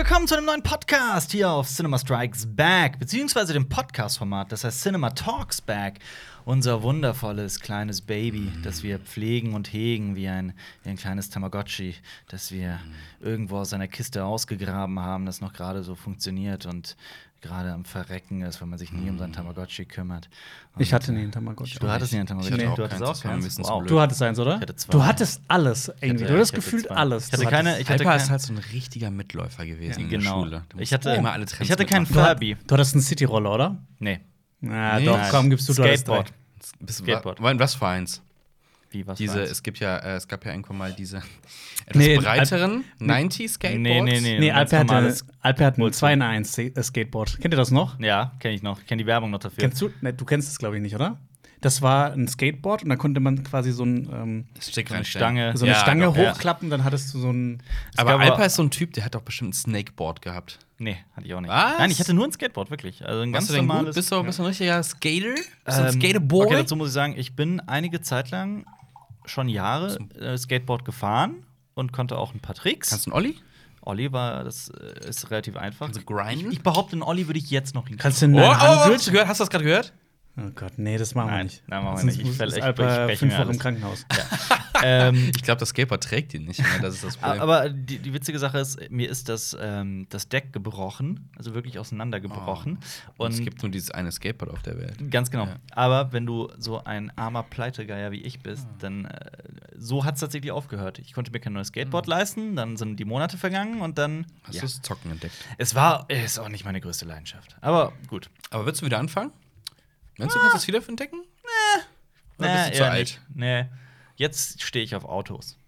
willkommen zu einem neuen Podcast hier auf Cinema Strikes Back, beziehungsweise dem Podcast-Format, das heißt Cinema Talks Back. Unser wundervolles kleines Baby, das wir pflegen und hegen wie ein kleines Tamagotchi, das wir irgendwo aus seiner Kiste ausgegraben haben, das noch gerade so funktioniert und gerade am Verrecken ist, weil man sich nie um sein Tamagotchi kümmert. Und ich hatte nie einen Tamagotchi. Du hattest nie einen Tamagotchi? Nee. Du hattest auch keins? Wow. Du hattest eins, oder? Ich hatte zwei. Du hattest alles irgendwie. Du hattest ich hatte gefühlt zwei. alles. Ich hatte Du keine. hattest- Ich hatte Alper ist kein, halt so ein richtiger Mitläufer gewesen in der genau. Schule. Du Ich musst hatte immer alle Trends Ich hatte keinen mitmachen. Furby. Du hattest einen City-Roller, oder? Nee. Na Nee. doch, Nein. komm, gibst du Skateboard. Skateboard. Skateboard. Was für eins? Wie, was Diese, war's? es gab ja irgendwann mal diese etwas Nee, breiteren 90 Skateboards. Nee, ganz Alper normales hatte ein Multi. 2 in 1 Skateboard. Kennt ihr das noch? Ja, kenne ich noch. Ich kenne die Werbung noch dafür. Kennst du? Ne, du kennst es, glaube ich, nicht, oder? Das war ein Skateboard und da konnte man quasi so ein Stick So eine reinstellen. Stange. so eine Ja, Stange doch, ja. hochklappen, dann hattest du so ein. Aber gab Alper ist so ein Typ, der hat doch bestimmt ein Snakeboard gehabt. Nee, hatte ich auch nicht. Was? Nein, ich hatte nur ein Skateboard, wirklich. Also ein ganz Warst du denn gut? normales. Bist du ein richtiger Skater? Bist du ein Skateboard? Okay, dazu muss ich sagen, ich bin einige Zeit lang schon Jahre Skateboard gefahren und konnte auch ein paar Tricks. Kannst du einen Olli? Olli war, das ist relativ einfach. Kannst du grinden? Ich behaupte, einen Olli würde ich jetzt noch hinkriegen. Kannst du einen hast du gehört? Hast du das gerade gehört? Oh Gott, nee, das machen wir Nein, nicht. nein, machen wir Sonst nicht. Ich ist ich Alper spreche 5 mir Wochen im alles. Krankenhaus. Ich glaube, das Skateboard trägt ihn nicht mehr. Das ist das Problem. Aber die witzige Sache ist, mir ist das Deck gebrochen, also wirklich auseinandergebrochen. Und es gibt nur dieses eine Skateboard auf der Welt. Ganz genau. Ja. Aber wenn du so ein armer Pleitegeier wie ich bist, dann so hat es tatsächlich aufgehört. Ich konnte mir kein neues Skateboard leisten, dann sind die Monate vergangen und dann. Hast du das Zocken entdeckt? Ist auch nicht meine größte Leidenschaft. Aber gut. Aber willst du wieder anfangen? Meinst du, kannst du das wieder entdecken? Oder bist du zu eher alt? nicht. Nee. Jetzt stehe ich auf Autos.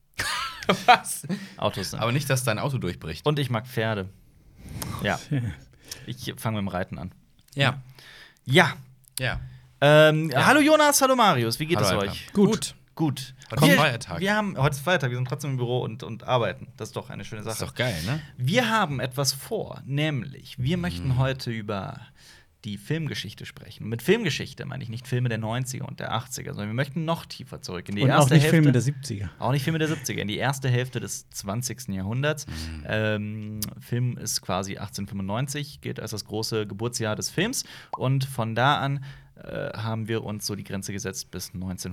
Was? Autos sind. Aber nicht, dass dein Auto durchbricht. Und ich mag Pferde. Ja. Ich fange mit dem Reiten an. Ja. Ja. Ja. Hallo Jonas, hallo Marius, wie geht Hallo, es Alper. euch? Gut. Gut. Heute ist Feiertag. Heute ist Feiertag, wir sind trotzdem im Büro und arbeiten. Das ist doch eine schöne Das Sache. ist doch geil, ne? Wir haben etwas vor, nämlich wir möchten heute über die Filmgeschichte sprechen. Und mit Filmgeschichte meine ich nicht Filme der 90er und der 80er, sondern wir möchten noch tiefer zurück in die Und erste auch nicht Hälfte. Filme der 70er. Auch nicht Filme der 70er, in die erste Hälfte des 20. Jahrhunderts. Film ist quasi 1895, gilt als das große Geburtsjahr des Films. Und von da an haben wir uns so die Grenze gesetzt bis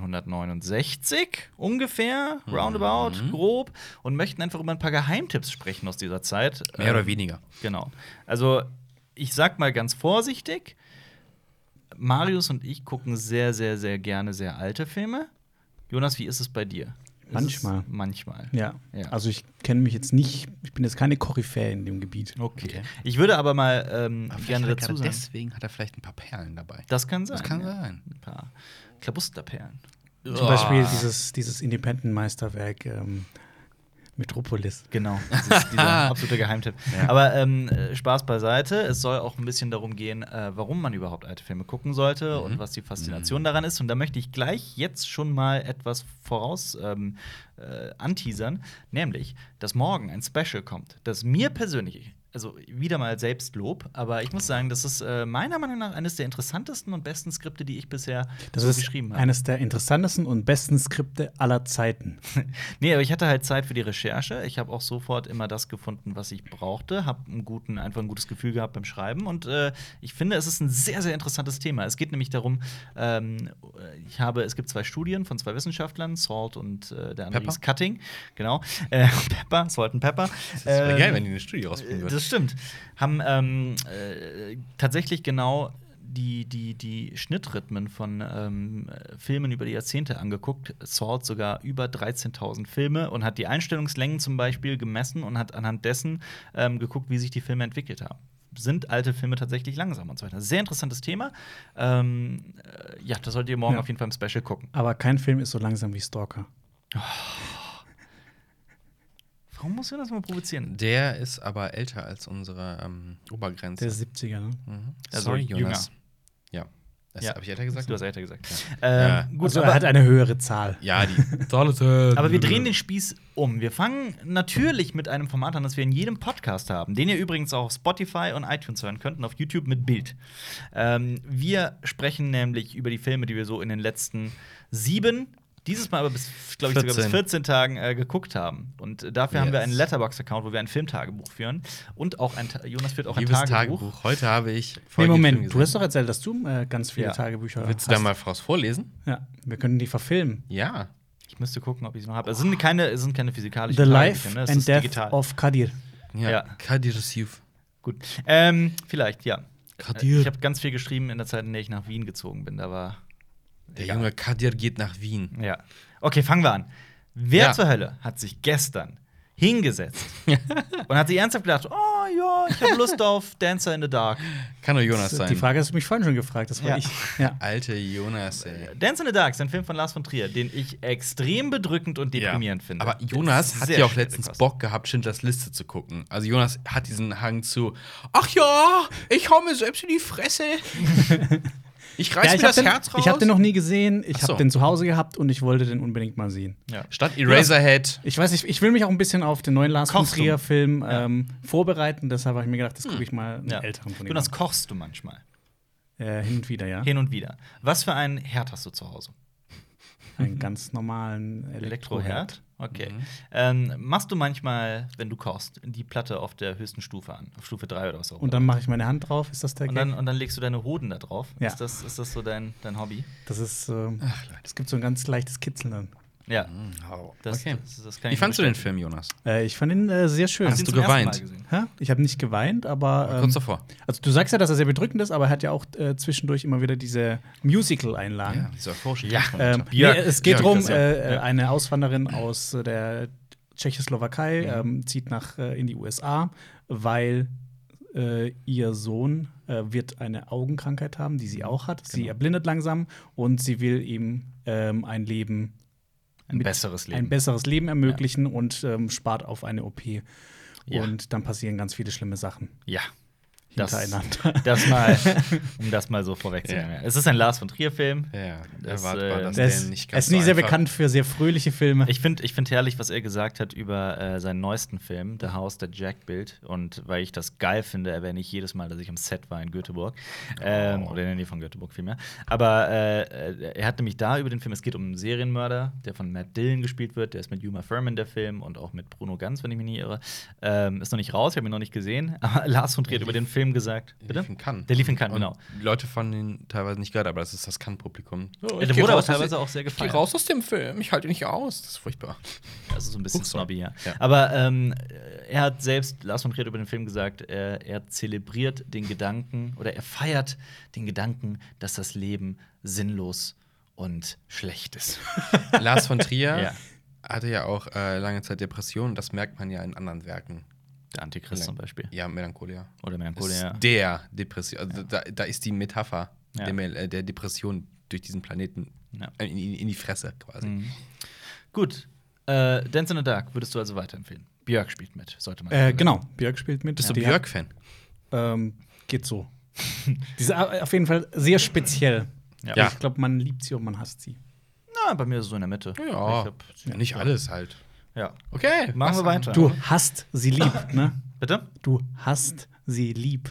1969 ungefähr, roundabout, grob. Und möchten einfach über ein paar Geheimtipps sprechen aus dieser Zeit. Mehr oder weniger. Genau. Also, ich sag mal ganz vorsichtig, Marius und ich gucken sehr, sehr, sehr gerne sehr alte Filme. Jonas, wie ist es bei dir? Ist Manchmal. es manchmal. Ja. Ja. Also ich kenne mich jetzt nicht, ich bin jetzt keine Koryphäe in dem Gebiet. Okay. Ich würde aber mal gerne dazu sagen. Deswegen hat er vielleicht ein paar Perlen dabei. Das kann sein. Das kann ja. sein. Ein paar Klabusterperlen. Zum Beispiel dieses Independent-Meisterwerk Metropolis. Genau, das ist dieser absolute Geheimtipp. Aber Spaß beiseite. Es soll auch ein bisschen darum gehen, warum man überhaupt alte Filme gucken sollte und was die Faszination daran ist. Und da möchte ich gleich jetzt schon mal etwas voraus anteasern, nämlich, dass morgen ein Special kommt, das mir persönlich, also wieder mal Selbstlob, aber ich muss sagen, das ist meiner Meinung nach eines der interessantesten und besten Skripte, die ich bisher Das so ist geschrieben habe. eines der interessantesten und besten Skripte aller Zeiten. Nee, aber ich hatte halt Zeit für die Recherche. Ich habe auch sofort immer das gefunden, was ich brauchte. Habe einfach ein gutes Gefühl gehabt beim Schreiben. Und ich finde, es ist ein sehr, sehr interessantes Thema. Es geht nämlich darum, es gibt 2 Studien von 2 Wissenschaftlern, Salt und der andere ist Cutting. Genau. Pepper, Salt und Pepper. Das wäre geil, wenn die eine Studie rausbringen würden. Das stimmt. Haben tatsächlich genau die Schnittrhythmen von Filmen über die Jahrzehnte angeguckt. Salt sogar über 13.000 Filme und hat die Einstellungslängen zum Beispiel gemessen und hat anhand dessen geguckt, wie sich die Filme entwickelt haben. Sind alte Filme tatsächlich langsam und so weiter? Sehr interessantes Thema. Ja, das solltet ihr morgen auf jeden Fall im Special gucken. Aber kein Film ist so langsam wie Stalker. Warum muss man das mal provozieren? Der ist aber älter als unsere Obergrenze. Der 70er, ne? Also Sorry, jünger. Jonas. Ja. Ja. Habe ich älter gesagt? Du hast älter gesagt. Ja. Gut, Also aber er hat eine höhere Zahl. Ja, die Tolle. Aber wir drehen den Spieß um. Wir fangen natürlich mit einem Format an, das wir in jedem Podcast haben, den ihr übrigens auch auf Spotify und iTunes hören könnt und auf YouTube mit Bild. Wir sprechen nämlich über die Filme, die wir so in den letzten 7 dieses Mal aber bis, glaube ich, sogar bis 14. 14 Tagen geguckt haben. Und dafür haben wir einen Letterboxd-Account, wo wir ein Filmtagebuch führen. Und auch Jonas führt auch ein Liebes Tagebuch. Heute habe ich Nee, folgenden Film Moment, du gesehen. hast doch erzählt, dass du ganz viele Ja. Tagebücher Willst hast. du da mal voraus vorlesen? Ja, wir können die verfilmen. Ja. Ich müsste gucken, ob ich sie noch habe. Es sind keine physikalischen The Life Tagebücher, ne? Es and ist Death digital. of Kadir. Ja. Kadir Yusuf. Gut. Vielleicht, ja. Kadir. Ich habe ganz viel geschrieben in der Zeit, in der ich nach Wien gezogen bin. Da war. Der junge Kadir geht nach Wien. Ja. Okay, fangen wir an. Wer Ja. zur Hölle hat sich gestern hingesetzt und hat sich ernsthaft gedacht, oh ja, ich habe Lust auf Dancer in the Dark. Kann nur Jonas sein. Die Frage hast du mich vorhin schon gefragt, das war Ja. ich. Ja. Alte Jonas, ey. Dancer in the Dark ist ein Film von Lars von Trier, den ich extrem bedrückend und deprimierend finde. Aber Jonas Das ist hat sehr ja auch schwere letztens Kost. Bock gehabt, Schindlers Liste zu gucken. Also Jonas hat diesen Hang zu, ach ja, ich hau mir selbst in die Fresse. Ich reiß Ja, mir das Herz raus. ich habe den noch nie gesehen. Ich Ach so. habe den zu Hause gehabt und ich wollte den unbedingt mal sehen. Ja. Statt Eraserhead. Ich weiß nicht, ich will mich auch ein bisschen auf den neuen Lars von Kochst du? Trier-Film Ja. vorbereiten. Deshalb habe ich mir gedacht, das gucke ich mal einen Ja. älteren von ihm. Jonas, kochst du manchmal? Hin und wieder, ja. Hin und wieder. Was für einen Herd hast du zu Hause? Einen ganz normalen Elektroherd? Okay. Mhm. Machst du manchmal, wenn du kochst, die Platte auf der höchsten Stufe an? Auf Stufe 3 oder was auch Und dann mache ich meine Hand drauf. Ist das der und Gag? dann legst du deine Hoden da drauf. Ja. Ist das so dein Hobby? Das ist, es gibt so ein ganz leichtes Kitzeln dann. Ja. Das, Okay. das kann Wie ich fandst du den bestätigen. Film, Jonas? Ich fand ihn sehr schön. Hast Hast du du ihn zum ersten geweint? Mal gesehen? Hä? Ich habe nicht geweint, aber Kurz davor. also du sagst ja, dass er sehr bedrückend ist, aber er hat ja auch zwischendurch immer wieder diese Musical-Einlagen. Diese euphorische Ja. Komponente. Björk. Es geht Björk darum, ist eine Auswanderin aus der Tschechoslowakei zieht in die USA, weil ihr Sohn wird eine Augenkrankheit haben, die sie auch hat. Sie erblindet langsam und sie will ihm ein Leben Ein besseres Leben. ein besseres Leben ermöglichen und spart auf eine OP. Ja. Und dann passieren ganz viele schlimme Sachen Ja. hintereinander. Um das mal so vorwegzunehmen. Ja. Es ist ein Lars von Trier-Film. Ja, Das, erwartbar, dass Er der ist, nicht er ganz ist nicht so sehr einfach- bekannt für sehr fröhliche Filme. Ich find herrlich, was er gesagt hat über seinen neuesten Film, The House That Jack Built. Und weil ich das geil finde, erwähne ich jedes Mal, dass ich am Set war in Göteborg. Oder in der Nähe von Göteborg vielmehr. Aber er hat nämlich da über den Film, es geht um einen Serienmörder, der von Matt Dillon gespielt wird. Der ist mit Uma Thurman, der Film, und auch mit Bruno Ganz, wenn ich mich nicht irre. Ist noch nicht raus, ich habe ihn noch nicht gesehen. Aber Lars von Trier hat über den Film gesagt. Der lief in Cannes. Der lief in Cannes, Und genau. die Leute fanden ihn teilweise nicht geil, aber das ist das Cannes-Publikum. So, Der wurde aber teilweise auch sehr Ich geh gefeiert. raus aus dem Film, ich halte ihn nicht aus. Das ist furchtbar. Also so ein bisschen Upsa. snobby, ja. Ja. Aber er hat selbst, Lars von Trier, über den Film gesagt, er zelebriert den Gedanken oder er feiert den Gedanken, dass das Leben sinnlos und schlecht ist. Lars von Trier Ja. hatte ja auch lange Zeit Depressionen. Das merkt man ja in anderen Werken. Der Antichrist zum Beispiel. Ja, Melancholia. Oder Das Melancholia. ist Ja. der Depression. Also da ist die Metapher Ja. der Depression durch diesen Planeten Ja. in die Fresse quasi. Mhm. Gut. Dance in the Dark würdest du also weiterempfehlen. Björk spielt mit, sollte man. Genau, Björk spielt mit. Bist du Die Björk-Fan? Geht so. Die ist auf jeden Fall sehr speziell. Ja. Ja. Ich glaube, man liebt sie und man hasst sie. Na, bei mir ist es so in der Mitte. Ja, Ich hab, ja, nicht alles halt. ja. Okay, Machen wir weiter. Du hast sie lieb, ne? Bitte? Du hast sie lieb.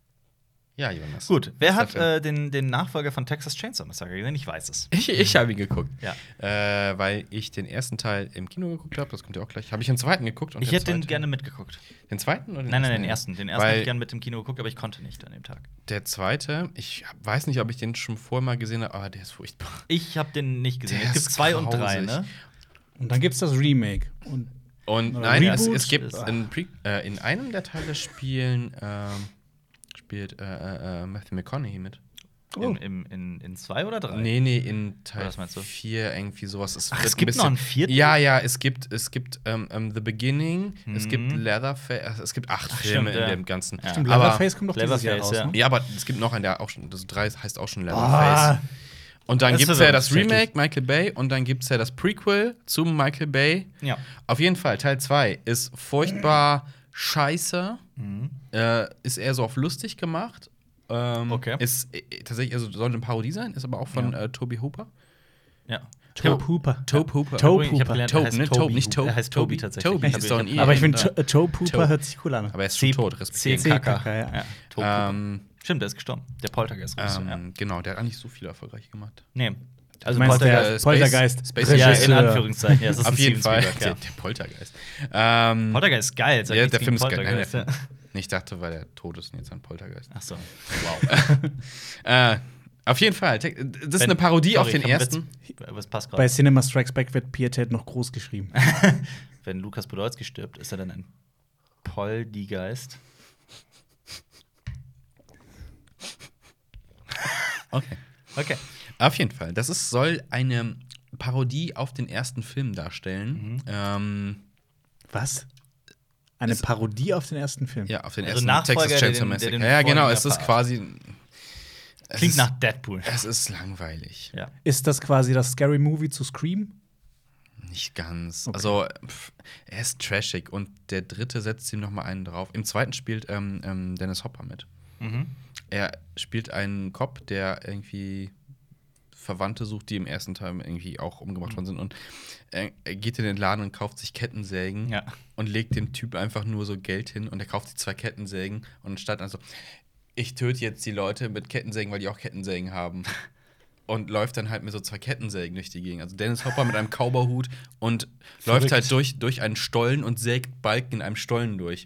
Ja, Jonas. Gut. Wer hat Bester den Nachfolger von Texas Chainsaw Massacre gesehen? Ich weiß es. Ich habe ihn geguckt. Ja. Weil ich den ersten Teil im Kino geguckt habe, das kommt ja auch gleich. Habe ich den zweiten geguckt und Ich der hätte den zweite- gerne mitgeguckt. Den zweiten oder den Nein, ersten? den ersten. Den ersten Weil hätte ich gerne mit dem Kino geguckt, aber ich konnte nicht an dem Tag. der zweite, ich weiß nicht, ob ich den schon vorher mal gesehen habe, aber der ist furchtbar. Ich habe den nicht gesehen. Der Es gibt ist 2 und 3, grausig. ne? Und dann gibt's das Remake. Und Und Oder nein, Reboot es gibt ist- in einem der Teile spielt Matthew McConaughey mit. Oh. In 2 oder 3? Nee, in Teil was meinst du? 4 irgendwie sowas. Ach, wird es gibt ein noch einen bisschen- vierten? Ja, es gibt The Beginning, es gibt Mhm. Leatherface, es gibt 8 Ach, Filme stimmt, ja. in dem Ganzen. Ja. Stimmt, Aber- Leatherface kommt doch dieses Jahr Leatherface, raus, ja. ne? Ja, aber es gibt noch einen, der auch schon, das 3 heißt auch schon Leatherface. Ah, Und dann Das gibt es ist ja das schrecklich. Remake, Michael Bay, und dann gibt es ja das Prequel zum Michael Bay. Ja. Auf jeden Fall, Teil 2 ist furchtbar scheiße, ist eher so auf lustig gemacht. Okay. Ist tatsächlich, also sollte eine Parodie sein, ist aber auch von Tobe Hooper. Ja. Tobe Hooper. Tobe Hooper. Tobe Ich hab Hooper. gelernt, Tobe, er heißt ne? Toby Tobe, nicht Tobe. Er heißt Toby tatsächlich. Toby, Ich ist hab- doch ein ich I. hab- Aber ich finde, dahinter. Tobe Hooper Tobe. hört sich cool an. Aber er ist schon tot, respektive. CKK, ja. Ja. Toby Hooper. Ähm, Stimmt, der ist gestorben. Der Poltergeist. Ja. Genau, der hat eigentlich so viel erfolgreich gemacht. Nee. Also Du meinst der Space- Poltergeist. Space- Ja, in Regisseur. Anführungszeichen. Ja, es ist Auf ein jeden Steven Fall. Spielberg, Der ja. Poltergeist. Poltergeist ist geil. sag Ja, nichts der Film gegen ist geil. Nein, der Poltergeist, ja. Film. Ich dachte, weil er tot ist und jetzt ein Poltergeist. Ach so. Wow. Auf jeden Fall. Das ist eine Parodie auf den ersten. Was passt Bei gerade? Cinema Strikes Back wird Pietät noch groß geschrieben. Wenn Lukas Podolski stirbt, ist er dann ein Poldi-Geist? Okay. Okay. Auf jeden Fall. Soll eine Parodie auf den ersten Film darstellen. Was? Eine Parodie auf den ersten Film? Ja, auf den Also ersten Nachfolger, Texas der Chainsaw den Massacre. den Ja, genau. Vorgänger Es ist verarscht. quasi. Klingt nach Deadpool. Es ist langweilig. Ja. Ist das quasi das Scary Movie zu Scream? Nicht ganz. Okay. Also, er ist trashig und der dritte setzt ihm noch mal einen drauf. Im zweiten spielt Dennis Hopper mit. Mhm. Er spielt einen Cop, der irgendwie Verwandte sucht, die im ersten Teil irgendwie auch umgebracht worden sind. Und er geht in den Laden und kauft sich Kettensägen Ja. und legt dem Typ einfach nur so Geld hin. Und er kauft sich 2 Kettensägen und statt also, ich töte jetzt die Leute mit Kettensägen, weil die auch Kettensägen haben. Und läuft dann halt mit so 2 Kettensägen durch die Gegend. Also Dennis Hopper mit einem Cowboyhut und läuft halt durch einen Stollen und sägt Balken in einem Stollen durch.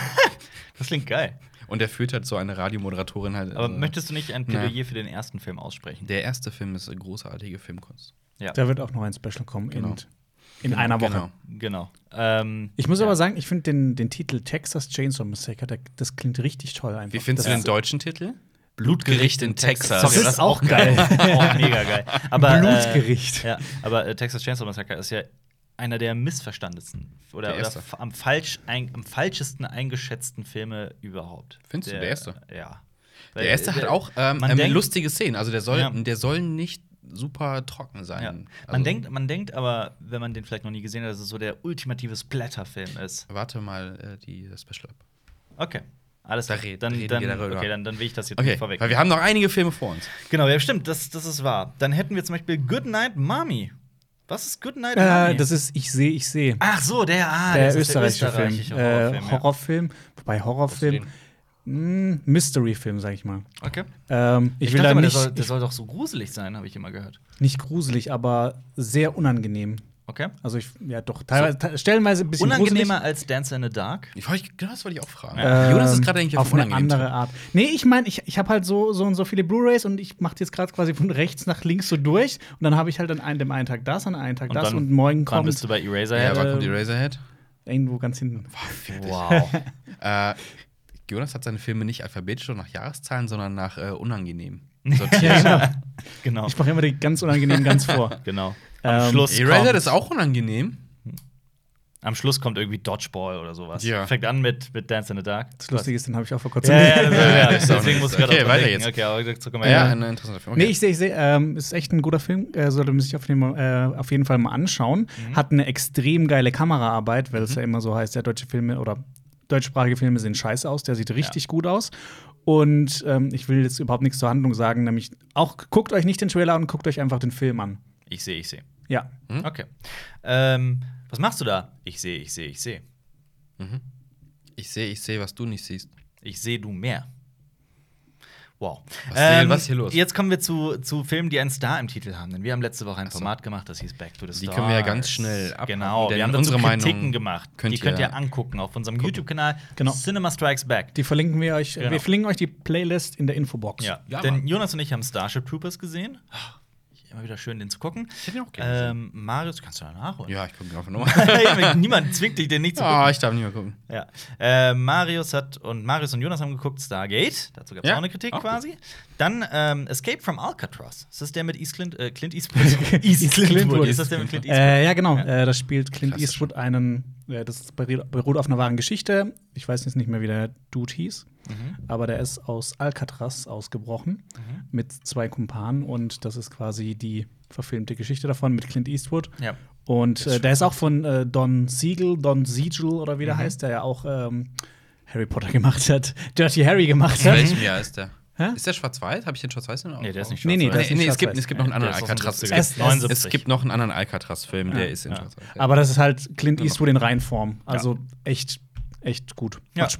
Das klingt geil. Und er führt halt so eine Radiomoderatorin halt. Aber also, möchtest du nicht ein Plädoyer für den ersten Film aussprechen? der erste Film ist eine großartige Filmkunst. Ja. Da wird auch noch ein Special kommen Genau. in einer Woche. Genau. Genau. Ich muss ja. aber sagen, ich finde den Titel Texas Chainsaw Massacre, das klingt richtig toll einfach. Wie findest du Das den deutschen Titel? Blutgericht in Texas. Das ist auch geil. Auch mega geil. Aber, Blutgericht. Ja, aber Texas Chainsaw Massacre ist ja einer der missverstandensten oder erste. am falschesten eingeschätzten Filme überhaupt. Findest du, der erste? Ja. Der erste hat auch man denkt- lustige Szenen. Also der Ja. soll nicht super trocken sein. Ja. Man denkt aber, wenn man den vielleicht noch nie gesehen hat, dass es so der ultimative Splatter-Film ist. Warte mal das Special ab. Okay. Alles Da klar. reden wir darüber. Okay, dann will ich das jetzt Okay, nicht vorweg. weil wir haben noch einige Filme vor uns. Genau, ja, stimmt, das ist wahr. Dann hätten wir zum Beispiel Goodnight Mommy. Was ist Goodnight Mommy? Das ist Ich sehe. Ach so, Der das ist österreichische Film. Horrorfilm. Ja. Horrorfilm. Wobei Horrorfilm. Mystery-Film, sag ich mal. Okay. Ich will dachte da mal, nicht, der soll doch so gruselig sein, habe ich immer gehört. nicht gruselig, aber sehr unangenehm. Okay. Also doch, teilweise, stellenweise ein bisschen Unangenehmer als Dance in the Dark? Das wollte ich auch fragen. gruselig. Jonas ist gerade eigentlich auf eine unangenehm. andere Art. Nee, ich meine, ich habe halt so und so viele Blu-rays und ich mache jetzt gerade quasi von rechts nach links so durch und dann habe ich halt an dem einen Tag das, an einem Tag Und das dann- und morgen Wann kommt bist du bei Ja, Eraserhead? wann kommt Eraserhead? irgendwo ganz hinten. Wow. Jonas hat seine Filme nicht alphabetisch oder nach Jahreszahlen, sondern nach unangenehm Ja, sortiert. genau. Genau. Ich mache immer die ganz unangenehmen ganz vor. Genau. Am Ähm, Schluss Eraserhead kommt, ist auch unangenehm. am Schluss kommt irgendwie Dodgeball oder sowas. Ja. Fängt an mit Dance in the Dark. Das Lustige ist, den habe ich auch vor kurzem. Ja, ist auch deswegen nicht- muss ich gerade Okay, auch weiter denken. jetzt. Okay, aber dazu kommen wir Ja, ja. ein interessanter Film. Nee, ich sehe, ist echt ein guter Film. Sollte man sich auf jeden Fall mal anschauen. Hat eine extrem geile Kameraarbeit, weil es ja immer so heißt, ja, deutsche Filme oder deutschsprachige Filme sehen scheiße aus. Der sieht richtig gut aus. Und ich will jetzt überhaupt nichts zur Handlung sagen, nämlich auch guckt euch nicht den Trailer an, guckt euch einfach den Film an. Ich sehe. Ja. Okay. Was machst du da? Ich sehe. Ich sehe, was du nicht siehst. Ich sehe du mehr. Wow. Was ist hier los? Jetzt kommen wir zu Filmen, die einen Star im Titel haben. Denn wir haben letzte Woche ein Format gemacht, das hieß Back to the Stars. Die können wir ja ganz schnell abhaken, Genau, denn wir haben dazu unsere Kritiken Meinung gemacht. könnt Die könnt ihr ihr angucken auf unserem YouTube-Kanal Genau. Cinema Strikes Back. Die verlinken wir euch. Genau. Wir verlinken euch die Playlist in der Infobox. Ja, Ja, denn Mann. Jonas und ich haben Starship Troopers gesehen. Immer wieder schön, den zu gucken. Ich hätte ihn auch gerne gesehen. Marius, kannst du da nachholen? Ja, ich gucke einfach nochmal. Niemand zwingt dich, den nicht zu gucken. Ah, ich darf nicht mehr gucken. Ja. Marius und Jonas haben geguckt Stargate. Dazu gab es Ja, auch eine Kritik auch quasi. Dann Escape from Alcatraz. Ist das der mit Clint Eastwood? Clintwood. Ist das der mit Clint Eastwood? Ja, genau. Ja. Da spielt Clint Klassisch. Eastwood das beruht auf einer wahren Geschichte. Ich weiß jetzt nicht mehr, wie der Dude hieß. Aber der ist aus Alcatraz ausgebrochen mit 2 Kumpanen. Und das ist quasi die verfilmte Geschichte davon mit Clint Eastwood. Ja. Und der ist auch von Don Siegel oder wie der heißt, der ja auch Harry Potter gemacht hat, Dirty Harry gemacht In hat. welchem Jahr ist der? Hä? Ist der schwarz-weiß? Habe ich den schwarz-weiß noch? Nee, der ist nicht Nee, schwarz-weiß. das ist nicht es gibt schwarz-weiß. noch einen anderen Der ist aus den Alcatraz. 70er. Es- 79. Es gibt noch einen anderen Alcatraz-Film, der ist in Ja. schwarz-weiß. Aber das ist halt Clint Eastwood in Reinform. Also echt gut. Ja. Macht Spaß.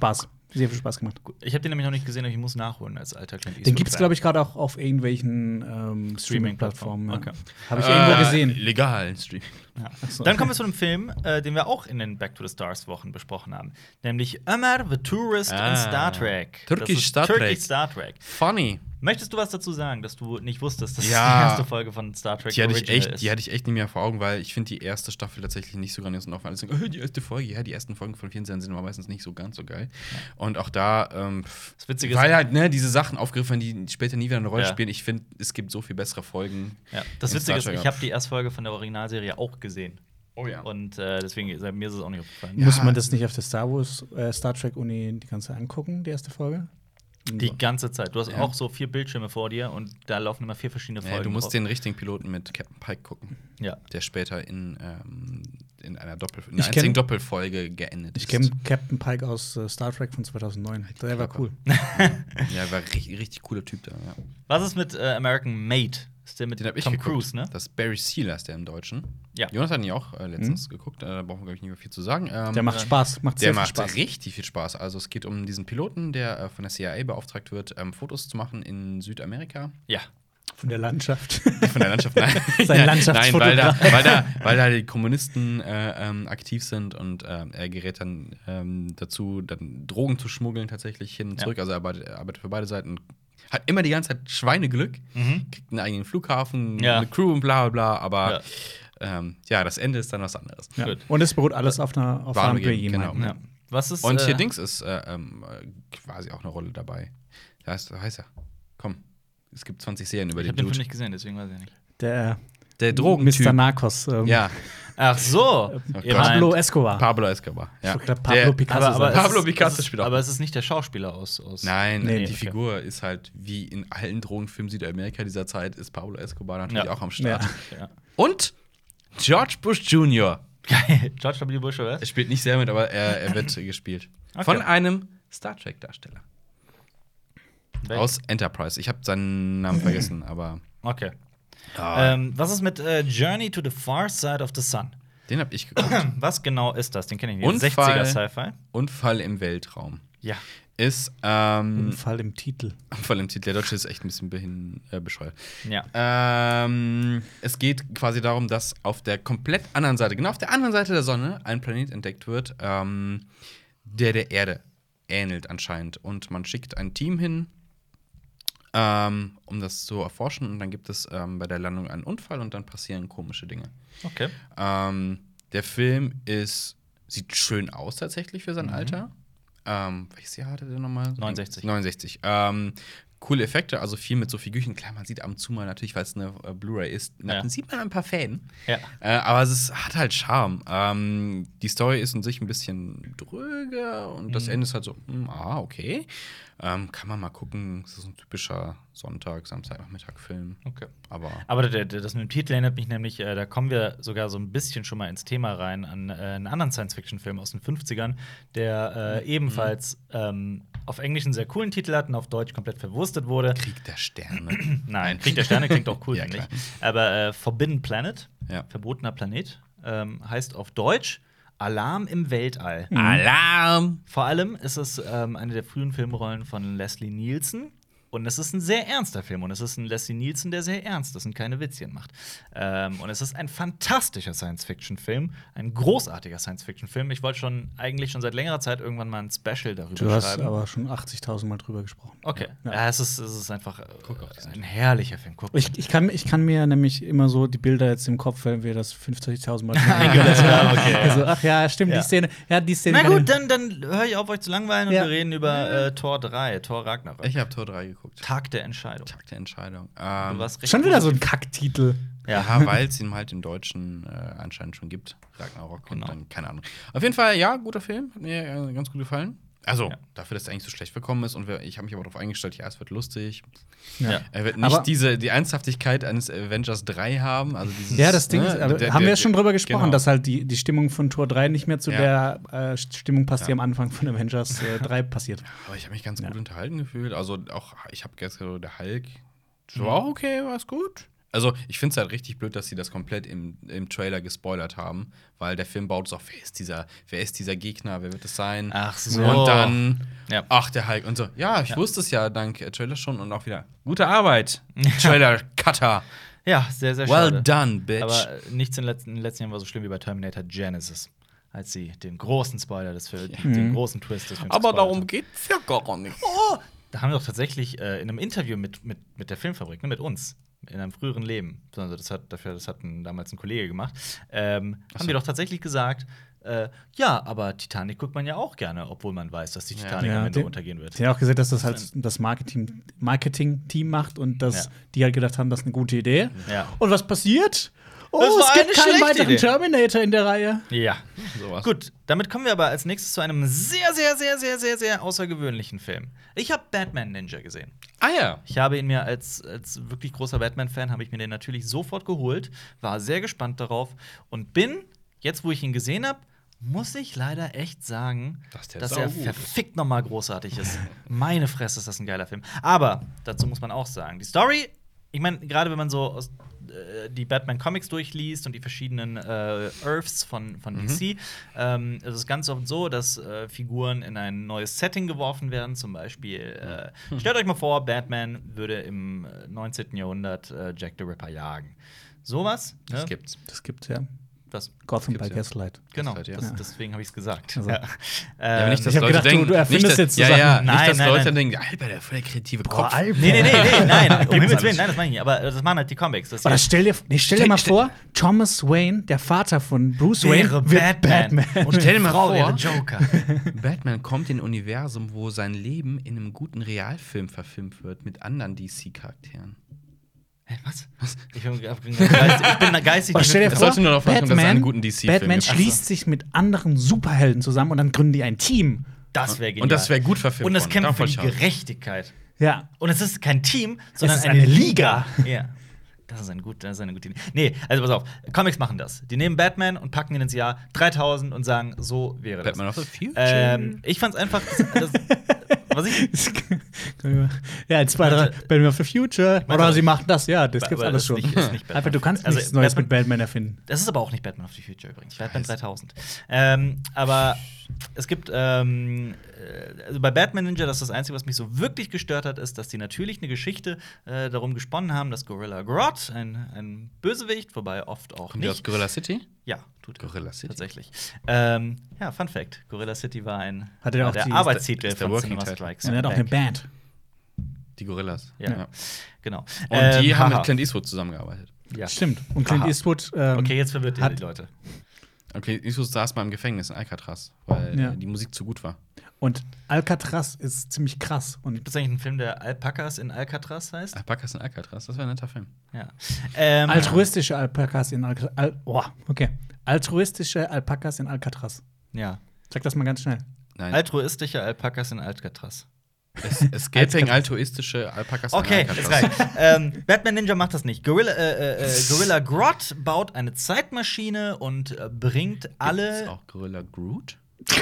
sehr viel Spaß gemacht. Gut. Ich habe den nämlich noch nicht gesehen, aber ich muss nachholen als alter Clint Eastwood. Den gibt es, glaube ich, gerade auch auf irgendwelchen Streaming-Plattformen. Ja. Okay. Habe ich irgendwo gesehen. Legalen Stream. Ja. So. Dann kommen wir zu einem Film, den wir auch in den Back to the Stars Wochen besprochen haben, nämlich Ömer the Tourist in Star Trek. Turkish Star Trek. Funny. Möchtest du was dazu sagen, dass du nicht wusstest, dass es Ja. die erste Folge von Star Trek Die hatte Original ist? ich echt nicht mehr vor Augen, weil ich finde die erste Staffel tatsächlich nicht so grandios und auch alle sagen, die erste Folge, ja, die ersten Folgen von Fernsehen sind aber meistens nicht so ganz so geil. Und auch da, Das Witzige weil ist, halt, diese Sachen aufgegriffen, die später nie wieder eine Rolle Ja. spielen. Ich finde, es gibt so viel bessere Folgen. ja, das in Witzige ist, Star Trek. ich habe die erste Folge von der Originalserie auch gesehen. Oh ja. Und deswegen, mir ist es auch nicht aufgefallen. Muss man das nicht auf der Star Trek Uni die ganze Zeit angucken, die erste Folge? Die ganze Zeit. Du hast Ja. auch so 4 Bildschirme vor dir und da laufen immer 4 verschiedene Folgen. Du musst drauf. den richtigen Piloten mit Captain Pike gucken, Ja. der später in einer Ich einzigen kenn- Doppelfolge geendet Ich ist. kenne Captain Pike aus Star Trek von 2009. Der war cool. Ja, war richtig, richtig cooler Typ da. Ja. Was ist mit American Made? Ist der mit Den habe ich Tom geguckt. Cruise, ne? Das ist Barry Seal heißt der im Deutschen. Ja. Jonas hat ihn auch letztens geguckt. Da brauchen wir, glaube ich, nicht mehr viel zu sagen. Der macht Spaß. Macht Der sehr viel macht Spaß. richtig viel Spaß. Also es geht um diesen Piloten, der von der CIA beauftragt wird, Fotos zu machen in Südamerika. Ja. Von der Landschaft. Von der Landschaft, nein. Sein Nein, Landschaftsfotograf. weil da die Kommunisten aktiv sind und er gerät dann dazu, dann Drogen zu schmuggeln tatsächlich hin und zurück. Also er arbeitet für beide Seiten. Hat immer die ganze Zeit Schweineglück. Kriegt einen eigenen Flughafen, Ja. eine Crew und bla bla bla. Aber das Ende ist dann was anderes. Ja. Gut. Und es beruht alles auf einer Warnung, Begebenheit. genau. Ja. Was ist Und hier Dings ist quasi auch eine Rolle dabei. Da heißt er. Komm, es gibt 20 Serien über Ich den habe den Film Dude. nicht gesehen, deswegen weiß ich nicht. Der Drogentyp. Mr. Narcos. Ja, Ach so. Ihr Pablo meint- Escobar. Pablo Escobar. Ja. Ich glaub, Pablo Picasso. aber sagt. Pablo es ist- Picasso es ist- spielt auch Aber mit. es ist nicht der Schauspieler aus. Nein, Nee, die okay. Figur ist halt wie in allen Drogenfilmen Südamerika dieser Zeit, ist Pablo Escobar natürlich Ja. auch am Start. Ja. Ja. Und George Bush Jr. Geil. George W. Bush, oder Er was? spielt nicht sehr mit, aber er wird gespielt. Okay. Von einem Star Trek-Darsteller. Welch- Aus Enterprise. Ich habe seinen Namen vergessen, aber. Okay. Ah, Was ist mit Journey to the Far Side of the Sun? den habe ich geguckt. Was genau ist das? Den kenne ich nicht. Unfall. 60er Sci-Fi? Unfall im Weltraum. Ja. Ist, Unfall im Titel. Unfall im Titel. Der Deutsche ist echt ein bisschen bescheuert. Ja. Es geht quasi darum, dass auf der komplett anderen Seite, genau auf der anderen Seite der Sonne, ein Planet entdeckt wird, der Erde ähnelt anscheinend. Und man schickt ein Team hin, um das zu erforschen. Und dann gibt es bei der Landung einen Unfall und dann passieren komische Dinge. Okay. Der Film sieht schön aus tatsächlich für sein Alter. Welches Jahr hatte der nochmal? 69. 69. Coole Effekte, also viel mit so Figürchen. Klar, man sieht ab und zu mal natürlich, weil es eine Blu-ray ist, Ja. sieht man ein paar Fäden. Ja. Aber hat halt Charme. Die Story ist in sich ein bisschen dröger und das Ende ist halt so, okay. Kann man mal gucken. Das ist ein typischer Sonntag, Samstagnachmittag-Film. Okay. Aber Das mit dem Titel erinnert mich nämlich, da kommen wir sogar so ein bisschen schon mal ins Thema rein, an einen anderen Science-Fiction-Film aus den 50ern, der ebenfalls auf Englisch einen sehr coolen Titel hat und auf Deutsch komplett verwurstet wurde. Krieg der Sterne. Nein, Krieg der Sterne klingt auch cool, Ja, finde ich. klar. Aber Forbidden Planet, Ja. verbotener Planet, heißt auf Deutsch Alarm im Weltall. Alarm! Vor allem ist es eine der frühen Filmrollen von Leslie Nielsen. Und es ist ein sehr ernster Film. Und es ist ein Leslie Nielsen, der sehr ernst ist und keine Witzchen macht. Und es ist ein fantastischer Science-Fiction-Film. Ein großartiger Science-Fiction-Film. Ich wollte eigentlich schon seit längerer Zeit irgendwann mal ein Special darüber Du hast schreiben. aber schon 80.000 Mal drüber gesprochen. Okay. Ja. Ja, es ist einfach ein herrlicher Film. Guck. Ich kann mir nämlich immer so die Bilder jetzt im Kopf, wenn wir das 50.000 Mal Eingeblendet haben, okay, ja. Also, ach ja, stimmt, Ja. die Szene. Ja, die Szene. Na kann gut, ich- dann höre ich auf, euch zu langweilen und Ja. wir reden über Tor 3, Tor Ragnarök. Ich habe Tor 3 geguckt. Tag der Entscheidung. Tag der Entscheidung. Du warst recht Schon wieder so ein positiv. Kacktitel. Ja, weil es ihn halt im Deutschen anscheinend schon gibt. Ragnarok Genau. und dann, keine Ahnung. Auf jeden Fall, ja, guter Film. Hat mir ganz gut gefallen. Also, Ja. dafür, dass er eigentlich so schlecht verkommen ist. Und ich habe mich aber darauf eingestellt, ja, es wird lustig. Ja. Er wird nicht Aber- die Ernsthaftigkeit eines Avengers 3 haben. Also dieses, Ja, das Ding ne, ist, aber der- haben wir der- ja schon drüber gesprochen, genau. dass halt die Stimmung von Tor 3 nicht mehr zu Ja. der Stimmung passt, die Ja. am Anfang von Avengers 3 passiert. Aber ich habe mich ganz Ja. gut unterhalten gefühlt. Also, auch, ich habe gestern der Hulk. War auch okay, war es gut. Also, ich finde es halt richtig blöd, dass sie das komplett im Trailer gespoilert haben, weil der Film baut es auf, wer ist dieser Gegner, wer wird es sein? Ach so. Und dann, Ja. ach, der Hulk und so. Ja, ich wusste es ja dank Trailer schon und auch wieder. Gute Arbeit, Trailer-Cutter. Ja, sehr, sehr Well schade. done, bitch. Aber nichts in den letzten Jahren war so schlimm wie bei Terminator Genesis, als sie den großen Spoiler des Films, den großen Twist des Films Aber gespoilert darum haben. geht's ja gar nicht. Da haben wir doch tatsächlich in einem Interview mit der Filmfabrik, ne, mit uns, in einem früheren Leben, also das hat damals ein Kollege gemacht, haben die doch tatsächlich gesagt, ja, aber Titanic guckt man ja auch gerne, obwohl man weiß, dass die Titanic am Ende untergehen wird. Sie haben auch gesagt, dass das halt das Marketing-Team macht und dass die halt gedacht haben, das ist eine gute Idee. Ja. Und was passiert? Oh, Das war es gibt eine keinen schlechte weiteren Idee. Terminator in der Reihe. Ja. Sowas. Gut, damit kommen wir aber als nächstes zu einem sehr, sehr, sehr, sehr, sehr, sehr außergewöhnlichen Film. Ich habe Batman Ninja gesehen. Ah ja. Ich habe ihn mir als wirklich großer Batman-Fan, habe ich mir den natürlich sofort geholt, war sehr gespannt darauf und bin, jetzt wo ich ihn gesehen habe, muss ich leider echt sagen, dass er verfickt nochmal großartig ist. Meine Fresse, ist das ein geiler Film. Aber dazu muss man auch sagen, die Story, ich meine, gerade wenn man so die Batman-Comics durchliest und die verschiedenen Earths von DC, ist es ganz oft so, dass Figuren in ein neues Setting geworfen werden. Zum Beispiel, stellt euch mal vor, Batman würde im 19. Jahrhundert Jack the Ripper jagen. Sowas. Ne? Das gibt's. Das gibt's ja. Das, Gotham gibt's by ja. Gaslight. genau, halt, ja. deswegen habe ich es gesagt. Also. Ja, aber nicht, dass Ich hab Leute gedacht, denken, du erfindest nicht, dass, jetzt so ja, Sachen. ja, nicht, Nein, dass nein, Leute nein. denken, Alter, der voll der kreative Kopf. Alter. Nee, nein, um Gibt's Himmels alles. Willen, nein, das meine ich nicht. Aber das machen halt die Comics. Das Oder stell dir mal vor, Thomas Wayne, der Vater von Bruce Wayne, wird Batman. Und Stell dir mal Frau vor- wäre Joker. Batman kommt in ein Universum, wo sein Leben in einem guten Realfilm verfilmt wird mit anderen DC-Charakteren. Hä, was? Ich bin geistig Aber nicht stell dir Es vor, sollte nur darauf ankommen, dass es einen guten DC-Film Batman gibt. schließt sich mit anderen Superhelden zusammen und dann gründen die ein Team. Das wäre genial. Und das wäre gut verfilmt. Und es worden. kämpft Darauf für die wollte ich raus. Gerechtigkeit. Ja. Und es ist kein Team, sondern ist eine Liga. Ja. Das ist eine gute Idee. Nee, also pass auf. Comics machen das. Die nehmen Batman und packen ihn ins Jahr 3000 und sagen, so wäre das. Batman of the Future. Ich fand's einfach. Was ich. Ja, in 2, 3, Batman of the Future. meine, Oder sie machen das, ja, das gibt's aber alles das schon. ist nicht Batman. Einfach, du kannst Also, nichts Neues Batman- mit Batman erfinden. Das ist aber auch nicht Batman of the Future übrigens. Batman 3000. Aber es gibt, also bei Batman Ninja, das ist das Einzige, was mich so wirklich gestört hat, ist, dass die natürlich eine Geschichte darum gesponnen haben, dass Gorilla Grodd, ein Bösewicht, wobei oft auch Kommt die aus nicht. Gorilla City? Ja, tut er. Gorilla City. Tatsächlich. Ja, Fun Fact: Gorilla City war Hat er auch der die- Arbeitstitel ist der von Working Cinema Title. Strikes. Und er hat auch Back. eine Band. Die Gorillas. Ja. Genau. Und die haben haha. mit Clint Eastwood zusammengearbeitet. Ja. Stimmt. Und Clint Aha. Eastwood Okay, jetzt verwirrt ihr hat- die Leute. Okay, Eastwood saß mal im Gefängnis in Alcatraz, weil Ja. die Musik zu gut war. Und Alcatraz ist ziemlich krass. Und Gibt es eigentlich einen Film, der Alpakas in Alcatraz heißt? Alpakas in Alcatraz, das wäre ein netter Film. Ja. altruistische Alpakas in Alcatraz. Altruistische Alpakas in Alcatraz. Ja. Sag das mal ganz schnell. Nein, Altruistische Alpakas in Alcatraz. Escaping altruistische Alpakas Okay, in ist Alcatraz. reicht. Batman Ninja macht das nicht. Gorilla Grodd baut eine Zeitmaschine und bringt Ist alle auch Gorilla Groot?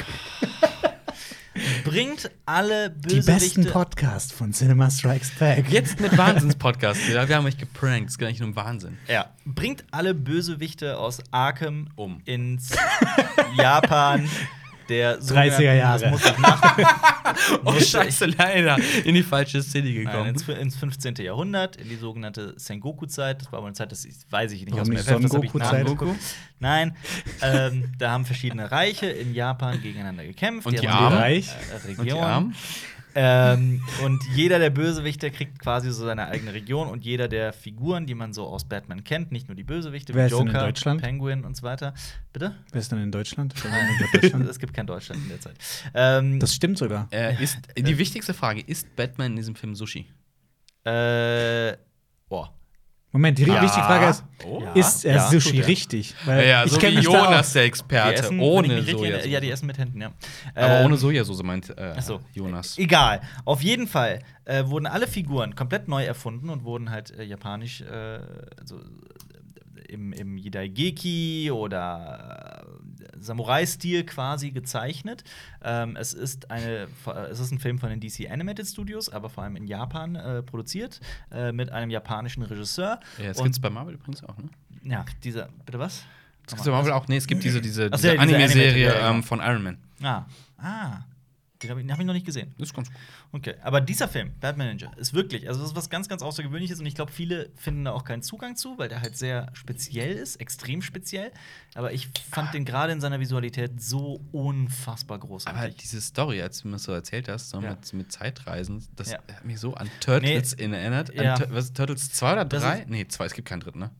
Die besten Bösewichte. Podcasts von Cinema Strikes Back. Jetzt mit Wahnsinnspodcast. Ja, wir haben euch geprankt. Das ist gar nicht nur ein Wahnsinn. Ja, bringt alle Bösewichte aus Arkham Um. ins Japan der 30er Jahre. Das muss ich nach Oh, scheiße, leider. In die falsche City Nein, gekommen. ins 15. Jahrhundert, in die sogenannte Sengoku-Zeit. Das war aber eine Zeit, weiß ich nicht Warum aus dem nicht FF, das hab ich Son-Goku-Zeit? nachgeguckt. Nein, da haben verschiedene Reiche in Japan gegeneinander gekämpft. Und die haben Armen? Reich. Und die Region. Armen? Und jeder der Bösewichte kriegt quasi so seine eigene Region und jeder der Figuren, die man so aus Batman kennt, nicht nur die Bösewichte, Wer wie ist denn in Joker, Deutschland? Penguin und so weiter. Bitte? Wer ist denn in Deutschland? Deutschland? Es gibt kein Deutschland in der Zeit. Das stimmt sogar. Die wichtigste Frage: Ist Batman in diesem Film Sushi? Boah. Moment, die wichtige Frage ist: Oh. Ist er Ja, Sushi tut er. richtig? Weil Ja, ich so kenn wie mich da Jonas, aus. der Die Experte. essen, wenn Ohne ich mich richtig Sojasauce. erinnere, ja, die essen mit Händen, ja. Aber ohne Sojasauce meint Ach so. Jonas. Egal. Auf jeden Fall wurden alle Figuren komplett neu erfunden und wurden halt japanisch also im Jidaigeki oder Samurai-Stil quasi gezeichnet. Es ist ein Film von den DC Animated Studios, aber vor allem in Japan produziert, mit einem japanischen Regisseur. Ja, das gibt's bei Marvel übrigens auch, ne? Ja, bitte was? Das gibt's bei Marvel auch. Nee, es gibt diese diese Anime-Serie Animated, ja. von Iron Man. Den hab ich noch nicht gesehen. Das ist ganz gut. Okay, aber dieser Film, Batman Ninja, ist wirklich, also das ist was ganz, ganz Außergewöhnliches und ich glaube, viele finden da auch keinen Zugang zu, weil der halt sehr speziell ist, extrem speziell. Aber ich fand den gerade in seiner Visualität so unfassbar großartig. Aber diese Story, als du mir das so erzählt hast, so Ja. mit Zeitreisen, das Ja. hat mich so an Turtles erinnert. Ja. Was, Turtles 2 oder Das 3? Nee, 2, es gibt keinen dritten, ne?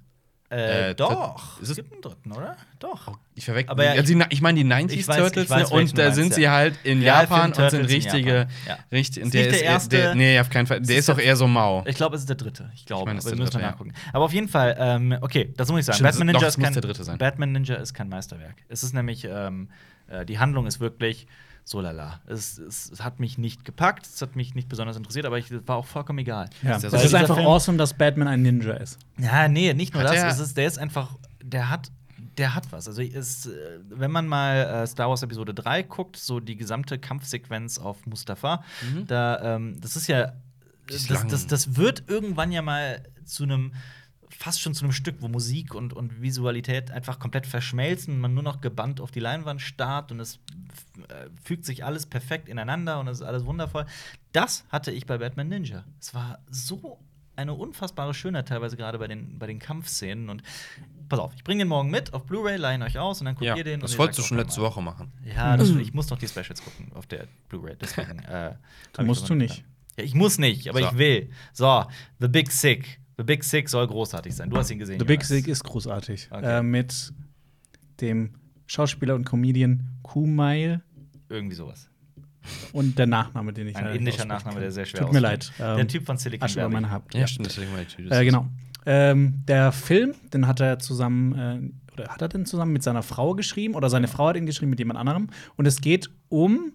Doch, ist es es- gibt einen dritten, oder? Doch. Ich verwechsel. Aber ja, also ich meine die 90s ich weiß, Turtles, welchen ne? Und du da meinst, sind ja. sie halt in Ja, Japan Film und sind Turtles in richtige. Japan, ja. Richtig, und Ist der nicht ist der erste- nee, auf keinen Fall. Der ist doch eher so mau. Ich glaube, es ist der dritte. Ich glaube, meine, es ist aber der müssen wir dritte, ja. nachgucken. Aber auf jeden Fall, okay, das muss ich sagen. Stimmt, Batman doch, Ninja es ist muss kein der dritte sein. Batman Ninja ist kein Meisterwerk. Es ist nämlich die Handlung ist wirklich so lala. Es hat mich nicht gepackt, es hat mich nicht besonders interessiert, aber es war auch vollkommen egal. Ja. Ist ja Es so- ist Dieser einfach Film- awesome, dass Batman ein Ninja ist. Ja, nee, nicht nur Hat das. der- Der ist einfach, der hat was. Also, wenn man mal Star Wars Episode 3 guckt, so die gesamte Kampfsequenz auf Mustafar, das ist ja. Die ist lang. Das wird irgendwann ja mal fast schon zu einem Stück, wo Musik und Visualität einfach komplett verschmelzen, man nur noch gebannt auf die Leinwand starrt und es fügt sich alles perfekt ineinander und es ist alles wundervoll. Das hatte ich bei Batman Ninja. Es war so eine unfassbare Schönheit, teilweise gerade bei den Kampfszenen. Und pass auf, ich bringe den morgen mit auf Blu-ray, leihe ihn euch aus und dann guckt Ja, ihr den. das und ihr wolltest du sagt schon auch letzte nochmal. Woche machen. Ja, ich muss noch die Specials gucken auf der Blu-ray. Deswegen. Musst du nicht. Ja, ich muss nicht, aber So. ich will. So, The Big Sick. The Big Sick soll großartig sein. Du hast ihn gesehen. The Big Jonas. Sick ist großartig. Okay. Mit dem Schauspieler und Comedian Kumail Irgendwie sowas. und der Nachname, den ich Ein leider nicht indischer aussprechen Nachname, kann. der sehr schwer Tut mir auszusprechen. leid. Der Typ von Silicon Asche über Valley. mein Haupt. Ja, stimmt, deswegen war ich Genau. Der Film, den hat er zusammen, oder hat er den zusammen mit seiner Frau geschrieben? Oder seine Frau hat ihn geschrieben mit jemand anderem. Und es geht um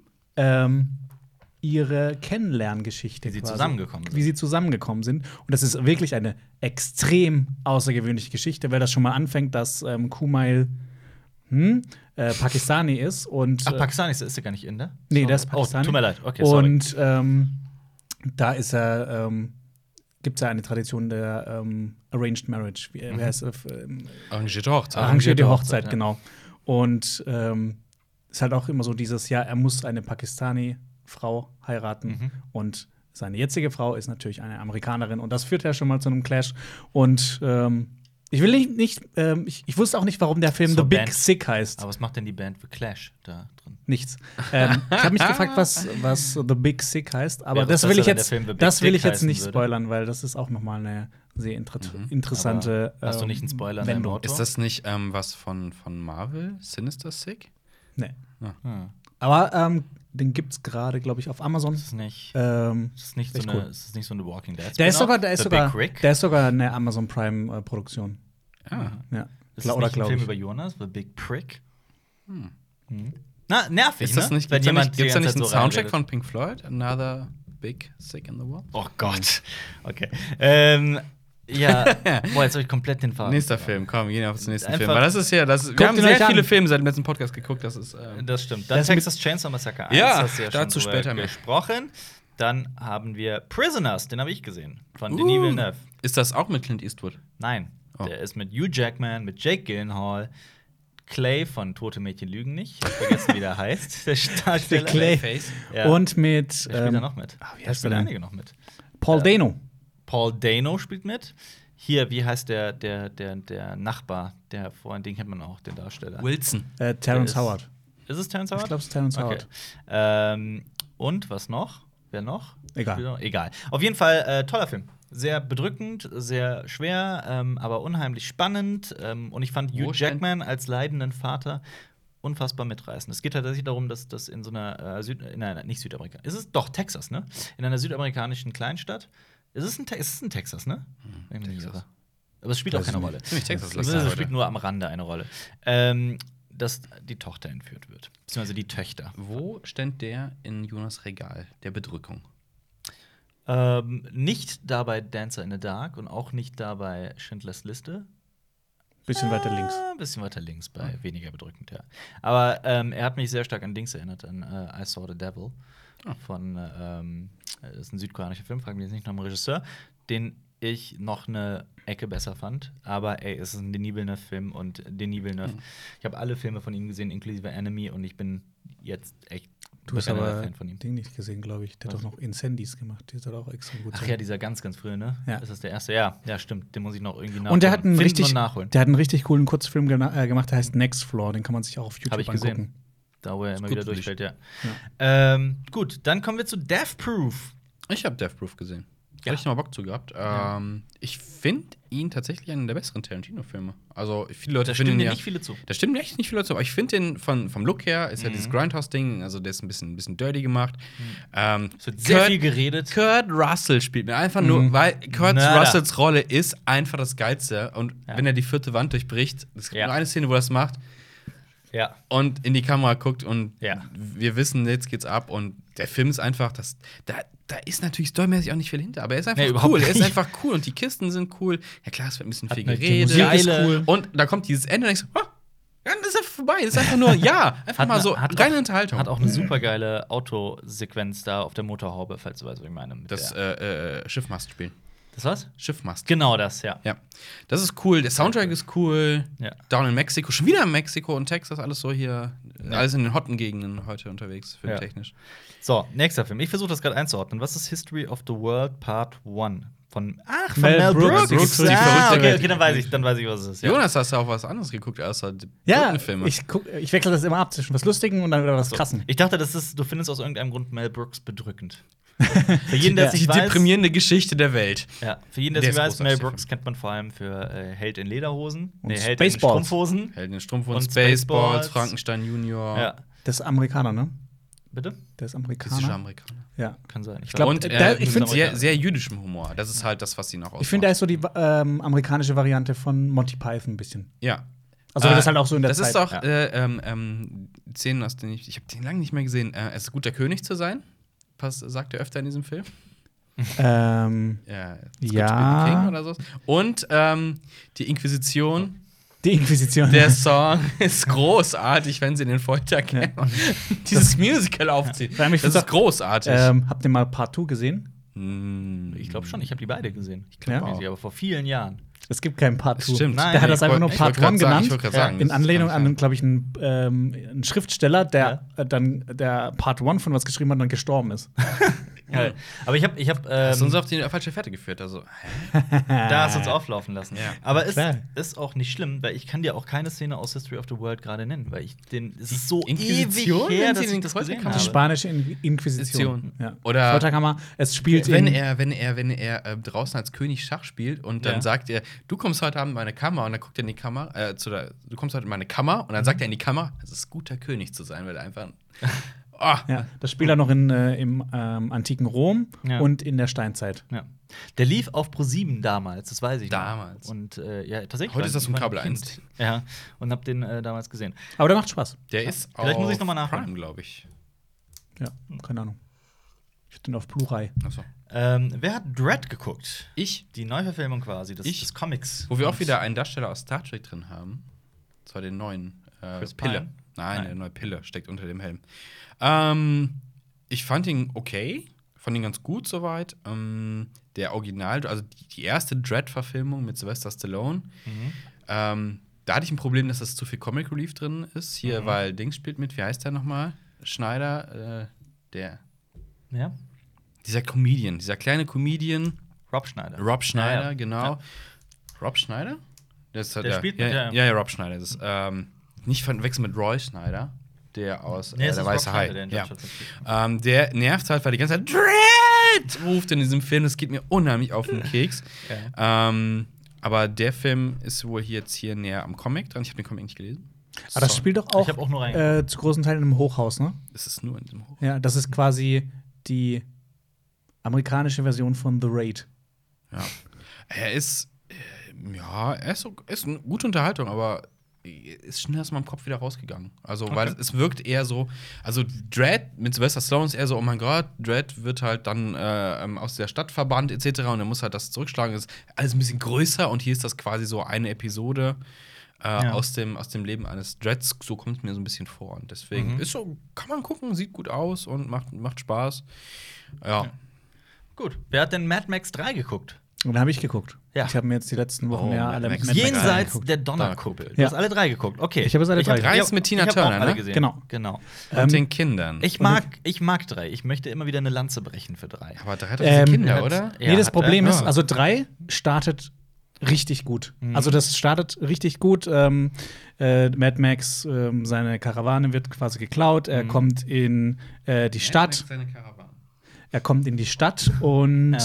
ihre Kennenlerngeschichte. Wie sie quasi. zusammengekommen sind. Wie sie zusammengekommen sind. Und das ist wirklich eine extrem außergewöhnliche Geschichte, weil das schon mal anfängt, dass Kumail Pakistani ist. Und, Ach, Pakistani ist der gar nicht Inder? Nee, Sorry. der ist Pakistani. Oh, tut mir leid. Okay, sorry. Und da ist er, gibt es ja eine Tradition der Arranged Marriage. Wie heißt es? Arrangierte Hochzeit. Arrangierte Hochzeit, ja. genau. Und ist halt auch immer so dieses, ja, er muss eine Pakistani-Frau heiraten. Und seine jetzige Frau ist natürlich eine Amerikanerin. Und das führt ja schon mal zu einem Clash. Und ich will ich wusste auch nicht, warum der Film So The Big Band. Sick heißt. Aber was macht denn die Band The Clash da drin? Nichts. Ich habe mich gefragt, was The Big Sick heißt, aber Wäre das es will ich besser, wenn jetzt, der Film The Big das will Dick ich jetzt heißen nicht würde? spoilern, weil das ist auch noch mal eine sehr interessante. Aber hast du nicht einen Spoiler in deinem Wendung. Auto? Ist das nicht was von Marvel? Sinister Sick? Nee. Hm. Aber den gibt's gerade, glaube ich, auf Amazon. Ist es nicht, Ähm, ist es nicht, echt so cool. eine, ist es nicht so eine Walking Dead? der ist Spin-off? sogar, The Big Rick? der ist sogar eine Amazon Prime Produktion. Ah. Ja. Ist das Oder nicht ein glaube Film ich. über Jonas? The Big Prick? Na, nervig, Ist das ne? nicht, Wenn gibt's da jemand nicht, die gibt's da ganze nicht einen Zeit so Soundtrack reinredet. von Pink Floyd? Another Big Sick in the World? Oh Gott. Okay. Ja, boah, jetzt habe ich komplett den Faden. Nächster Film, komm, wir gehen auf den nächsten Einfach- Film. Weil das ist ja, wir Guckt haben ihn sehr euch an. viele Filme seit dem letzten Podcast geguckt. Das ist. Das stimmt. Dann Das mit- Texas Chainsaw Massacre 1, Ja, hast du ja schon dazu drüber später mehr. gesprochen. Dann haben wir Prisoners, den habe ich gesehen, von Denis Villeneuve. Ist das auch mit Clint Eastwood? Nein, Oh. der ist mit Hugh Jackman, mit Jake Gyllenhaal, Clay von Tote Mädchen lügen nicht. Ich habe vergessen, wie der heißt, der Darsteller. Clay. Face. Ja. Und mit Wer spielt da noch mit? wie Da heißt der spielen denn? einige noch mit. Paul Dano. Paul Dano spielt mit. Hier, wie heißt der Nachbar, der Freund, den kennt man auch, den Darsteller. Wilson. Terrence Der ist- Howard. Ist es Terrence Howard? Ich glaube, es ist Terrence Okay. Howard. Und was noch? Wer noch? Egal. Spielt noch? Egal. Auf jeden Fall toller Film. Sehr bedrückend, sehr schwer, aber unheimlich spannend. Und ich fand Hugh Jackman als leidenden Vater unfassbar mitreißend. Es geht tatsächlich darum, dass das in so einer nicht Südamerika. Ist es doch Texas, ne? In einer südamerikanischen Kleinstadt. Ist es ein Texas, ne? Wenn ich mich nicht Texas. irre. Aber es spielt auch Weiß keine ich Rolle. Ziemlich Texas, Es lass das spielt heute. nur am Rande eine Rolle. Dass die Tochter entführt wird. Beziehungsweise die Töchter. Wo stand der in Jonas Regal, der Bedrückung? Nicht dabei Dancer in the Dark und auch nicht dabei Schindlers Liste. Bisschen weiter links. Ein bisschen weiter links, bei weniger bedrückend, ja. Aber er hat mich sehr stark an Dings erinnert, an I Saw the Devil. Von, das ist ein südkoreanischer Film, fragen wir jetzt nicht nach dem Regisseur, den ich noch eine Ecke besser fand. Aber ey, es ist ein Denis Villeneuve-Film und Denis Villeneuve. Ich habe alle Filme von ihm gesehen, inklusive Enemy, und ich bin jetzt echt Du hast aber Fan von ihm. Ding nicht gesehen, glaube ich. Der hat doch noch Incendies gemacht. Die soll auch extrem gut sein. Ach ja, dieser ganz, ganz frühe, ne? Ja. Ist das der erste? Ja, stimmt. Den muss ich noch irgendwie nachholen. Und der hat einen Finden und nachholen. der hat einen richtig coolen Kurzfilm gemacht, der heißt Next Floor. Den kann man sich auch auf YouTube Habe ich angucken. gesehen. Da, wo er immer wieder gut für dich. durchfällt, ja. Gut, dann kommen wir zu Death Proof. Ich habe Death Proof gesehen. Ja. Habe ich noch mal Bock zu gehabt. Ich finde ihn tatsächlich einen der besseren Tarantino-Filme. Also, viele Leute Da finden stimmen dir ja nicht viele zu. Da stimmen echt nicht viele Leute zu, aber ich finde den vom Look her ist ja dieses Grindhouse-Ding, also der ist ein bisschen dirty gemacht. Es wird sehr viel geredet. Kurt Russell spielt mir einfach nur, weil Kurt Nada. Russells Rolle ist einfach das Geilste. Und Ja. wenn er die 4. Wand durchbricht, es gibt Ja. nur eine Szene, wo er das macht Ja. und in die Kamera guckt und Ja. wir wissen, jetzt geht's ab und der Film ist einfach, da ist natürlich storymäßig auch nicht viel hinter, aber er ist einfach Nee, überhaupt cool. Er ist nicht. einfach cool und die Kisten sind cool. Ja klar, es wird ein bisschen viel die geredet. Musik ist Geile- cool. Und da kommt dieses Ende und denkst du, ja, das ist einfach vorbei. Das ist einfach nur, ja, einfach mal so reine Unterhaltung. Hat auch eine super geile Autosequenz da auf der Motorhaube, falls du weißt, was ich meine. Mit das der- Schiffmast spielen. das was? Schiffmast. Genau das, ja. Ja. Das ist cool. Der Soundtrack ist cool. Ja. Down in Mexiko. Schon wieder in Mexiko und Texas. Alles so hier. Alles in den hotten Gegenden heute unterwegs, filmtechnisch. So, nächster Film. Ich versuche das gerade einzuordnen. Was ist History of the World Part 1? Von Mel Brooks. Die verrückte okay, Welt. okay, dann weiß ich, was es ist. Ja. Jonas, hast du auch was anderes geguckt außer die Ja, Filme? ich wechsle das immer ab zwischen was Lustigen und dann wieder was Krassen. Ich dachte, du findest aus irgendeinem Grund Mel Brooks bedrückend. Für jeden, der es Die nicht weiß, deprimierende Geschichte der Welt. ja, für jeden, der Der es ist nicht weiß, Mel großartig, der Brooks Film. kennt man vor allem für Held in Lederhosen, Und Held in Spaceballs. Strumpfhosen. Helden in Strumpfhosen, Und Spaceballs, Spaceballs. Frankenstein Junior. Ja, Das ist Amerikaner, ne? bitte? Der ist Klassischer Amerikaner. Amerikaner. Ja. Kann sein. Ich glaub, Und ich find- sehr, sehr jüdischem Humor. Das ist halt das, was ihn auch ausmacht. Ich finde, er ist so die amerikanische Variante von Monty Python ein bisschen. Ja. Also das ist halt auch so in der das Zeit. ist doch ja. Szenen, aus denen ich habe den lange nicht mehr gesehen. Es ist gut, der König zu sein. Sagt er öfter in diesem Film. Ja. It's good Ja. to be the King oder so. Und die Inquisition. Die Inquisition. Der Song ist großartig, wenn sie den Folterkeller dieses Musical aufzieht. Vor allem, ich Das find's ist großartig. Habt ihr mal Part 2 gesehen? Ich glaube schon, ich habe die beide gesehen. Ich Ja? glaube, aber vor vielen Jahren. Es gibt keinen Part 2. Stimmt. Nein, Der hat das Ich einfach nur wollt- Part ich wollt 1 grad sagen- genannt. Ich wollte gerade sagen, In das Anlehnung kann an, glaube ich, einen Schriftsteller, der dann der Part 1 von was geschrieben hat und dann gestorben ist. Ja. Aber ich habe Hast du uns auf die falsche Fährte geführt. Also, da hast du uns auflaufen lassen. Ja. Aber es Klar. ist auch nicht schlimm, weil ich kann dir auch keine Szene aus History of the World gerade nennen, weil es ist so Inquisition, ewig her, wenn dass sie ich den das Folter gesehen kam. Die habe. spanische Inquisition. Ja. Oder- Folterkammer. Es spielt wenn in er draußen als König Schach spielt und dann Ja. sagt er, du kommst heute Abend in meine Kammer und dann guckt er in die Kammer, du kommst heute in meine Kammer und dann sagt er in die Kammer, es ist guter König zu sein, weil er einfach. Ja, das spielt er noch im antiken Rom Ja. und in der Steinzeit. Ja. Der lief auf Pro7 damals, das weiß ich noch. Damals. Und ja, tatsächlich. Heute war- ist das ich im war ein Kabel Kind. 1. Ja, und hab den damals gesehen. Aber der macht Spaß. Der ist Vielleicht muss ich auf noch mal nachholen. Prime, glaube ich. Ja, keine Ahnung. Ich hab den auf Blu-ray. Achso. Wer hat Dread geguckt? Ich, Die Neuverfilmung quasi des Comics. wo wir auch wieder einen Darsteller aus Star Trek drin haben. zwar den neuen Chris Pille. Pine? Nein, Nein. der neue Pille steckt unter dem Helm. Ich fand ihn okay. Fand ihn ganz gut soweit. Der Original, also die erste Dread-Verfilmung mit Sylvester Stallone. Da hatte ich ein Problem, dass das zu viel Comic Relief drin ist. Hier, weil Dings spielt mit, wie heißt der nochmal? Schneider, Ja? dieser Comedian, dieser kleine Comedian. Rob Schneider. Rob Schneider, Ja, ja. genau. Ja. Rob Schneider? Der spielt mit, ja. ja. Ja, Rob Schneider. Das ist, nicht verwechseln mit Roy Schneider, der aus Nee, es Der ist Rob Weiße Hai. Schneider, der in Ja. Deutschland spielt. Der nervt halt, weil die ganze Zeit Dread ruft in diesem Film. Das geht mir unheimlich auf den Keks. Aber der Film ist wohl jetzt hier näher am Comic dran. Ich habe den Comic nicht gelesen. Aber das spielt doch auch, Ich hab auch nur reingeguckt. zu großen Teilen im Hochhaus, ne? Es ist nur in diesem Hoch. Ja, das ist quasi die amerikanische Version von The Raid. Ja. Er ist eine gute Unterhaltung, aber ist schnell aus meinem Kopf wieder rausgegangen. Also, weil es wirkt eher so, also Dredd mit Sylvester Stallone ist eher so, oh mein Gott, Dredd wird halt dann aus der Stadt verbannt etc. und er muss halt das zurückschlagen. Das ist alles ein bisschen größer und hier ist das quasi so eine Episode. aus dem Leben eines Dreads. So kommt es mir so ein bisschen vor. Und deswegen ist so, kann man gucken, sieht gut aus und macht Spaß. Ja. Gut. Wer hat denn Mad Max 3 geguckt? Und da habe ich geguckt. Ja. Ich habe mir jetzt die letzten Wochen alle Mad Max Mad Max Jenseits geguckt. der Donnerkuppel. Du Ja. hast alle 3 geguckt. Okay. Ich habe es alle drei. Drei ist mit Tina ich hab Turner, auch alle ne? gesehen. Genau. Und den Kindern. Ich mag 3. Ich möchte immer wieder eine Lanze brechen für 3. Aber 3 hat doch diese Kinder, hat- oder? Ja, Nee, das hat Problem er? ist, Ja. also 3 startet richtig gut. Also das startet richtig gut. Mad Max, seine Karawane wird quasi geklaut. Er kommt in die Stadt. Seine Karawane. Er kommt in die Stadt und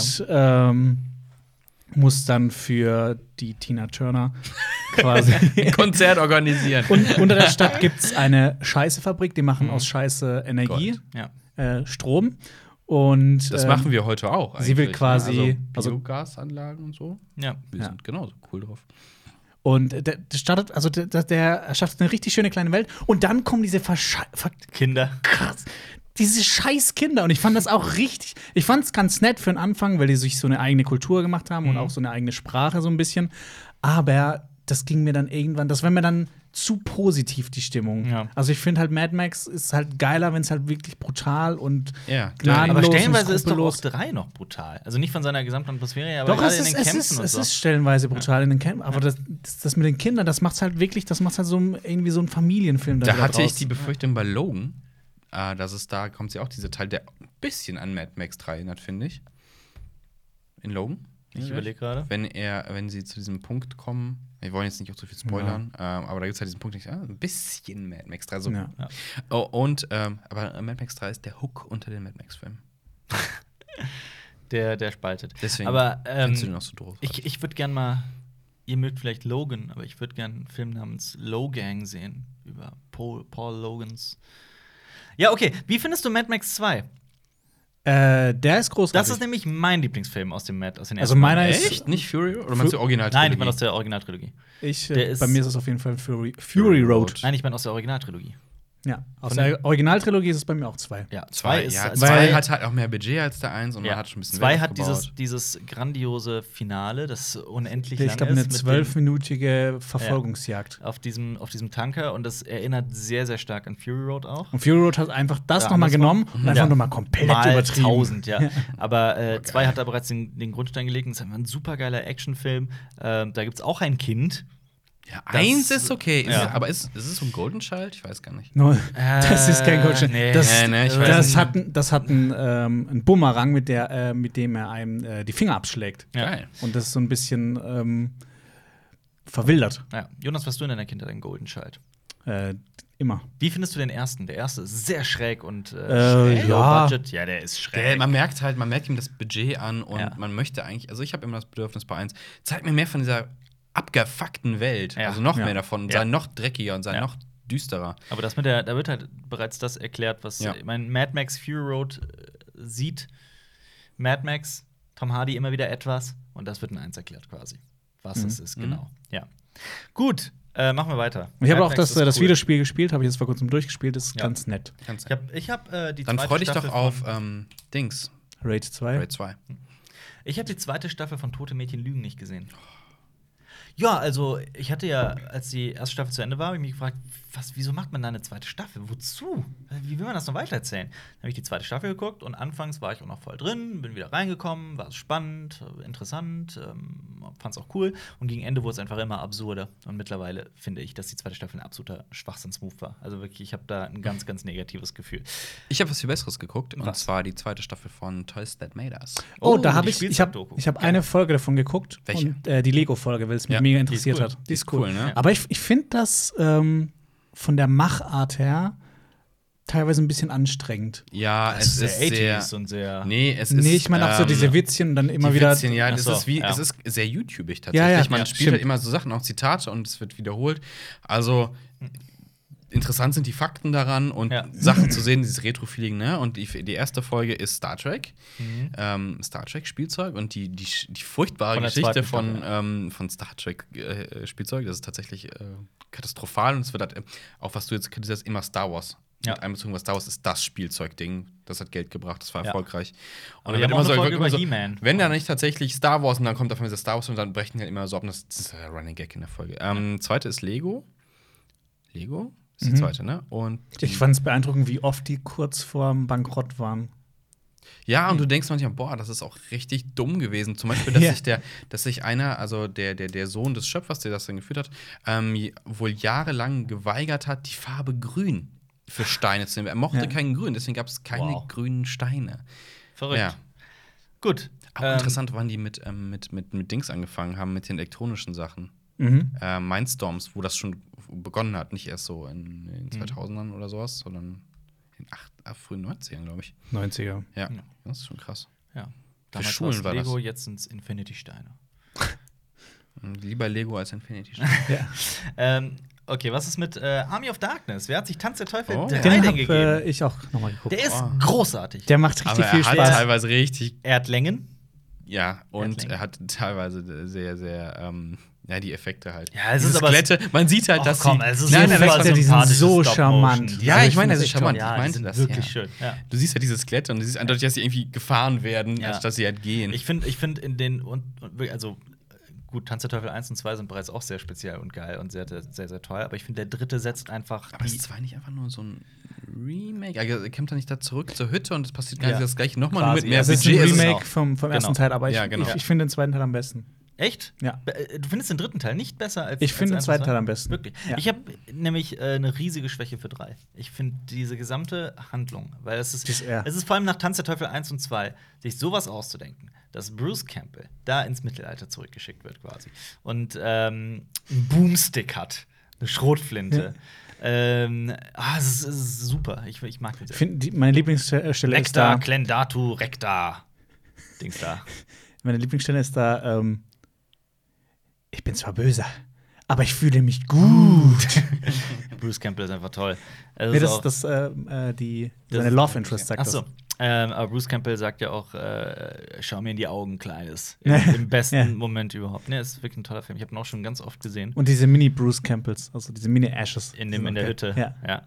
muss dann für die Tina Turner quasi. Konzert organisieren. Und unter der Stadt gibt es eine Scheißefabrik, die machen aus Scheiße Energie, Ja. Strom. Und Das machen wir heute auch. sie will eigentlich, quasi- ne? also- Biogasanlagen und so. Ja. Wir sind genauso cool drauf. Und der startet, also der erschafft eine richtig schöne kleine Welt. Und dann kommen diese Kinder. krass. Diese scheiß Kinder. Und ich fand das auch richtig. Ich fand es ganz nett für den Anfang, weil die sich so eine eigene Kultur gemacht haben und auch so eine eigene Sprache so ein bisschen. Aber das ging mir dann irgendwann, das war mir dann zu positiv, die Stimmung. Ja. Also ich finde halt, Mad Max ist halt geiler, wenn es halt wirklich brutal und Ja, gnadenlos Aber und stellenweise ist doch auch skrupellos. 3 noch brutal. Also nicht von seiner gesamten Atmosphäre her, aber Doch, gerade es in ist, den Kämpfen und es so. ist stellenweise brutal in den Kämpfen. Aber das mit den Kindern, das macht's halt wirklich, das macht's halt so irgendwie so ein Familienfilm. Da wieder hatte ich draus. die Befürchtung bei Logan, dass es da kommt ja auch dieser Teil, der ein bisschen an Mad Max 3 erinnert, finde ich. In Logan. Ich überlege gerade. Wenn sie zu diesem Punkt kommen, wir wollen jetzt nicht auch zu viel spoilern, aber da gibt es halt diesen Punkt, ein bisschen Mad Max 3. So. Ja. Oh, aber Mad Max 3 ist der Hook unter den Mad Max-Filmen. Der spaltet. Deswegen aber findest du den auch so doof. ich würde gern mal, ihr mögt vielleicht Logan, aber ich würde gern einen Film namens Logang sehen. Über Paul Logans. Ja, okay. Wie findest du Mad Max 2? Der ist großartig. Das ist nämlich mein Lieblingsfilm aus den Also ersten meiner beiden. ist- Echt? Nicht Fury? Oder meinst du Original? Nein, ich meine aus der Originaltrilogie. bei mir ist es auf jeden Fall Fury Road. Nein, ich meine aus der Originaltrilogie. Ja, aus Von der Originaltrilogie ist es bei mir auch 2. Ja, 2 ist ja, weil- 2 hat halt auch mehr Budget als der 1 und ja. man hat schon ein bisschen 2 Wert hat aufgebaut. dieses grandiose Finale, das unendlich Ich lang glaube, ist. eine mit 12-minütige Verfolgungsjagd. auf diesem Tanker und das erinnert sehr, sehr stark an Fury Road auch. Und Fury Road hat einfach das Ja, nochmal andersrum. genommen und einfach Ja. nochmal komplett Mal übertrieben. 1000, ja. Aber 2 hat da bereits den Grundstein gelegt. Und es ist einfach ein supergeiler Actionfilm. Da gibt es auch ein Kind. Ja, Das- 1 ist okay. ja. Aber ist es so ein Golden Child? Ich weiß gar nicht. No, das ist kein Coach. nee. das, ich weiß das, nicht. hat einen Bumerang, mit dem er einem die Finger abschlägt. Ja. Geil. Und das ist so ein bisschen verwildert. Ja. Jonas, was du in deiner Kindheit ein Golden Child? Immer. Wie findest du den ersten? Der erste ist sehr schräg und ja. low budget. Ja, der ist schräg. Man merkt ihm das Budget an und Ja. man möchte eigentlich, also ich habe immer das Bedürfnis bei 1, zeig mir mehr von dieser abgefuckten Welt. Ja. Also noch Ja. mehr davon und Ja. sei noch dreckiger und sei Ja. noch düsterer. Aber da wird halt bereits das erklärt, was Ja. ich meine, Mad Max Fury Road sieht Mad Max, Tom Hardy immer wieder etwas und das wird in 1 erklärt quasi. Was es ist, genau. Ja. Gut, machen wir weiter. Ich habe Mad auch Max ist das cool. Videospiel gespielt, habe ich jetzt vor kurzem durchgespielt, das ist Ja. ganz nett. Ich habe die Dann zweite freu dich doch Staffel auf von- Dings, Raid 2. Raid 2. Ich habe die zweite Staffel von Tote Mädchen lügen nicht gesehen. Ja, also ich hatte ja, als die erste Staffel zu Ende war, habe ich mich gefragt, wieso macht man da eine zweite Staffel? Wozu? Wie will man das noch weitererzählen? Dann habe ich die zweite Staffel geguckt und anfangs war ich auch noch voll drin, bin wieder reingekommen, war es spannend, interessant, fand es auch cool. Und gegen Ende wurde es einfach immer absurder. Und mittlerweile finde ich, dass die zweite Staffel ein absoluter Schwachsinnsmove war. Also wirklich, ich habe da ein ganz, ganz negatives Gefühl. Ich habe was viel Besseres geguckt und Was? zwar die zweite Staffel von Toys That Made Us. Oh, da die habe ich Spielzeugdoku. hab eine Folge davon geguckt. Welche? Und die Lego-Folge, weil es mich Ja, mega die ist interessiert cool. hat. Die ist cool, ne? Aber ich finde das von der Machart her teilweise ein bisschen anstrengend. Ja, es ist sehr. und sehr. Nee, es ist. Nee, ich meine auch so diese Witzchen und dann immer die wieder. Witzchen, ja, das Ach so, ist wie, ja. es ist sehr YouTubig tatsächlich. Ja, ja, Man ja, spielt stimmt. halt immer so Sachen, auch Zitate und es wird wiederholt. Also interessant sind die Fakten daran und Ja. Sachen zu sehen, dieses Retro-Feeling, ne? Und die erste Folge ist Star Trek. Star Trek-Spielzeug und die furchtbare Von der Geschichte zweiten von Star Trek-Spielzeug, das ist tatsächlich katastrophal und es wird halt, auch was du jetzt kritisierst, immer Star Wars Ja. mit einbezogen, was Star Wars ist das Spielzeugding. Das hat Geld gebracht, das war Ja. erfolgreich. Aber wir haben auch eine Folge über He-Man. wenn da nicht tatsächlich Star Wars und dann kommt auf einmal Star Wars und dann brechen die halt immer so ab. Das ist der Running Gag in der Folge. Zweite ist Lego. Lego ist die zweite, ne? Und Ich fand es beeindruckend, wie oft die kurz vorm Bankrott waren. ja, und du denkst manchmal, boah, das ist auch richtig dumm gewesen. Zum Beispiel, dass sich einer, also der Sohn des Schöpfers, der das dann geführt hat, wohl jahrelang geweigert hat, die Farbe grün für Steine zu nehmen. Er mochte kein Grün, deswegen gab es keine grünen Steine. Verrückt. Ja. Gut. Aber interessant, wann die mit Dings angefangen haben, mit den elektronischen Sachen. Mhm. Mindstorms, wo das schon begonnen hat. Nicht erst so in den 2000ern oder sowas, sondern in frühen 90ern, glaube ich. 90er. Ja, das ist schon krass. Ja. Für Damals Schulen war Lego, das. jetzt sind's Infinity-Steine. Lieber Lego als Infinity. Ja. Okay, was ist mit Army of Darkness? Wer hat sich Tanz der Teufel 3 Den denn habe gegeben? ich auch nochmal geguckt. Der ist großartig. Der macht richtig Aber viel er hat Spaß. teilweise richtig, Er hat Längen. ja, und Erdling. er hat teilweise sehr, sehr, die Effekte halt. Ja, es Diese ist aber- Skelette, man sieht halt, Ach, dass komm, sie. es ist Nein, super nein, die sind sympathisches so Stop-Motion. charmant. Ja, Also ich meine, das find's ist echt charmant. toll. Ja, ich die meinte sind das. wirklich ja. schön. Ja. Du siehst ja diese Skelette und du siehst eindeutig, dass sie irgendwie gefahren werden, Ja. anstatt dass sie halt gehen. Ich finde in den also gut, Tanz der Teufel 1 und 2 sind bereits auch sehr speziell und geil und sehr, sehr, sehr toll. Aber ich finde, der dritte setzt einfach Aber die. ist zwar nicht einfach nur so ein Remake. Also, er kommt dann nicht da zurück zur Hütte und es passiert gar Ja. nicht das gleiche nochmal, nur Quasi, mit mehr ja. Es ist Budget. ein Es ist Remake auch- vom ersten genau. Teil, aber Ja, genau. ich finde den zweiten Teil am besten. Echt? Ja. Du findest den dritten Teil nicht besser als Ich finde den als zweiten 1 und Teil 2? am besten. Wirklich. Ja. Ich habe nämlich eine riesige Schwäche für 3. Ich finde diese gesamte Handlung, weil es ist vor allem nach Tanz der Teufel 1 und 2, sich sowas auszudenken, dass Bruce Campbell da ins Mittelalter zurückgeschickt wird quasi und einen Boomstick hat, eine Schrotflinte. Es ist super. Ich mag den sehr. Meine Lieblingsstelle ist Nectar, da. Clendatu, Recta. Dings da. Meine Lieblingsstelle ist da. Ich bin zwar böse, aber ich fühle mich gut. Bruce Campbell ist einfach toll. Also Nee, auch- seine Love Interest sagt Ach das. so. Aber Bruce Campbell sagt ja auch, schau mir in die Augen, Kleines. Im besten Ja. Moment überhaupt. Ne, ist wirklich ein toller Film. Ich habe ihn auch schon ganz oft gesehen. Und diese Mini-Bruce Campbells, also diese Mini-Ashes. In der Hütte. Ja.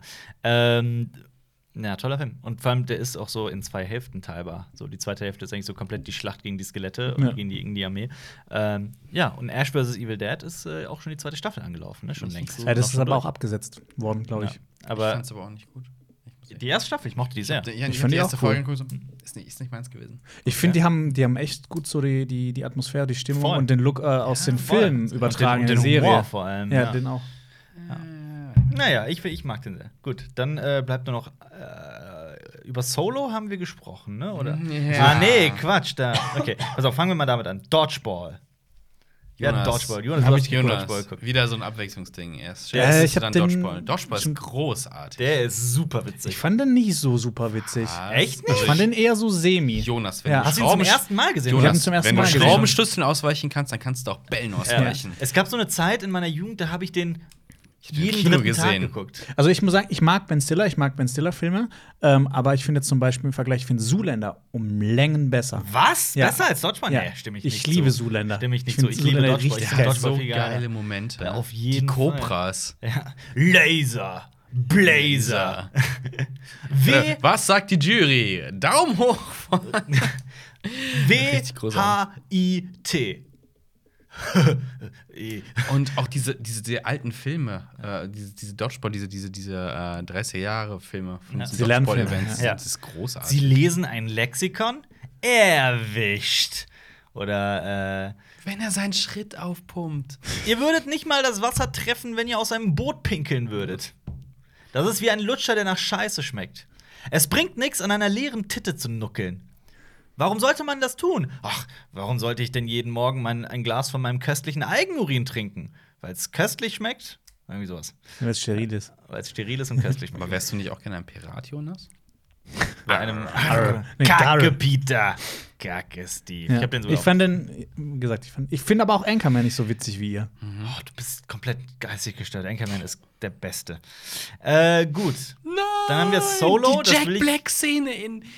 Ja, toller Film. Und vor allem, der ist auch so in 2 Hälften teilbar. So, die zweite Hälfte ist eigentlich so komplett die Schlacht gegen die Skelette und gegen die Armee. Ja, und Ash vs. Evil Dead ist auch schon die zweite Staffel angelaufen, ne? Schon längst. Ja, das ist schon aber auch durch. abgesetzt worden, glaube ich. Ja. Ich Aber fand's aber auch nicht gut. die erste Staffel, ich mochte die sehr. Ich fand fand die die erste auch cool. Folge geguckt, so, ist nicht meins gewesen. Ich finde, die haben echt gut so die Atmosphäre, die Stimmung Voll. und den Look aus den voll. Filmen übertragen Und in den der Serie. Humor vor allem. Ja, den auch. Naja, ich mag den sehr. Gut, dann bleibt nur noch über Solo haben wir gesprochen, ne? Oder? Ja. Ah, nee, Quatsch. Okay, also fangen wir mal damit an. Dodgeball. Wir hatten Dodgeball. Jonas, du hast Dodgeball geguckt. Wieder so ein Abwechslungsding erst. Ja, Jetzt ich hab dann den Dodgeball. Dodgeball ist großartig. Der ist super witzig. Ich fand den nicht so super witzig. Echt nicht? Ich fand den eher so semi. Jonas, wenn Ja. du Hast du ihn zum ersten Mal gesehen? Ich hab ihn Jonas, zum ersten wenn Mal du gesehen. Schraubenschlüsseln ausweichen kannst, dann kannst du auch Bällen ausweichen. Es gab so eine Zeit in meiner Jugend, da habe ich den jeden Kino dritten Tag gesehen. geguckt. Also ich muss sagen, ich mag Ben Stiller-Filme, aber ich finde zum Beispiel im Vergleich, ich finde Zoolander um Längen besser. Was? Ja. Besser als Dodgeball? Ja. Nee, stimme ich Ich nicht liebe zu. Zoolander. Stimme ich nicht Ich zu. find Ich liebe Zoolander Dodgeball. richtig Ich finde geil. Dodgeball So viel geiler. geile Momente. Ja, auf jeden Die Cobras. Ja. Laser. Blazer. Was sagt die Jury? Daumen hoch. Richtig W-H-I-T. Und auch diese alten Filme, diese Dodgeball, diese 30er-Jahre-Filme von Ja. diesen Die Lernfilme, Dodgeball-Events, ja. das ist großartig. Sie lesen ein Lexikon. Erwischt. Oder, Wenn er seinen Schritt aufpumpt. ihr würdet nicht mal das Wasser treffen, wenn ihr aus einem Boot pinkeln würdet. Das ist wie ein Lutscher, der nach Scheiße schmeckt. Es bringt nichts, an einer leeren Titte zu nuckeln. Warum sollte man das tun? Ach, warum sollte ich denn jeden Morgen ein Glas von meinem köstlichen Eigenurin trinken? Weil es köstlich schmeckt? Irgendwie sowas. Wenn es steril ist. Weil es steril ist und köstlich schmeckt. Aber wärst du nicht auch gerne ein Pirat, Jonas? Bei einem Nee, Kacke, Darrell. Peter. Kacke, Steve. Ja. Ich hab den so Ich fand den, wie gesagt, ich finde aber auch Anchorman nicht so witzig wie ihr. Oh, du bist komplett geistig gestört. Anchorman ist der Beste. Gut. Nein! Dann haben wir Solo, Die das Jack will ich- Black-Szene in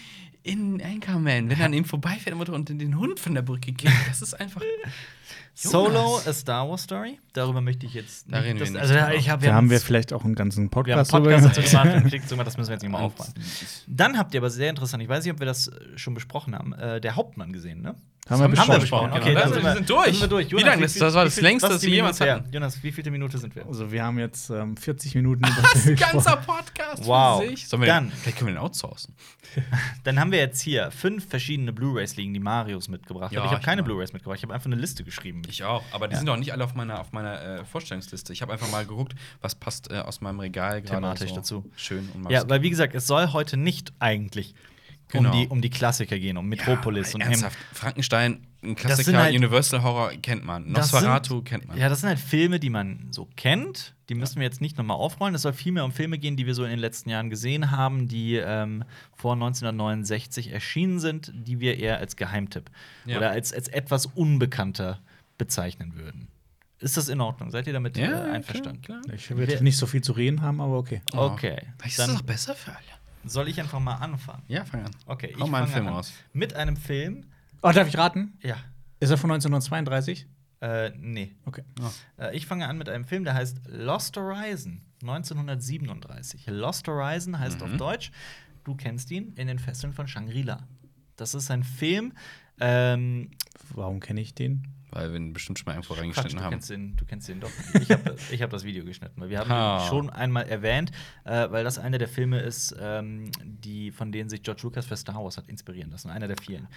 in Anchorman, wenn er an ihm vorbeifährt und den Hund von der Brücke kickt. Das ist einfach. Solo, a Star Wars Story. Darüber möchte ich jetzt Da reden wir nicht also drüber. Da haben wir vielleicht auch einen ganzen wir haben Podcast einen drüber Podcast gemacht. dazu gemacht, das müssen wir jetzt nicht mal aufbauen. Dann habt ihr aber sehr interessant, ich weiß nicht, ob wir das schon besprochen haben, der Hauptmann gesehen, ne? Haben wir besprochen. Okay, Genau. dann Wir sind durch. Sind wir durch. Wie lange? Das war das längste, was das die wir jemals Minute hatten. her? Jonas, wie vielte Minute sind wir? Also wir haben jetzt 40 Minuten über Das ist ein gesprochen. ganzer Podcast Wow. für sich. Sollen wir Dann- vielleicht können wir den outsourcen. Dann haben wir jetzt hier 5 verschiedene Blu-rays liegen, die Marius mitgebracht Ja, hat. Ich habe ich keine mag. Blu-rays mitgebracht, ich habe einfach eine Liste geschrieben. Ich auch, aber die sind auch nicht alle auf meiner Vorstellungsliste. Ich habe einfach mal geguckt, was passt aus meinem Regal gerade Thematisch so dazu. schön und mal Ja, weil wie gesagt, es soll heute nicht eigentlich Genau. um die Klassiker gehen, um Metropolis und ernsthaft. Frankenstein, ein sind Klassiker, halt- Universal Horror kennt man. Das Nosferatu kennt man. Ja, das sind halt Filme, die man so kennt. Die müssen wir jetzt nicht nochmal aufrollen. Es soll vielmehr um Filme gehen, die wir so in den letzten Jahren gesehen haben, die vor 1969 erschienen sind, die wir eher als Geheimtipp Ja. oder als etwas unbekannter bezeichnen würden. Ist das in Ordnung? Seid ihr damit einverstanden? Klar. Ich werde nicht so viel zu reden haben, aber okay. Okay. Vielleicht ist Dann das auch besser für alle. soll ich einfach mal anfangen. Ja, fang an. Okay, Hau mal einen fange Film an aus. mit einem Film. Oh, darf ich raten? Ja. Ist er von 1932? Nee. Okay. Ich fange an mit einem Film, der heißt Lost Horizon 1937. Lost Horizon heißt auf Deutsch, du kennst ihn, in den Fesseln von Shangri-La. Das ist ein Film. Warum kenne ich den? Weil wir ihn bestimmt schon mal irgendwo Quatsch, reingeschnitten haben. du kennst den doch. Ich hab das Video geschnitten. Weil wir haben Ah. ihn schon einmal erwähnt, weil das einer der Filme ist, von denen sich George Lucas für Star Wars hat inspirieren lassen. Einer der vielen.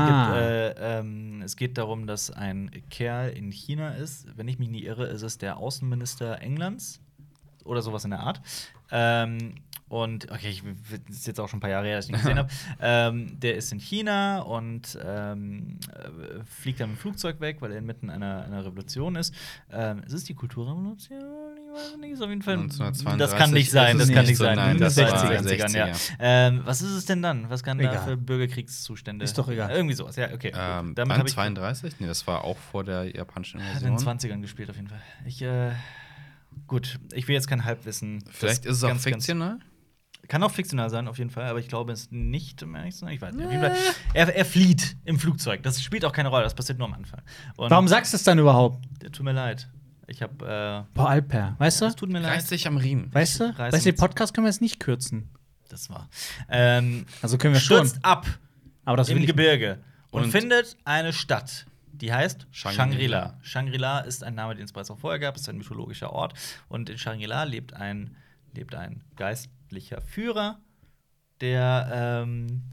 Es geht darum, dass ein Kerl in China ist. Wenn ich mich nicht irre, ist es der Außenminister Englands oder sowas in der Art. Und okay, das ist jetzt auch schon ein paar Jahre her, dass ich ihn gesehen habe. Der ist in China und fliegt dann mit dem Flugzeug weg, weil er inmitten einer Revolution ist. Ist es die Kulturrevolution? Ich weiß nicht, ist auf jeden Fall. 1932 Das kann nicht sein, das ist es kann nicht nicht so, sein. nein, das das war war 60ern, ja. 60er. Was ist es denn dann? Was kann da Egal. für Bürgerkriegszustände? Ist doch egal. Irgendwie sowas, ja, okay. Damit Wann habe ich 32? Nee, das war auch vor der japanischen hat in den Invasion. 20ern gespielt, auf jeden Fall. Gut, ich will jetzt kein Halbwissen. Vielleicht Das ist es auch ganz, ganz- fiktional? Kann auch fiktional sein, auf jeden Fall, aber ich glaube es nicht, um ehrlich zu sein. Ich weiß nicht. Auf jeden Fall, er flieht im Flugzeug. Das spielt auch keine Rolle, das passiert nur am Anfang. Und Warum sagst du es dann überhaupt? Tut mir leid. Ich habe. Boah, Alper, weißt du? Es tut mir leid. Reißt sich am Riemen. Weißt du? Reiß Weißt du, den uns. Podcast können wir jetzt nicht kürzen. Das war. Also können wir schon. Stürzt ab Aber das will im ich Gebirge und Und- findet eine Stadt. Die heißt Shangri-La. Shangri-La. Shangri-La ist ein Name, den es bereits auch vorher gab. Es ist ein mythologischer Ort. Und in Shangri-La lebt ein geistlicher Führer, der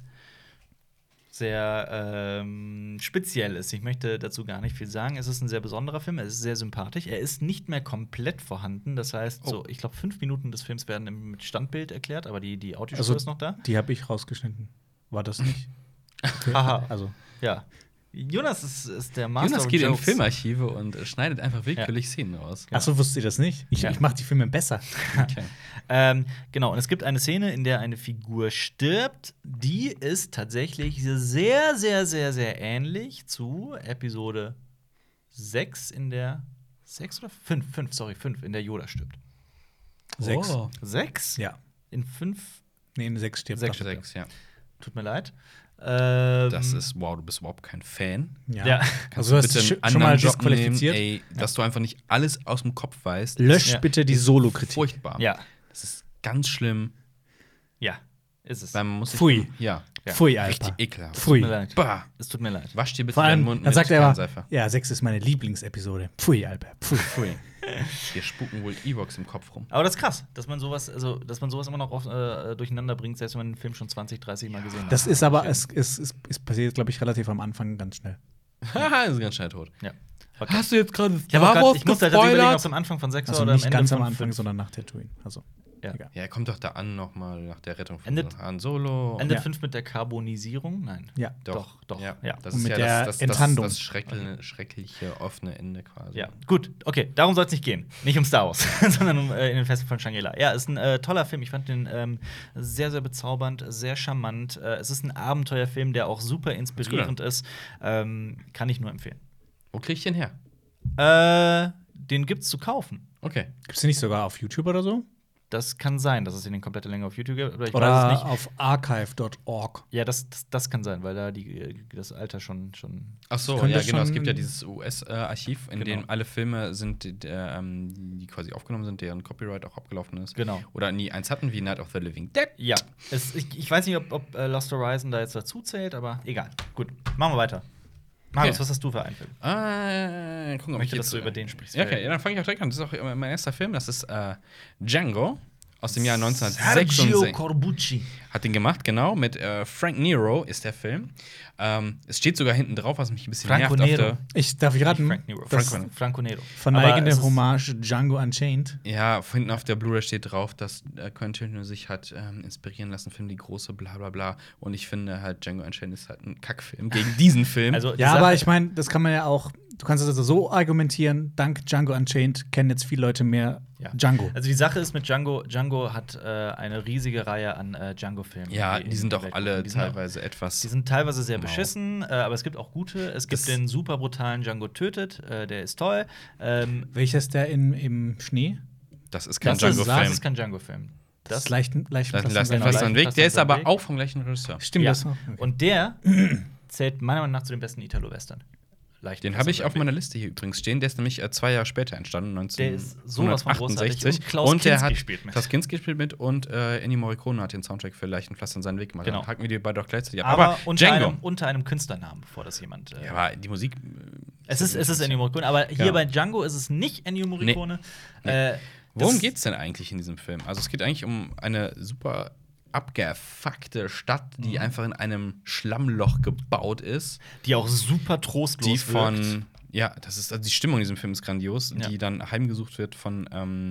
sehr speziell ist. Ich möchte dazu gar nicht viel sagen. Es ist ein sehr besonderer Film. Er ist sehr sympathisch. Er ist nicht mehr komplett vorhanden. Das heißt, so, ich glaube, 5 Minuten des Films werden mit Standbild erklärt, aber die Audiospur Also, ist noch da. die habe ich rausgeschnitten. War das nicht? Okay. Haha. Also, Ja. Jonas ist der Master Jonas of geht in Jokes. Filmarchive und schneidet einfach willkürlich Szenen raus. achso, wusstet ihr das nicht? Ich mache die Filme besser. Okay. Genau, und es gibt eine Szene, in der eine Figur stirbt, die ist tatsächlich sehr, sehr, sehr, sehr ähnlich zu Episode 6 in der 6 oder 5, sorry, 5 in der Yoda stirbt. 6. Oh. 6? Ja. In 5? Nee, in 6 stirbt Sechs er. 6, ja. Tut mir leid. Das ist, wow, du bist überhaupt kein Fan. Ja. Kannst Also, du hast bitte dich einen schon mal anderen Job disqualifiziert? nehmen, dass du einfach nicht alles aus dem Kopf weißt. Lösch Ja. bitte die Solo-Kritik. Furchtbar. Ja. Das ist ganz schlimm. Ja, ist es. Weil man muss sich- Pfui. Ja. Ja. Pfui, Richtig Alter. ekelhaft. Pfui. Tut mir leid. Bah. Es tut mir leid. Wasch dir bitte Vor deinen allem, Mund dann mit sagt er aber, Kernseife. ja, 6 ist meine Lieblingsepisode. Pfui, Alper. Pfui. Pfui. Hier spuken wohl Evox im Kopf rum. Aber das ist krass, dass man sowas immer noch oft, durcheinander bringt, selbst wenn man den Film schon 20, 30 Mal gesehen hat. Das ist aber, es passiert, glaube ich, relativ am Anfang ganz schnell. Haha, ist ganz schnell tot. Ja. Okay. Hast du jetzt gerade Ich musste halt überlegen, ob es am Anfang von 6 Also oder am nicht Ende ganz von am Anfang, 5. sondern nach Tatooine. Also, Ja. egal. Ja, er kommt doch da an nochmal nach der Rettung von Endet- Han Solo. Endet Ja. 5 mit der Karbonisierung? Nein. Ja. Doch. Ja. Ja. Das Und ist mit ja der das Enthandung. schreckliche offene Ende quasi. Ja, gut, okay, darum soll es nicht gehen. Nicht um Star Wars, sondern um in den Festen von Shangri-La. Ja, ist ein toller Film. Ich fand den sehr, sehr bezaubernd, sehr charmant. Es ist ein Abenteuerfilm, der auch super inspirierend ist. Kann ich nur empfehlen. Wo krieg ich den her? Den gibt's zu kaufen. Okay. Gibt es nicht sogar auf YouTube oder so? Das kann sein, dass es in den komplette Länge auf YouTube gibt, aber ich weiß es Oder nicht. auf archive.org. Ja, das kann sein, weil da das Alter schon. Ach so, könnte ja, genau. Es schon- gibt ja dieses US-Archiv, in Genau. dem alle Filme sind, die quasi aufgenommen sind, deren Copyright auch abgelaufen ist. Genau. Oder nie eins hatten, wie Night of the Living Dead. Ja. Ich weiß nicht, ob Lost Horizon da jetzt dazu zählt, aber egal. Gut, machen wir weiter. Marius, Okay. was hast du für einen Film? Gucken, Ich möchte, dass du über den sprichst. Ja, okay, ja, dann fange ich auch direkt an. Das ist auch mein erster Film. Das ist Django aus dem Jahr Sergio 1966. Corbucci. Hat den gemacht, genau. Mit Frank Nero ist der Film. Es steht sogar hinten drauf, was mich ein bisschen Franco nervt. Nero. Ich darf ich raten, Frank Nero. das Franco Nero. verneigende Aber es ist- Hommage Django Unchained. Ja, hinten auf der Blu-ray steht drauf, dass Quentin sich hat inspirieren lassen, Film Die Große, bla bla bla. Und ich finde halt, Django Unchained ist halt ein Kackfilm gegen diesen Film. Also, die Ja, Sache- aber ich meine, das kann man ja auch, du kannst es also so argumentieren, dank Django Unchained kennen jetzt viele Leute mehr Ja. Django. Also die Sache ist mit Django, Django hat eine riesige Reihe an Django-Filmen. ja, die sind in auch der Welt alle gucken. Die sind auch- teilweise etwas. Die sind teilweise sehr Mau. beschissen, aber es gibt auch gute. Es gibt Das- den super brutalen Django tötet, der ist toll. Welcher ist der im Schnee? Das ist kein Das Django-Film. ist kein Django-Film. Das ist leicht Lass Pflaster ihn in seiner fast Welt. seinen Weg. Fast Der an ist seinem aber Weg. auch vom gleichen Regisseur. Stimmt Ja. das? Okay. Und der zählt meiner Meinung nach zu den besten Italo-Western. Leicht Den Fast habe ich an auf seinem meiner Weg. Liste hier übrigens stehen. Der ist nämlich 2 Jahre später entstanden, Der ist sowas von großartig. 1968. Und Klaus Und der Kinski hat spielt mit. Klaus Kinski spielt mit und Ennio Morricone hat den Soundtrack für Leichten Pflaster in seinen Weg gemacht. Genau. Dann hacken wir die beide auch gleichzeitig ab. Aber Django. unter einem Künstlernamen, bevor das jemand. Ja, aber die Musik. Es ist Ennio Morricone, aber hier Ja. bei Django ist es nicht Ennio Morricone. Worum das- geht's denn eigentlich in diesem Film? Also, es geht eigentlich um eine super abgefuckte Stadt, die Mhm. einfach in einem Schlammloch gebaut ist. Die auch super trostlos Die wirkt. von. Ja, das ist also die Stimmung in diesem Film ist grandios, Ja. die dann heimgesucht wird von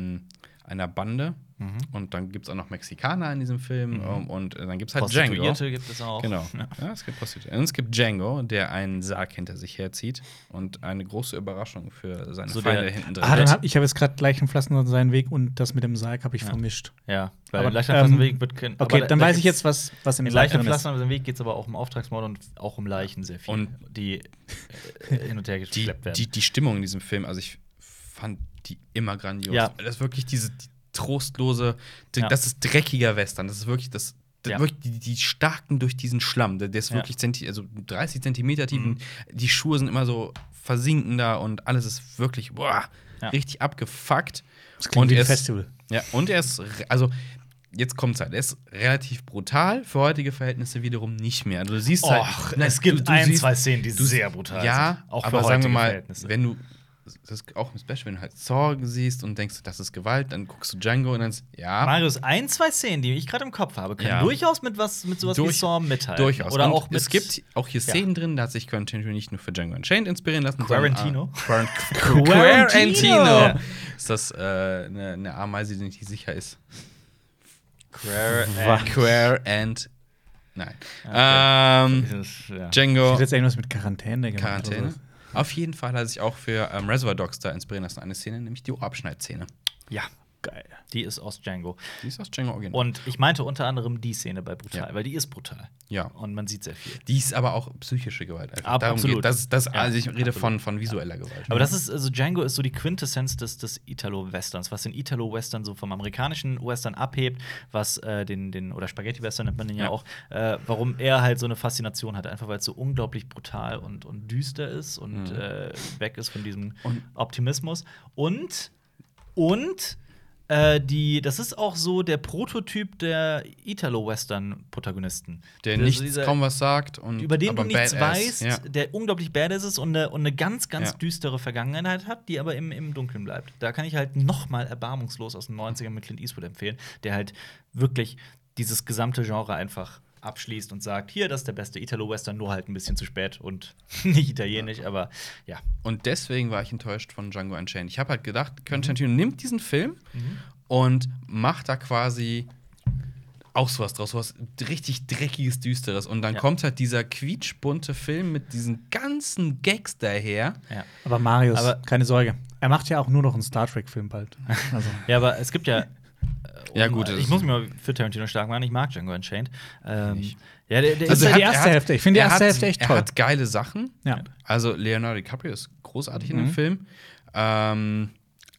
einer Bande. Und dann gibt es auch noch Mexikaner in diesem Film. Und dann gibt es halt Django. Prostituierte gibt es auch. Genau. Ja. Ja, es gibt Prostituierte. Und es gibt Django, der einen Sarg hinter sich herzieht und eine große Überraschung für seine So Feinde der- hinten drin. Ich habe jetzt gerade Leichen Pflaster in seinen Weg und das mit dem Sarg habe ich vermischt. Ja, weil Aber, leichter Weg wird kein. Okay, aber dann da weiß ich gibt's- jetzt, was im In Sarg leichter drin ist. Pflaster auf dem Weg geht es aber auch um Auftragsmord und auch um Leichen sehr viel, Und die hin und her geschleppt werden. die Stimmung in diesem Film, also ich fand die immer grandios. Ja. Das ist wirklich diese trostlose, Ja. das ist dreckiger Western. Das ist wirklich Ja. wirklich die starken durch diesen Schlamm. Der ist Ja. wirklich 30 Zentimeter tief. Die Schuhe sind immer so versinkender und alles ist wirklich Ja. richtig abgefuckt. Das klingt Und wie er ein ist- Festival. Ja, und er ist, also jetzt kommt's halt, er ist relativ brutal, für heutige Verhältnisse wiederum nicht mehr. Also, du siehst halt. es gibt du ein, siehst- zwei Szenen, die sehr brutal Ja, sind. Auch aber für sagen wir heutige mal, Verhältnisse. wenn du, das ist auch im Special, wenn du halt Saw siehst und denkst, das ist Gewalt, dann guckst du Django und dann ja. Marius, ein, zwei Szenen, die ich gerade im Kopf habe, können Ja. durchaus mit sowas wie Saw mithalten. Durchaus. Oder Und auch mit es gibt auch hier Ja. Szenen drin, da hat sich Quentin nicht nur für Django Unchained inspirieren lassen, Quarantino. Quarantino. Ja. Ist das eine Ameise, die nicht sicher ist? Quare- Quare. Nein. Ja. Django. Ich hätte jetzt irgendwas mit Quarantäne gemacht. Quarantäne. oder so. Auf jeden Fall hat er sich auch für Reservoir Dogs da inspirieren lassen, eine Szene, nämlich die Ohrabschneidszene. Ja, geil. Die ist aus Django. Die ist aus Django Original. Und ich meinte unter anderem die Szene bei Brutal, Ja. weil die ist brutal. Ja. Und man sieht sehr viel. Die ist aber auch psychische Gewalt. Einfach. Aber absolut. Geht. Ja, Also ich rede absolut. von visueller Gewalt. Aber das ist, also Django ist so die Quintessenz des Italo-Westerns, was den Italo-Western so vom amerikanischen Western abhebt, was den oder Spaghetti-Western nennt man den ja, Ja. auch, warum er halt so eine Faszination hat, einfach weil es so unglaublich brutal und düster ist und weg ist von diesem Optimismus. Und das ist auch so der Prototyp der Italo-Western-Protagonisten. der Also nichts dieser- kaum was sagt und über den aber du nichts badass. weißt, Ja. der unglaublich badass ist und eine ganz, ganz Ja. düstere Vergangenheit hat, die aber im Dunkeln bleibt. Da kann ich halt noch mal erbarmungslos aus den 90ern mit Clint Eastwood empfehlen, der halt wirklich dieses gesamte Genre einfach abschließt und sagt, hier, das ist der beste Italo-Western, nur halt ein bisschen zu spät und nicht italienisch, aber ja. Und deswegen war ich enttäuscht von Django Unchained. Ich habe halt gedacht, Quentin Tarantino nimmt diesen Film und macht da quasi auch sowas draus, sowas richtig dreckiges, düsteres. Und dann Ja. kommt halt dieser quietschbunte Film mit diesen ganzen Gags daher. Ja. Aber Marius, Aber- keine Sorge. Er macht ja auch nur noch einen Star Trek-Film bald. Also. Ja, aber es gibt ja. Ja, gut, das Ich ist- muss mich mal für Tarantino stark machen. Ich mag Django Unchained. Nicht. Ja, der Also ist die erste Hälfte. Ich finde die erste Hälfte echt toll. Er hat geile Sachen. Ja. Also Leonardo DiCaprio ist großartig in dem Film.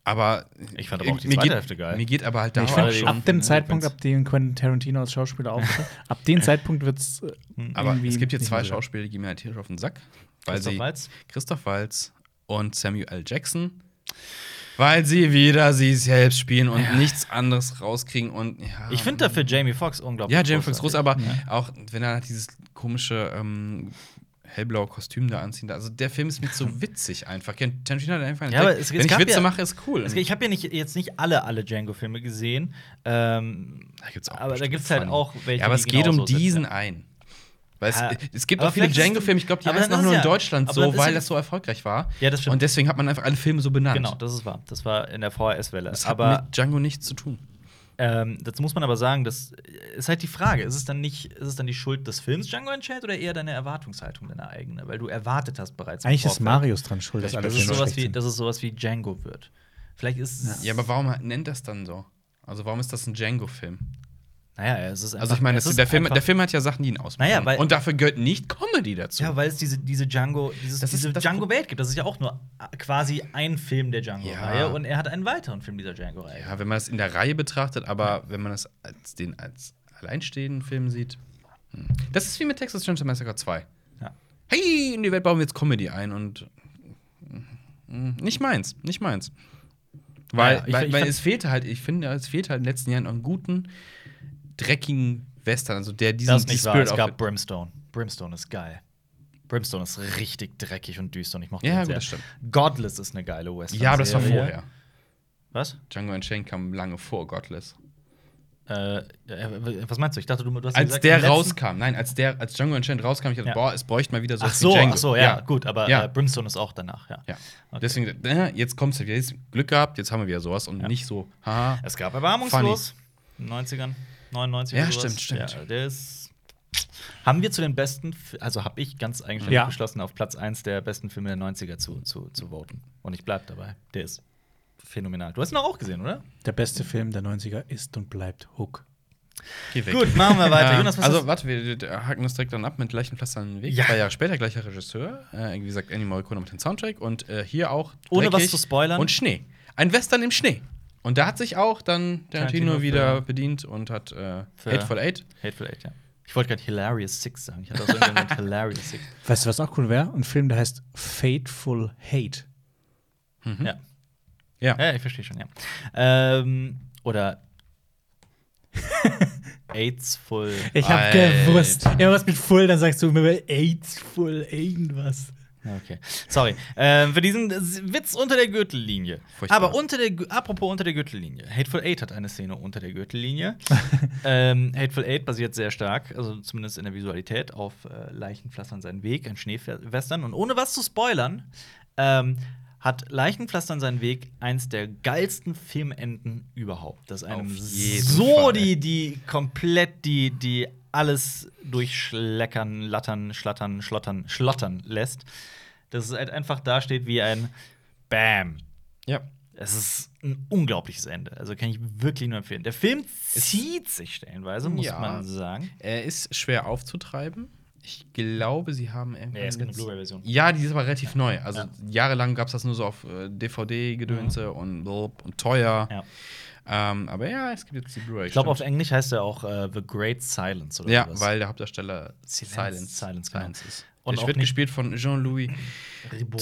Aber Ich fand aber auch die zweite Hälfte geil. Mir geht aber halt Ich darum, find, ab dem Zeitpunkt, ab dem Quentin Tarantino als Schauspieler auftritt, ab dem Zeitpunkt wird's aber irgendwie es gibt hier nicht zwei mehr so. Schauspieler, die gehen mir halt tierisch auf den Sack. Christoph Waltz und Samuel L. Jackson. Weil sie wieder sie selbst spielen und nichts anderes rauskriegen. Und, ja. Ich finde dafür Jamie Foxx unglaublich. Ja, Jamie Foxx groß, aber Ja. auch wenn er dieses komische hellblaue Kostüm da anzieht. Also der Film ist mir so witzig einfach. Tarantino hat einfach Ja, aber entdeckt, wenn ich Witze mache, ist cool. Ich habe ja jetzt nicht alle Django-Filme gesehen. Da gibt's auch aber da bestimmt gibt es halt funny. auch welche. Ja, aber es geht um genauso sind, diesen ja. einen. Weil Ja, es gibt aber auch viele vielleicht ist es- Django-Filme, ich glaube, die aber heißen dann auch ist nur in ja- Deutschland aber dann so, ist weil ja- das so erfolgreich war. Ja, das stimmt. Und deswegen hat man einfach alle Filme so benannt. Genau, das war in der VHS-Welle. Das hat Aber mit Django nichts zu tun. dazu muss man aber sagen, das ist halt die Frage: Ist es dann die Schuld des Films Django Unchained oder eher deine Erwartungshaltung, deine eigene? Weil du erwartet hast bereits. im Eigentlich ist Vorfeld. Marius dran schuld, dass alle Das Filme ist, schlecht sind. dass es sowas wie Django wird. Vielleicht ist es. Ja, aber warum nennt das dann so? Also, warum ist das ein Django-Film? Naja, es ist einfach. Also, ich meine, es ist der Film einfach- hat ja Sachen, die ihn ausmachen. Naja, weil- Und dafür gehört nicht Comedy dazu. Ja, weil es diese Das ist das Django-Welt gibt. Das ist ja auch nur quasi ein Film der Django-Reihe Ja. und er hat einen weiteren Film dieser Django-Reihe. Ja, wenn man das in der Reihe betrachtet, aber wenn man das als alleinstehenden Film sieht. Das ist wie mit Texas Chainsaw Massacre 2. Ja. Hey, in die Welt bauen wir jetzt Comedy ein und nicht meins. Weil, Ja, ich weil fand- es fehlte halt, ich finde, es fehlt halt in den letzten Jahren einen guten, dreckigen Western, also der diesen Das ist nicht wahr. Spirit Es of gab it- Brimstone. Brimstone ist geil. Brimstone ist richtig dreckig und düster und ich mochte Ja, den gut, sehr. das stimmt. Godless ist eine geile Western. Ja, aber das war Serie. vorher. Was? Django Unchained kam lange vor Godless. Was meinst du? Ich dachte, du hast Als gesagt, der im letzten- rauskam, nein, als Django Unchained rauskam, ich dachte, Ja. boah, es bräuchte mal wieder so Ach so, ja, gut, aber Ja. Brimstone ist auch danach, ja. Ja. Okay. Deswegen, jetzt kommt's wieder. Jetzt Glück gehabt, jetzt haben wir wieder sowas und Ja. nicht so, haha. Es gab Erbarmungslos in den 90ern, 99 Ja, oder sowas. stimmt. Ja, der ist. Haben wir zu den besten, also habe ich ganz eigenständig Ja. beschlossen, auf Platz 1 der besten Filme der 90er zu voten. Und ich bleib dabei. Der ist phänomenal. Du hast ihn auch gesehen, oder? Der beste Film der 90er ist und bleibt Hook. Geh weg. Gut, machen wir weiter. Jonas, was also, hast- warte, wir haken das direkt dann ab mit Leichenpflaster an den Weg. Ja. 2 Jahre später, gleicher Regisseur. Wie gesagt, Ennio Morricone mit dem Soundtrack. Und hier auch Ohne was dreckig zu spoilern. Und Schnee. Ein Western im Schnee. Und da hat sich auch dann Tarantino Tarantino wieder für- bedient und hat für- Hateful Eight. Hateful Eight, ja. Ich wollte gerade Hilarious Six sagen. Ich hatte auch so irgendwann mit Hilarious Six. Weißt du, was auch cool wäre? Ein Film, der heißt Fateful Hate. Ja. Ja. Ja, ich verstehe schon, ja. Oder AIDS-full. Ich hab Alter. gewusst. Irgendwas mit Full, dann sagst du mir AIDS-Full, irgendwas. Okay. Sorry. Für diesen Witz unter der Gürtellinie. Furchtbar. Aber apropos unter der Gürtellinie. Hateful Eight hat eine Szene unter der Gürtellinie. Hateful Eight basiert sehr stark, also zumindest in der Visualität, auf Leichenpflastern seinen Weg, ein Schneewestern. Und ohne was zu spoilern, hat Leichenpflastern seinen Weg eins der geilsten Filmenden überhaupt. Das einem Auf jeden so Fall. die komplett die alles durchschleckern, lattern, schlattern, schlottern lässt. Dass es halt einfach dasteht wie ein Bam. Ja. Es ist ein unglaubliches Ende. Also kann ich wirklich nur empfehlen. Der Film zieht sich stellenweise, muss Ja. man sagen. Er ist schwer aufzutreiben. Ich glaube, sie haben irgendwann. Nee, es gibt eine Blu-ray-Version. Ja, die ist aber relativ neu. Also Ja. jahrelang gab es das nur so auf DVD-Gedönse und teuer. Ja. Aber ja, es gibt jetzt die Blu-ray. Ich glaube, auf stimmt. Englisch heißt er auch The Great Silence oder Ja, sowas. weil der Hauptdarsteller Silence, genau. ist. Und Und auch wird nicht- gespielt von Jean-Louis Ribot,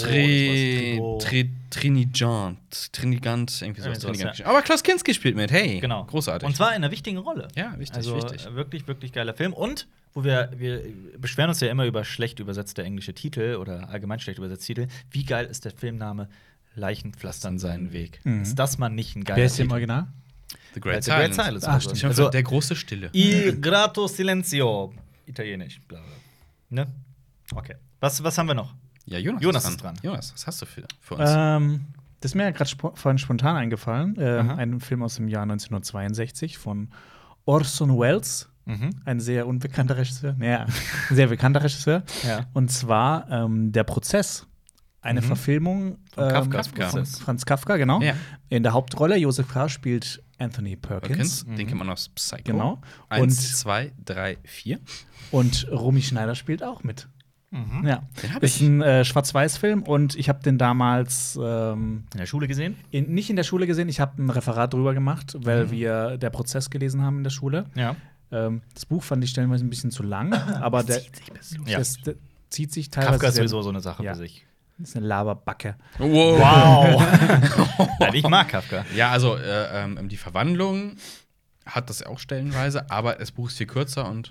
Trinigant, irgendwie sowas. Sowas, Trinigant. ja. Aber Klaus Kinski spielt mit, hey. Genau. Großartig. Und zwar in einer wichtigen Rolle. Ja, wichtig, Also wichtig. wirklich, wirklich geiler Film. Und wo wir beschweren uns ja immer über schlecht übersetzte englische Titel oder allgemein schlecht übersetzte Titel. Wie geil ist der Filmname Leichenpflastern seinen Weg? Ist das mal nicht ein geiler Wer ist hier im Titel? Original? The Great The Great Silence. Silence. Ah, also. stimmt. Also, der große Stille. Il grato silenzio. Italienisch. Bla bla. Ne? Okay. Was haben wir noch? Ja, Jonas, Jonas ist dran. Jonas, was hast du für uns? Das ist mir ja gerade vorhin spontan eingefallen. Aha. Ein Film aus dem Jahr 1962 von Orson Welles. Ein sehr unbekannter Regisseur. Naja, ein sehr bekannter Regisseur. Ja. Und zwar Der Prozess. Eine Verfilmung Von Kafka. von Franz Kafka, genau. Ja. In der Hauptrolle Joseph K. spielt Anthony Perkins. Den kennt man aus Psycho. Genau. 1, 2, 3, 4. Und Romy Schneider spielt auch mit. Ja, Den hab ist ich. ein Schwarz-Weiß-Film und ich habe den damals In der Schule gesehen? nicht in der Schule gesehen. Ich habe ein Referat drüber gemacht, weil wir der Prozess gelesen haben in der Schule. Ja. Das Buch fand ich stellenweise ein bisschen zu lang, aber der Ja. das zieht sich teilweise. Kafka ist sehr- sowieso so eine Sache Ja. für sich. Das ist eine Laberbacke. Wow. Wow! Nein, ich mag Kafka. Ja, also die Verwandlung hat das auch stellenweise, aber das Buch ist viel kürzer und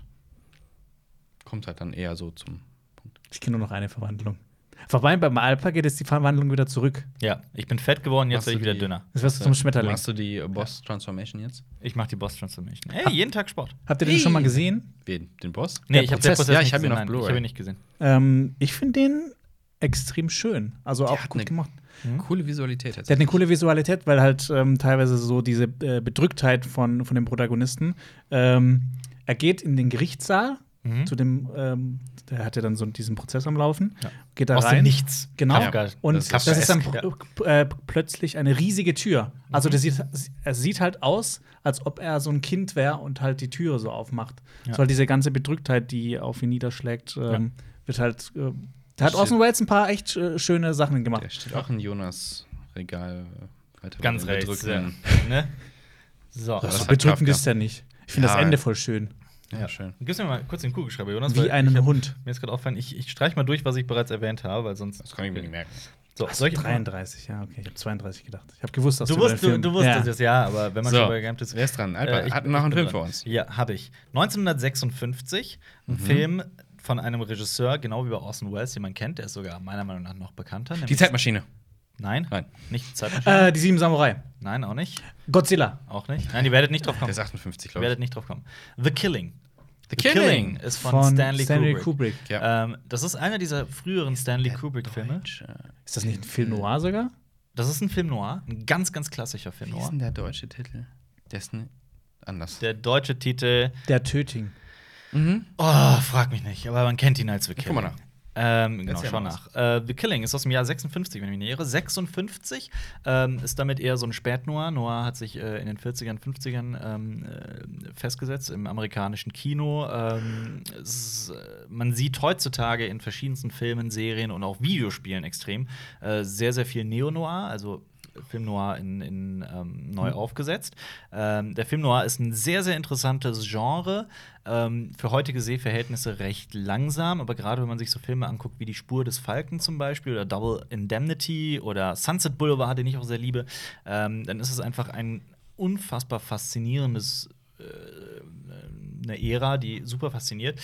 kommt halt dann eher so zum Punkt. Ich kenne nur noch eine Verwandlung. Vorbei, beim Alpha geht jetzt die Verwandlung wieder zurück. Ja, ich bin fett geworden, jetzt Machst werde ich du wieder die- dünner. Das wirst du zum Schmetterling. Machst du die Boss Transformation jetzt? Ich mache die Boss Transformation. Ey, jeden Tag Sport. Habt ihr den schon mal gesehen? Wen? Den Boss? Nee, Der ich habe Prozess. Ja, ich hab ihn auf Nein, Blu-ray. Ich habe ihn nicht gesehen. Ich finde den extrem schön. Also auch hat gut eine- gemacht. Coole Visualität Der hat eine coole Visualität, weil halt teilweise so diese Bedrücktheit von dem Protagonisten. Er geht in den Gerichtssaal zu dem, der hat ja dann so diesen Prozess am Laufen, Ja. geht da Aus rein. dem Nichts. Genau. Kafka. Und Das das, ist ist dann Kafkaesk, plötzlich eine riesige Tür. Also er sieht halt aus, als ob er so ein Kind wäre und halt die Türe so aufmacht. Ja. So halt diese ganze Bedrücktheit, die auf ihn niederschlägt, wird halt. Da hat Shit. Orson Welles ein paar echt schöne Sachen gemacht. Der steht auch in Jonas Regal weiter Ganz bei den rechts. Bedrückten. Ja. Ne? So. Das So hat bedrückend Kafka. ist der nicht. Ich finde Ja. das Ende voll schön. Ja, schön. Gib's mir mal kurz den Kugelschreiber, Jonas. Wie weil ein ich hab- Hund. Mir ist gerade aufgefallen, ich streich mal durch, was ich bereits erwähnt habe, weil sonst. Das kann ich mir nicht merken. So, Ach, soll ich 33, ja, okay. Ich habe 32 gedacht. Ich habe gewusst, dass Du über den wusstest, Film- du wusstest ja. es, ja, aber wenn man So, schon bei Game ist. wer ist dran? Alper, ich hat bin- noch einen ich bin Film dran. für uns. Ja, habe ich. 1956, ein Film von einem Regisseur, genau wie bei Orson Welles, den man kennt, der ist sogar meiner Meinung nach noch bekannter. Die nämlich- Zeitmaschine. Nein, Nein. nicht die Zeitmaschine. Die 7 Samurai. Nein, auch nicht. Godzilla. Auch nicht. Nein, die werdet nicht drauf Der kommen. ist 58, Ihr glaube ich. werdet nicht drauf kommen. The Killing. The Killing. ist von Stanley Kubrick. Ja. Das ist einer dieser früheren Stanley Kubrick-Filme. Ist das nicht ein Film noir sogar? Das ist ein Film noir, ein ganz, ganz klassischer Film Wie ist noir. denn der deutsche Titel? Der ist anders. Der deutsche Titel, Der Töting. frag mich nicht, aber man kennt ihn als The guck Killing. mal nach. Genau, Erzähl schau mal nach. The Killing ist aus dem Jahr 56, wenn ich mich nicht irre. 56 ist damit eher so ein Spätnoir. Noir hat sich in den 40ern, 50ern festgesetzt im amerikanischen Kino. Man sieht heutzutage in verschiedensten Filmen, Serien und auch Videospielen extrem sehr, sehr viel Neo-Noir, also Film Noir neu aufgesetzt. Der Film Noir ist ein sehr, sehr interessantes Genre. Für heutige Sehverhältnisse recht langsam, aber gerade wenn man sich so Filme anguckt wie Die Spur des Falken zum Beispiel oder Double Indemnity oder Sunset Boulevard, den ich auch sehr liebe, dann ist es einfach ein unfassbar faszinierendes eine Ära, die super fasziniert.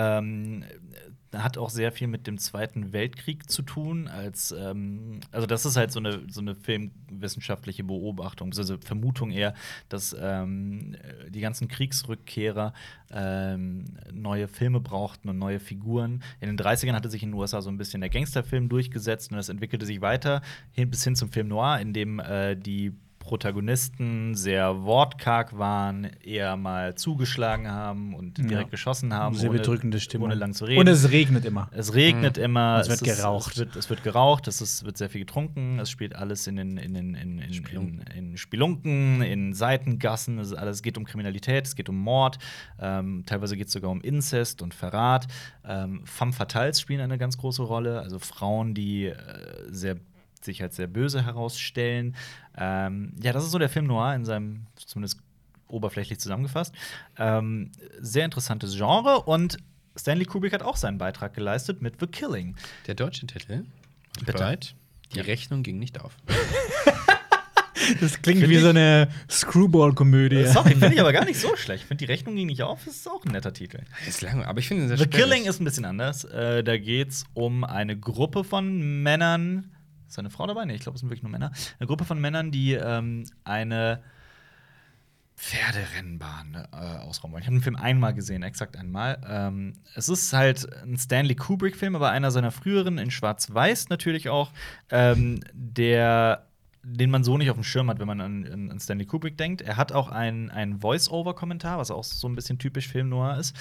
Hat auch sehr viel mit dem Zweiten Weltkrieg zu tun. Also das ist halt so eine filmwissenschaftliche Beobachtung, also Vermutung eher, dass die ganzen Kriegsrückkehrer neue Filme brauchten und neue Figuren. In den 30ern hatte sich in den USA so ein bisschen der Gangsterfilm durchgesetzt und das entwickelte sich weiter bis hin zum Film Noir, in dem die Protagonisten sehr wortkarg waren, eher mal zugeschlagen haben und direkt geschossen haben, Sehr bedrückende Stimmung. ohne lang zu reden. Und es regnet immer. Es regnet immer. Es wird geraucht. Es wird geraucht, wird sehr viel getrunken. Es spielt alles in Spelunken, in Seitengassen. Es geht um Kriminalität, es geht um Mord. Teilweise geht es sogar um Inzest und Verrat. Femme fatales spielen eine ganz große Rolle. Also Frauen, die sich als sehr böse herausstellen. Ja, das ist so der Film Noir in seinem, zumindest oberflächlich zusammengefasst. Sehr interessantes Genre und Stanley Kubrick hat auch seinen Beitrag geleistet mit The Killing. Der deutsche Titel. Bitte. Bereit? Die Ja. Rechnung ging nicht auf. Das klingt Find wie ich- so eine Screwball-Komödie. Sorry, finde ich aber gar nicht so schlecht. Ich finde, die Rechnung ging nicht auf, das ist auch ein netter Titel. Ist lang, aber ich finde ihn sehr The sperrig. Killing ist ein bisschen anders. Da geht's um eine Gruppe von Männern. Ist da eine Frau dabei? Nee, ich glaube, es sind wirklich nur Männer. Eine Gruppe von Männern, die eine Pferderennbahn ausrauben wollen. Ich habe den Film einmal gesehen, exakt einmal. Es ist halt ein Stanley Kubrick-Film, aber einer seiner früheren, in Schwarz-Weiß natürlich auch, den man so nicht auf dem Schirm hat, wenn man an Stanley Kubrick denkt. Er hat auch einen Voice-Over-Kommentar, was auch so ein bisschen typisch Film Noir ist,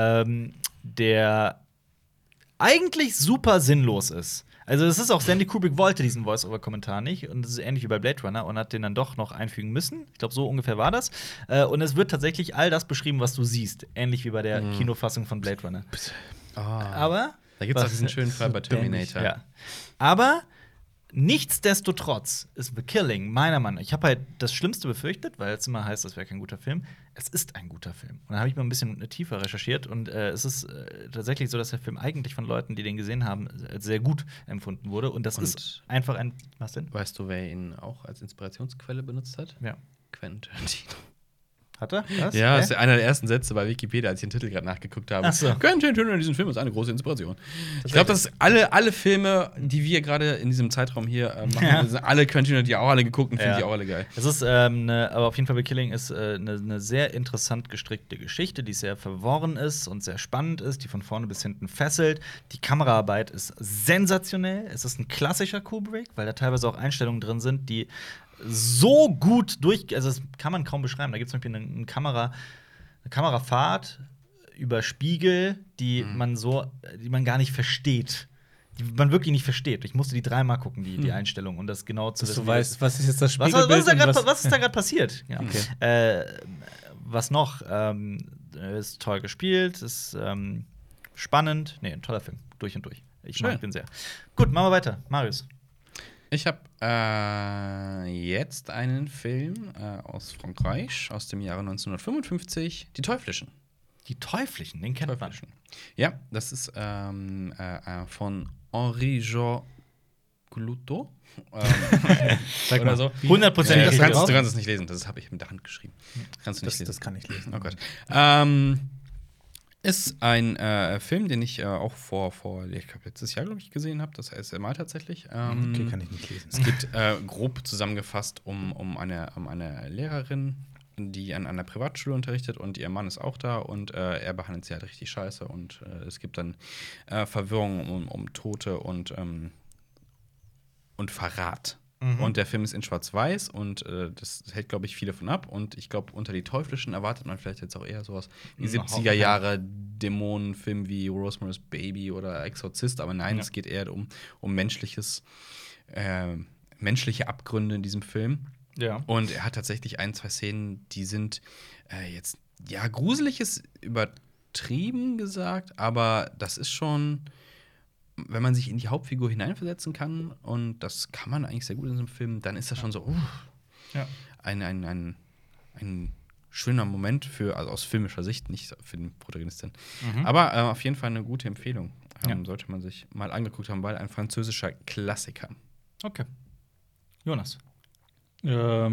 der eigentlich super sinnlos ist. Also es ist auch, Stanley Kubrick wollte diesen Voice-Over-Kommentar nicht und das ist ähnlich wie bei Blade Runner und hat den dann doch noch einfügen müssen. Ich glaube, so ungefähr war das. Und es wird tatsächlich all das beschrieben, was du siehst. Ähnlich wie bei der Kinofassung von Blade Runner. Ah. Aber Da gibt es auch diesen schönen Fall bei Terminator. Ja. Aber nichtsdestotrotz ist The Killing meiner Meinung nach, ich habe halt das Schlimmste befürchtet, weil es immer heißt, das wäre kein guter Film. Es ist ein guter Film. Und dann habe ich mal ein bisschen tiefer recherchiert und es ist tatsächlich so, dass der Film eigentlich von Leuten, die den gesehen haben, als sehr gut empfunden wurde. Und das ist einfach ein. Was denn? Weißt du, wer ihn auch als Inspirationsquelle benutzt hat? Ja. Quentin Tarantino. Hat er? Was? Ja, das ist einer der ersten Sätze bei Wikipedia, als ich den Titel gerade nachgeguckt habe. Ach so. Quentin Tarantino in diesem Film ist eine große Inspiration. Ich glaube, dass alle Filme, die wir gerade in diesem Zeitraum hier machen, sind alle Quentin, die auch alle geguckt und finden die auch alle geil. Es ist, aber auf jeden Fall, The Killing ist eine sehr interessant gestrickte Geschichte, die sehr verworren ist und sehr spannend ist, die von vorne bis hinten fesselt. Die Kameraarbeit ist sensationell. Es ist ein klassischer Kubrick, weil da teilweise auch Einstellungen drin sind, die so gut also das kann man kaum beschreiben. Da gibt es zum Beispiel eine Kamerafahrt über Spiegel, die man gar nicht versteht. Die man wirklich nicht versteht. Ich musste die 3-mal gucken, die Einstellung, und das genau zu wissen. Du weißt, was ist jetzt das Was Spiegelbild? ist da gerade passiert? Ja. Okay. Was noch? Ist toll gespielt, ist spannend. Nee, ein toller Film. Durch und durch. Ich mag den sehr. Gut, machen wir weiter. Marius. Ich habe jetzt einen Film aus Frankreich aus dem Jahre 1955, Die Teuflischen. Die Teuflischen, den kennt man. Ja, das ist von Henri-Jean Gluto. Sag oder mal, so. 100% Du richtig. kannst es nicht lesen, das habe ich mit der Hand geschrieben. Kannst du nicht lesen. Das kann ich lesen. Oh Gott. Ist ein Film, den ich auch vor ich glaube, letztes Jahr, glaube ich, gesehen habe. Das erste Mal tatsächlich. Okay, kann ich nicht lesen. Es geht grob zusammengefasst um eine Lehrerin, die an einer Privatschule unterrichtet, und ihr Mann ist auch da, und er behandelt sie halt richtig scheiße, und es gibt dann Verwirrung um Tote und Verrat. Und der Film ist in Schwarz-Weiß, und das hält, glaube ich, viele von ab. Und ich glaube, unter Die Teuflischen erwartet man vielleicht jetzt auch eher sowas wie 70er Jahre Dämonenfilm wie Rosemary's Baby oder Exorzist. Aber nein, es geht eher um menschliche Abgründe in diesem Film. Ja. Und er hat tatsächlich 1, 2 Szenen, die sind jetzt, ja, gruselig ist übertrieben gesagt, aber das ist schon, wenn man sich in die Hauptfigur hineinversetzen kann, und das kann man eigentlich sehr gut in so einem Film, dann ist das schon so ein schöner Moment also aus filmischer Sicht, nicht für den Protagonisten. Aber auf jeden Fall eine gute Empfehlung. Sollte man sich mal angeguckt haben, weil ein französischer Klassiker. Okay. Jonas. Ja,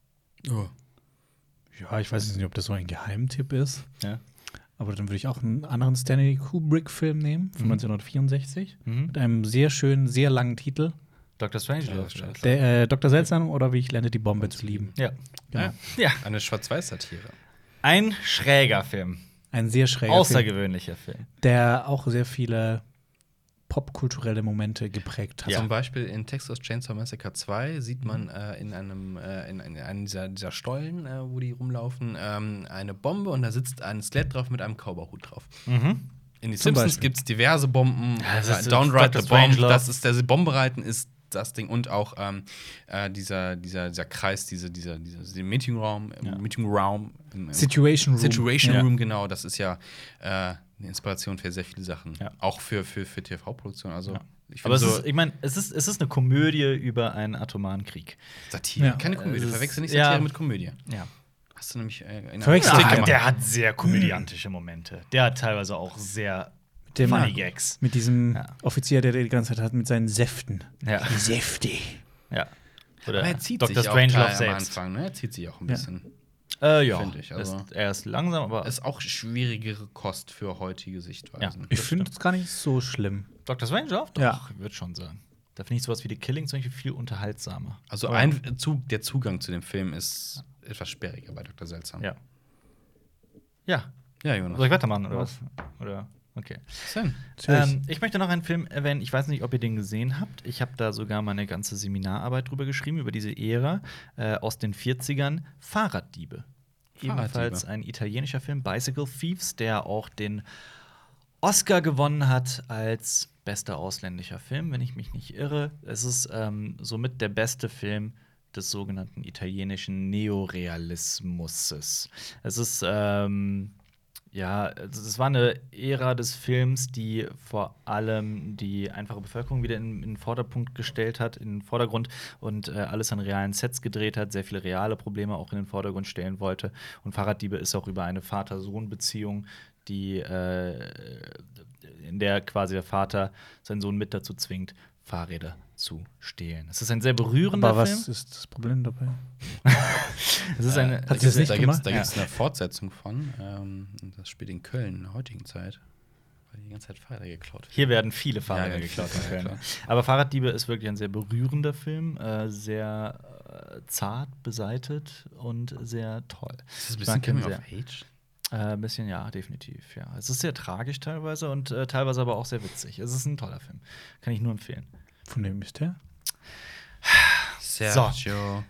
ich weiß nicht, ob das so ein Geheimtipp ist. Ja. Aber dann würde ich auch einen anderen Stanley Kubrick-Film nehmen, von 1964. Mit einem sehr schönen, sehr langen Titel. Dr. Strangelove. Der Dr. Seltsam, oder Wie ich lerne die Bombe zu lieben. Ja. Genau. Ja. Eine Schwarz-Weiß-Satire. Ein schräger Film. Ein sehr schräger Außergewöhnlicher Film. Der auch sehr viele popkulturelle Momente geprägt hat. Ja. Zum Beispiel in Texas Chainsaw Massacre 2 sieht man in einem dieser Stollen, wo die rumlaufen, eine Bombe, und da sitzt ein Skelett drauf mit einem Cowboyhut drauf. In die Simpsons gibt es diverse Bomben. Downright the Bomb. Das ist der Bombenreiten ist das Ding, und auch dieser Kreis, dieser Meeting Room, Situation Room, genau. Das ist ja eine Inspiration für sehr viele Sachen. Ja. Auch für TV-Produktion. Also, aber es ist eine Komödie über einen atomaren Krieg. Satire, Ja. keine Komödie. Verwechsel nicht Satire mit Komödie. Ja. Hast du nämlich Der hat sehr komödiantische Momente. Der hat teilweise auch sehr funny Gags. Mit diesem Offizier, der die ganze Zeit hat, mit seinen Säften. Ja. Die Säfte. Ja. Oder er zieht Dr. sich auch Strangelove am selbst. Anfang, ne? Er zieht sich auch ein bisschen. Ja. Finde ich. Also Er ist langsam, aber. ist auch schwierigere Kost für heutige Sichtweisen. Ich finde es gar nicht so schlimm. Dr. Strangelove? Doch, Ja. ich würde schon sagen. Da finde ich sowas wie The Killing zum Beispiel viel unterhaltsamer. Also der Zugang zu dem Film ist etwas sperriger bei Dr. Seltsam. Ja. Ja. Ja, Jonas. Soll ich weitermachen, oder was? Oder? Okay. Ich möchte noch einen Film erwähnen. Ich weiß nicht, ob ihr den gesehen habt. Ich habe da sogar meine ganze Seminararbeit drüber geschrieben, über diese Ära aus den 40ern. Fahrraddiebe. Ebenfalls ein italienischer Film, Bicycle Thieves, der auch den Oscar gewonnen hat als bester ausländischer Film, wenn ich mich nicht irre. Es ist somit der beste Film des sogenannten italienischen Neorealismus. Es ist Ja, es war eine Ära des Films, die vor allem die einfache Bevölkerung wieder in den Vordergrund gestellt hat, in den Vordergrund und alles an realen Sets gedreht hat, sehr viele reale Probleme auch in den Vordergrund stellen wollte. Und Fahrraddiebe ist auch über eine Vater-Sohn-Beziehung, die in der quasi der Vater seinen Sohn mit dazu zwingt, Fahrräder zu stehlen. Es ist ein sehr berührender Aber Film. was ist das Problem dabei? Es ist eine, Hat sie das nicht da gemacht? gibt's eine Fortsetzung von. Das spielt in Köln in der heutigen Zeit. Weil die ganze Zeit Fahrräder geklaut werden. Hier werden viele Fahrräder Ja, geklaut ja, in Köln. klar. Aber Fahrraddiebe ist wirklich ein sehr berührender Film, sehr zart beseitet und sehr toll. Ist das ein Ich mag bisschen den Coming sehr. of Age? Ein bisschen, ja, definitiv. Ja. Es ist sehr tragisch teilweise und teilweise aber auch sehr witzig. Es ist ein toller Film. Kann ich nur empfehlen. Von wem ist der? Sergio.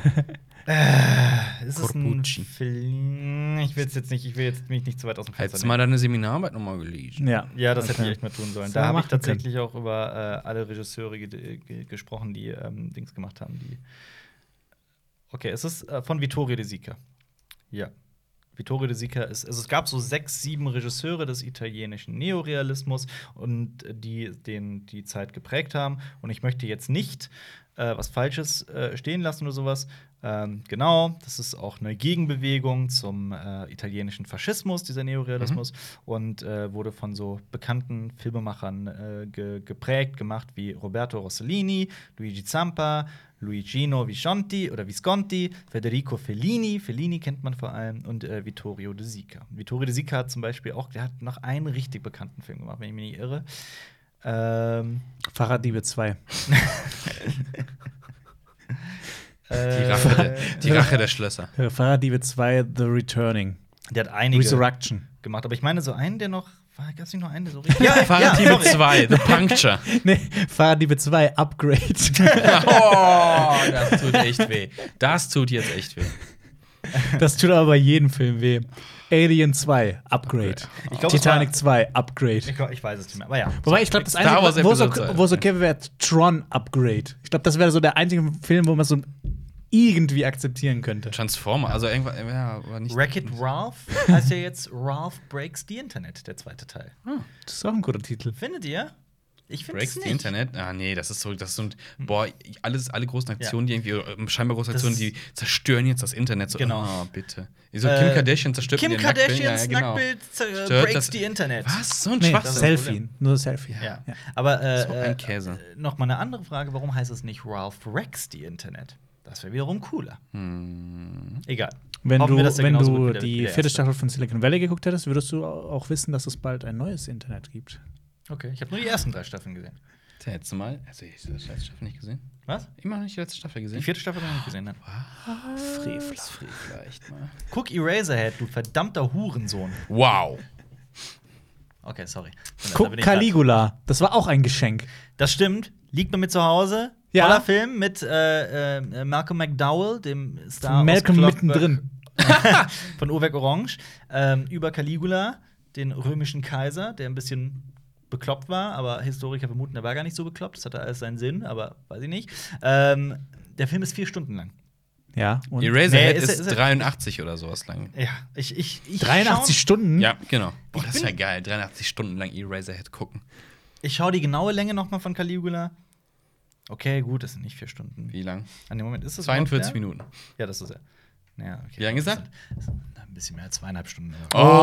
Es ist ein Corbucci. Film. Ich will mich nicht zu weit aus dem Fenster Hättest du mal deine Seminararbeit nochmal gelesen? Ja. Ja, das hätte Okay. ich echt mal tun sollen. Das Da hätte habe man ich machen tatsächlich auch über alle Regisseure gesprochen, die Dings gemacht haben. Okay, es ist von Vittorio De Sica. Ja. Vittorio De Sica ist, also es gab so 6, 7 Regisseure des italienischen Neorealismus und die Zeit geprägt haben. Und ich möchte jetzt nicht was Falsches stehen lassen oder sowas. Genau, das ist auch eine Gegenbewegung zum italienischen Faschismus, dieser Neorealismus, und wurde von so bekannten Filmemachern geprägt, gemacht wie Roberto Rossellini, Luigi Zampa, Luigino Visconti, Federico Fellini, Fellini kennt man vor allem, und Vittorio De Sica. Vittorio De Sica hat zum Beispiel auch, der hat noch einen richtig bekannten Film gemacht, wenn ich mich nicht irre. Fahrraddiebe 2. Die Rache der Schlösser. Fahrraddiebe 2, The Returning. Der hat einige Resurrection. gemacht, aber ich meine so einen, der noch, gab es nicht noch einen, der so richtig. Fahrraddiebe 2, The Puncture. Nee, Fahrraddiebe 2, Upgrade. Oh, das tut echt weh. Das tut jetzt echt weh. Das tut aber bei jedem Film weh. Alien 2, Upgrade. Ich glaub, Titanic es 2, Upgrade. Ich weiß es nicht mehr, aber ja. Wobei, ich glaube, das Star Wars Einzige, Episode 2. wo es okay wäre, Tron Upgrade. Ich glaube, das wäre so der einzige Film, wo man so irgendwie akzeptieren könnte. Transformer, also irgendwas, ja, aber nicht. Wreck-It Ralph heißt ja jetzt Ralph Breaks the Internet, der zweite Teil. Das ist auch ein guter Titel. Findet ihr? Ich finde es Breaks nicht. the Internet? Ah, nee, das sind, boah, alle großen Aktionen, die irgendwie, scheinbar große Aktionen, die zerstören jetzt das Internet. So, Genau. Oh, bitte. So, Kim Kardashian zerstört Kim ihr Nacktbild. Kardashians Ja, genau. Nacktbild Stört breaks das- the Internet. Was? So ein Nee, Schwachsinn. das Selfie. Nur Selfie. Ja. Ja. Aber So ein Käse. noch mal eine andere Frage, warum heißt es nicht Ralph Wrecks the Internet? Das wäre wiederum cooler. Egal. Wenn Hoffen du, wir, dass der wenn genauso du gut wie der die erste. vierte Staffel von Silicon Valley geguckt hättest, würdest du auch wissen, dass es bald ein neues Internet gibt. Okay, ich habe nur die ersten 3 Staffeln gesehen. Das letzte Mal, also ich habe die letzte Staffel nicht gesehen. Was? Immer noch nicht die letzte Staffel Die gesehen. 4. Staffel habe ich nicht gesehen. Nein. Frevler, echt mal. Guck Eraserhead, du verdammter Hurensohn. Wow. Okay, sorry. Da Guck bin ich Caligula. Das war auch ein Geschenk. da. Das stimmt. Liegt bei mir zu Hause. Ja. Toller Film mit Malcolm McDowell, dem Star aus Malcolm Clockwork- mittendrin. von Uhrwerk Orange, über Caligula, den römischen Kaiser, der ein bisschen bekloppt war, aber Historiker vermuten, er war gar nicht so bekloppt. Das hatte alles seinen Sinn, aber weiß ich nicht. Der Film ist 4 Stunden lang. Ja. Und Eraserhead Nee, ist ist er- 83 oder sowas lang. Ja, ich 83 Stunden? Ja, genau. Boah, Ich das bin- wäre geil. 83 Stunden lang Eraserhead gucken. Ich schaue die genaue Länge noch mal von Caligula. Okay, gut, das sind nicht 4 Stunden. Wie lang? An dem Moment ist es 42 überhaupt mehr? Minuten. Ja, das ist er. Ja, okay. Wie lange ist er? Das sind ein bisschen mehr als 2,5 Stunden.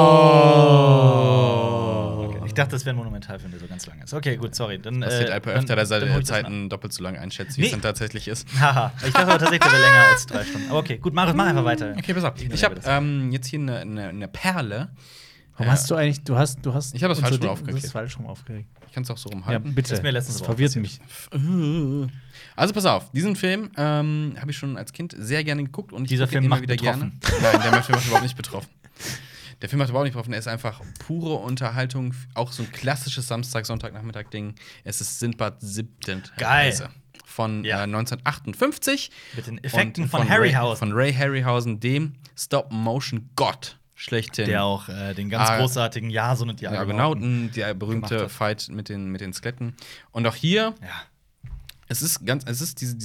Oh. Okay. Ich dachte, das wäre ein Monumentalfilm, der so ganz lang ist. Okay, gut, sorry. Dann, Das passiert öfter, dass dann hol er ich das Zeiten doppelt so lang einschätzt, wie Nee. es dann tatsächlich ist. nach. Haha, ich dachte aber tatsächlich, der wäre länger als 3 Stunden. Aber okay, gut, Marius, mach einfach weiter. Okay, pass auf. Ich Ignoriere habe jetzt hier eine Perle. Warum hast du eigentlich, du hast Ich habe das unser falsch rum Ding- aufgeklebt. Das ist falsch rum aufgeregt. Ich kann es auch so Ja, rumhalten. bitte. Ist mir letztens das aber auch verwirrt mich. Also pass auf, diesen Film habe ich schon als Kind sehr gerne geguckt und ich Dieser gucke ihn Film immer macht wieder betroffen. gerne. Nein, der Film macht überhaupt nicht betroffen. Der Film macht überhaupt nicht betroffen. Er ist einfach pure Unterhaltung, auch so ein klassisches Samstag-Sonntag-Nachmittag-Ding. Es ist Sindbad 7. Geil. Reise von Ja. 1958. Mit den Effekten Und von Harryhausen. Von Ray Harryhausen, dem Stop-Motion-Gott schlechthin. Der auch den ganz großartigen Jason und die Die Argonauten, der gemacht berühmte hat. Fight mit den Skeletten. Und auch hier, Ja. es ist diese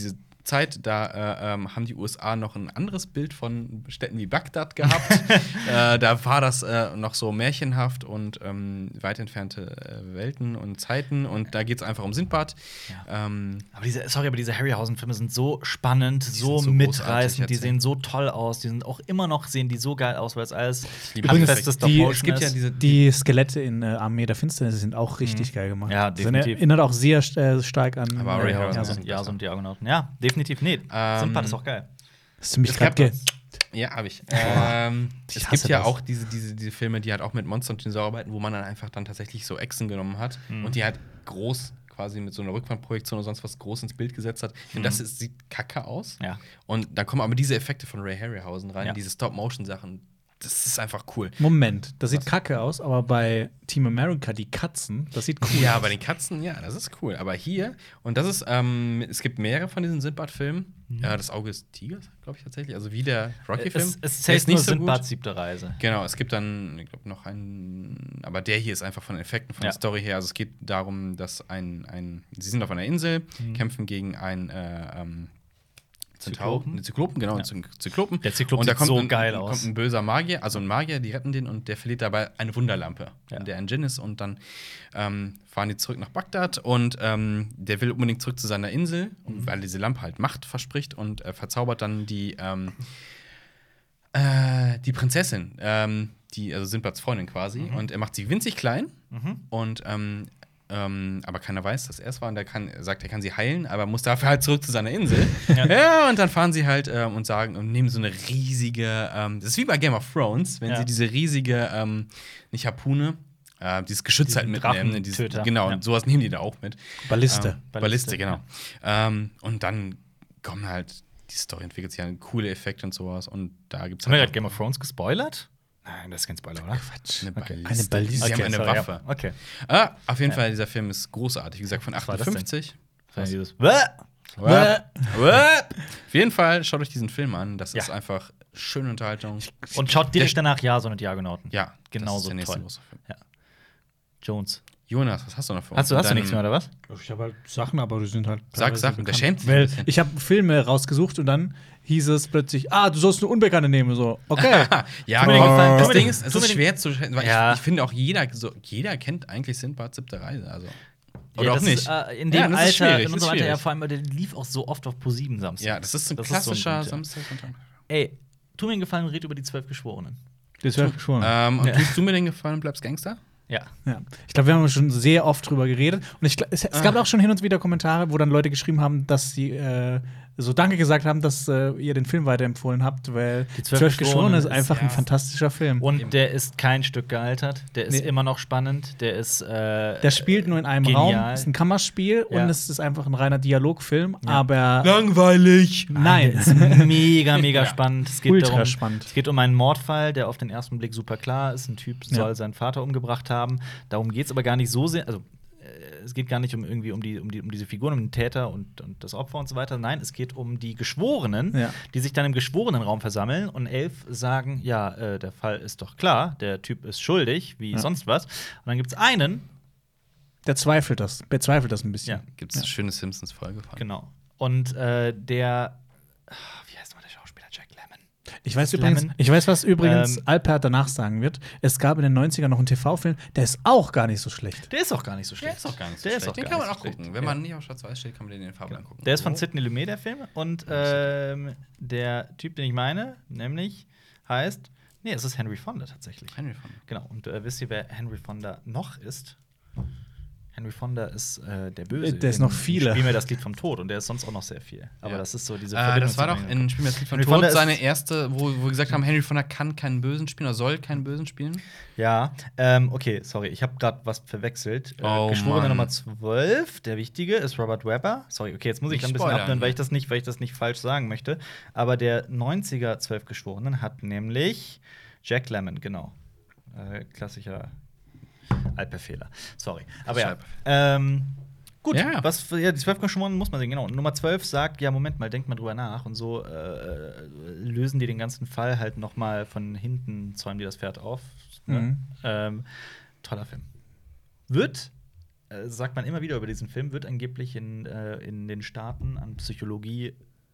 Zeit, da haben die USA noch ein anderes Bild von Städten wie Bagdad gehabt. Da war das noch so märchenhaft und weit entfernte Welten und Zeiten. Und da geht es einfach um Sindbad. Ja. Aber diese Harryhausen-Filme sind so spannend, so so mitreißend, die großartig sehen so toll aus, die sind auch immer noch, sehen die so geil aus, weil es alles Übrigens, handfestes es Stop-Motion gibt ja ist. Die Skelette in Armee der Finsternis sind auch richtig geil gemacht. Ja, Das definitiv. erinnert auch sehr stark an Aber Harryhausen Ja, so und die Argonauten. Ja, definitiv. Nee, Sindbad ist auch geil. Das ist ziemlich Es gab- kacke. Ja, habe ich. Ich Es hasse gibt ja das. auch diese Filme, die halt auch mit Monster und Dinosaurier arbeiten, wo man dann einfach dann tatsächlich so Echsen genommen hat und die halt groß quasi mit so einer Rückwandprojektion oder sonst was groß ins Bild gesetzt hat. Ich finde, sieht kacke aus. Ja. Und dann kommen aber diese Effekte von Ray Harryhausen rein, Ja. diese Stop-Motion-Sachen. Das ist einfach cool. Moment, das sieht kacke aus, aber bei Team America, die Katzen, das sieht cool Ja, aus. bei den Katzen, ja, das ist cool. Aber hier, und das ist, es gibt mehrere von diesen Sindbad-Filmen. Ja, das Auge des Tigers, glaube ich tatsächlich. Also wie der Rocky-Film. Es Der zählt nur so gut. Sindbads 7. Reise. Genau, es gibt dann, ich glaube, noch einen, aber der hier ist einfach von den Effekten, von Ja. der Story her. Also es geht darum, dass sie sind auf einer Insel, kämpfen gegen einen Zyklopen? Zyklopen, genau, Ja. einen Zyklopen. Der Zyklop und da sieht kommt so geil aus. kommt ein böser Magier, also ein Magier, die retten den und der verliert dabei eine Wunderlampe, Ja. in der ein Djinn ist. Und dann fahren die zurück nach Bagdad und der will unbedingt zurück zu seiner Insel, weil diese Lampe halt Macht verspricht und verzaubert dann die Prinzessin, also Sindbads Freundin quasi. Und er macht sie winzig klein und aber keiner weiß, dass er es war und sagt, er kann sie heilen, aber muss dafür halt zurück zu seiner Insel. Ja, und dann fahren sie halt und nehmen so eine riesige, das ist wie bei Game of Thrones, wenn Ja. sie diese riesige, nicht Harpune, dieses Geschütz Diesen halt mitnehmen. Ne, Drachentöter. Genau, Ja. und sowas nehmen die da auch mit. Balliste. Balliste, genau. Und dann kommen halt, die Story entwickelt sich an coole Effekte und sowas und da gibt's Haben wir halt gerade Game of Thrones gespoilert? Nein, das ist kein Spoiler, oder? Quatsch. eine Okay. Balliste. Eine Balliste. Sie haben Okay, eine sorry, Waffe. ja. Okay. Auf jeden Fall, dieser Film ist großartig. Wie gesagt, von Was war das denn? 58. Was? Dieses Auf jeden Fall, schaut euch diesen Film an. Das Ja. ist einfach schöne Unterhaltung. Und schaut direkt danach Jason und die Argonauten. Ja, Genauso das ist der nächste toll. große Film. Ja. Jones. Jonas, was hast du noch für Hast du in nichts mehr, deinem- oder was? Ich habe halt Sachen, aber die sind halt. Sag teilweise Sachen, der bekannt. schämt sich Weil ein bisschen. ich habe Filme rausgesucht und dann hieß es plötzlich, du sollst eine Unbekannte nehmen. So, okay. Ja, Tu mir den Gefallen, das tu mir Ding den- ist, es tu mir ist den- schwer zu schätzen, weil Ja. ich finde auch jeder kennt eigentlich Sindbads 7. Reise. Also. Oder Ja, auch das nicht. Ist, in dem Ja, das ist Alter, schwierig, in das unserem ist Alter, ja, schwierig. vor allem, der lief auch so oft auf Pro7 Samstag. Ja, das ist ein Das ist klassischer so ein Ding, ja. Samstag. Ey, tu mir einen Gefallen und red über die 12 Geschworenen. Die 12 Geschworenen. Und tust du mir den Gefallen und bleibst Gangster? Ja. Ja. Ich glaube, wir haben schon sehr oft drüber geredet. Und es gab auch schon hin und wieder Kommentare, wo dann Leute geschrieben haben, dass sie so Danke gesagt haben, dass ihr den Film weiterempfohlen habt, weil Die 12 Geschworene ist ist- einfach ein ja. fantastischer Film. Und der ist kein Stück gealtert. Der ist Nee. immer noch spannend. Der ist. Der spielt nur in einem genial. Raum, ist ein Kammerspiel Ja. und es ist einfach ein reiner Dialogfilm, Ja. aber Langweilig. nein. Der ist mega, mega spannend. Es geht Ultra darum, spannend. Es geht um einen Mordfall, der auf den ersten Blick super klar ist. Ein Typ soll Ja. seinen Vater umgebracht haben. Darum geht es aber gar nicht so sehr. Also, es geht gar nicht um diese Figuren, um den Täter und das Opfer und so weiter. Nein, es geht um die Geschworenen, Ja. die sich dann im Geschworenenraum versammeln und 11 sagen: Ja, der Fall ist doch klar, der Typ ist schuldig, wie Ja. sonst was. Und dann gibt es einen, Der bezweifelt das ein bisschen. Ja. Gibt es eine schöne Simpsons-Folge von? genau. Und der, wie heißt nochmal der Schauspieler? Jack Lemmon. Ich weiß, was übrigens Ähm, Alper danach sagen wird. Es gab in den 90ern noch einen TV-Film, der ist auch gar nicht so schlecht. Der ist auch gar nicht so schlecht. Der ist auch gar nicht so Der ist schlecht. auch Den gar kann man nicht auch so schlecht. gucken. Wenn man nicht auf Schwarz-Weiß steht, kann man den in den Farben angucken. Der ist von Sidney Lumet, der Film. Und der Typ, den ich meine, nämlich heißt. Nee, es ist Henry Fonda tatsächlich. Henry Fonda. Genau. Und wisst ihr, wer Henry Fonda noch ist? Henry Fonda ist der Böse. Der ist noch viele. Spiel mir das Lied vom Tod und der ist sonst auch noch sehr viel. Aber Ja. das ist so diese Das war doch zu- in Spiel mir das Lied von Henry Fonda Tod ist- seine erste, wo wir gesagt haben, Henry Fonda kann keinen Bösen spielen oder soll keinen Bösen spielen. Ja, okay, sorry, ich habe gerade was verwechselt. Oh, Geschworene Mann. Nummer 12, der wichtige, ist Robert Webber. Sorry, okay, jetzt muss ich Nicht ein bisschen spoilern, abhören, weil ne? ich das nicht falsch sagen möchte. Aber der 90er 12 Geschworenen hat nämlich Jack Lemmon, genau. Klassischer Altbefehler. Sorry. Aber ja. Gut, Ja. die 12 Geschworenen muss man sehen, genau. Nummer 12 sagt, ja, Moment mal, denkt mal drüber nach. Und so lösen die den ganzen Fall halt noch mal von hinten, zäumen die das Pferd auf. Ne? Toller Film. Sagt man immer wieder über diesen Film, wird angeblich in den Staaten an Psychologie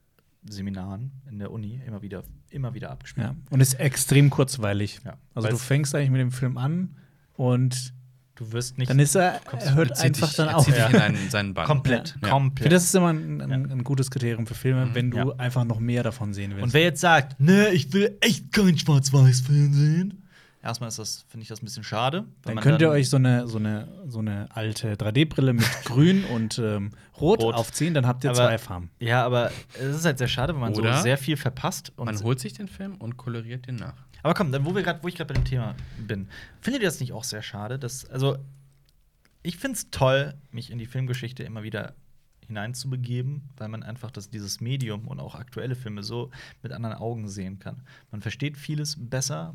Seminaren in der Uni immer wieder abgespielt. Ja. Und ist extrem kurzweilig. Ja. Also du fängst eigentlich mit dem Film an und du wirst nicht. dann ist er hört einfach dann auf. Zieht dich in seinen Bann. Komplett. Ja. Ich Komplett. finde, das ist immer ein gutes Kriterium für Filme, wenn du einfach noch mehr davon sehen willst. Und wer jetzt sagt, ne, ich will echt keinen Schwarz-Weiß-Film sehen, erstmal finde ich das ein bisschen schade. dann könnt ihr euch so eine alte 3D-Brille mit Grün und Rot aufziehen, dann habt ihr 2 Farben. Ja, aber es ist halt sehr schade, wenn man so sehr viel verpasst. Und man holt sich den Film und koloriert den nach. aber komm, dann wo ich gerade bei dem Thema bin, findet ihr das nicht auch sehr schade, also ich finde es toll, mich in die Filmgeschichte immer wieder hineinzubegeben, weil man einfach dieses Medium und auch aktuelle Filme so mit anderen Augen sehen kann. Man versteht vieles besser,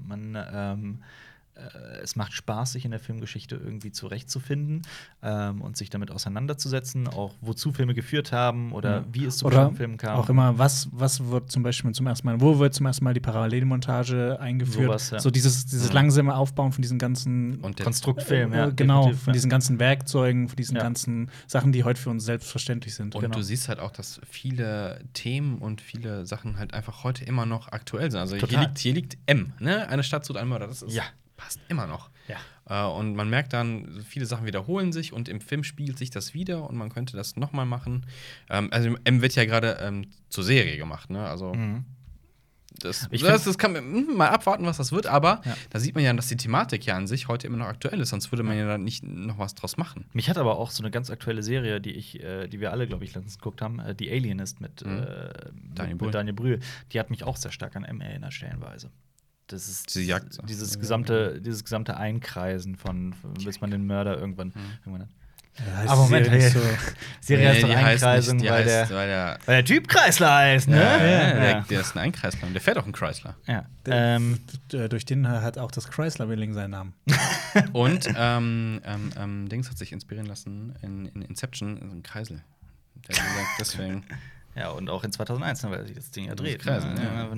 es macht Spaß, sich in der Filmgeschichte irgendwie zurechtzufinden und sich damit auseinanderzusetzen, auch wozu Filme geführt haben oder wie es zu bestimmten Filmen kam. Auch immer, was wird zum Beispiel wo wird zum ersten Mal die Parallelmontage eingeführt? Sowas, ja. So dieses langsame Aufbauen von diesen ganzen Konstruktfilm, genau, von diesen ganzen Werkzeugen, von diesen ganzen Sachen, die heute für uns selbstverständlich sind. Und du siehst halt auch, dass viele Themen und viele Sachen halt einfach heute immer noch aktuell sind. Also hier liegt M, ne? Eine Stadt sucht einen Mörder. Das ist passt immer noch. Ja. Und man merkt dann, viele Sachen wiederholen sich und im Film spiegelt sich das wieder und man könnte das nochmal machen. Also M wird ja gerade zur Serie gemacht, ne? Also das kann man mal abwarten, was das wird, aber da sieht man ja, dass die Thematik ja an sich heute immer noch aktuell ist, sonst würde man ja da nicht noch was draus machen. Mich hat aber auch so eine ganz aktuelle Serie, die wir alle, glaube ich, letztens geguckt haben, die Alienist mit Daniel Brühl, die hat mich auch sehr stark an M erinnert, stellenweise. Das ist dieses gesamte Einkreisen bis man den Mörder irgendwann hat. Ja, aber Moment, Serie heißt doch Einkreisung, weil der Typ Kreisler heißt, ne? Der ist ein Einkreisler. Der fährt auch einen Chrysler. Ja. Durch den hat auch das Chrysler-Building seinen Namen. Und Dings hat sich inspirieren lassen in Inception, ein Kreisel. Der hat gesagt, deswegen. Ja, und auch in 2001, weil sich das Ding ja dreht. Kreisel,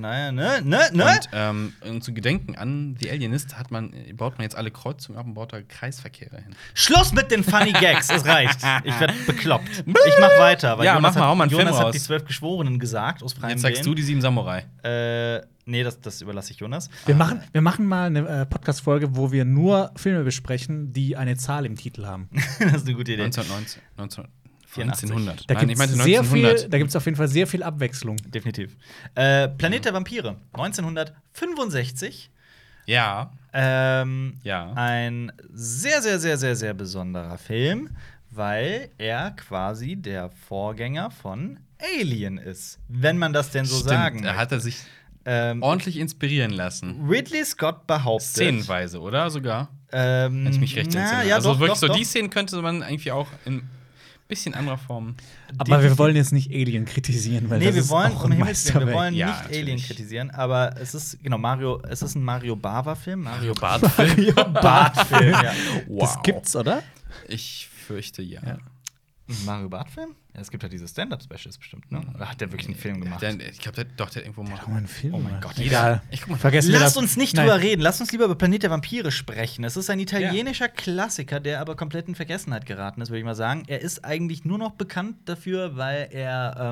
Und zu gedenken an The Alienist baut man jetzt alle Kreuzungen ab und baut da Kreisverkehre hin. Schluss mit den Funny Gags, es reicht. Ich werde bekloppt. Ich mach weiter, weil Jonas hat die 12 Geschworenen gesagt aus freiem Jetzt sagst du die 7 Samurai. Nee, das überlasse ich Jonas. Wir machen mal eine Podcast-Folge, wo wir nur Filme besprechen, die eine Zahl im Titel haben. Das ist eine gute Idee. 1900. Da gibt es auf jeden Fall sehr viel Abwechslung. Definitiv. Planet der Vampire, 1965. Ja. Ein sehr, sehr, sehr, sehr, sehr besonderer Film, weil er quasi der Vorgänger von Alien ist. Wenn man das denn so sagen möchte. Da hat er sich ordentlich inspirieren lassen. Ridley Scott behauptet. Szenenweise, oder? Sogar. Wenn ich mich recht entsinne. Ja, also doch, wirklich doch. Die Szenen könnte man irgendwie auch in bisschen anderer Form. Aber wir wollen jetzt nicht Alien kritisieren, weil wir wollen nicht Alien kritisieren, aber es ist ein Mario Bava-Film. Mario Barth-Film, ja. Wow. Das gibt's, oder? Ich fürchte, ja. Ein Mario Barth-Film? Ja, es gibt ja diese Stand-Up-Specials bestimmt, ne? Oder hat der wirklich einen Film gemacht? Ich glaube, der hat irgendwo mal einen Film. Oh mein Gott, egal. Lasst uns nicht drüber reden. Lasst uns lieber über Planet der Vampire sprechen. Es ist ein italienischer Klassiker, der aber komplett in Vergessenheit geraten ist, würde ich mal sagen. Er ist eigentlich nur noch bekannt dafür, weil er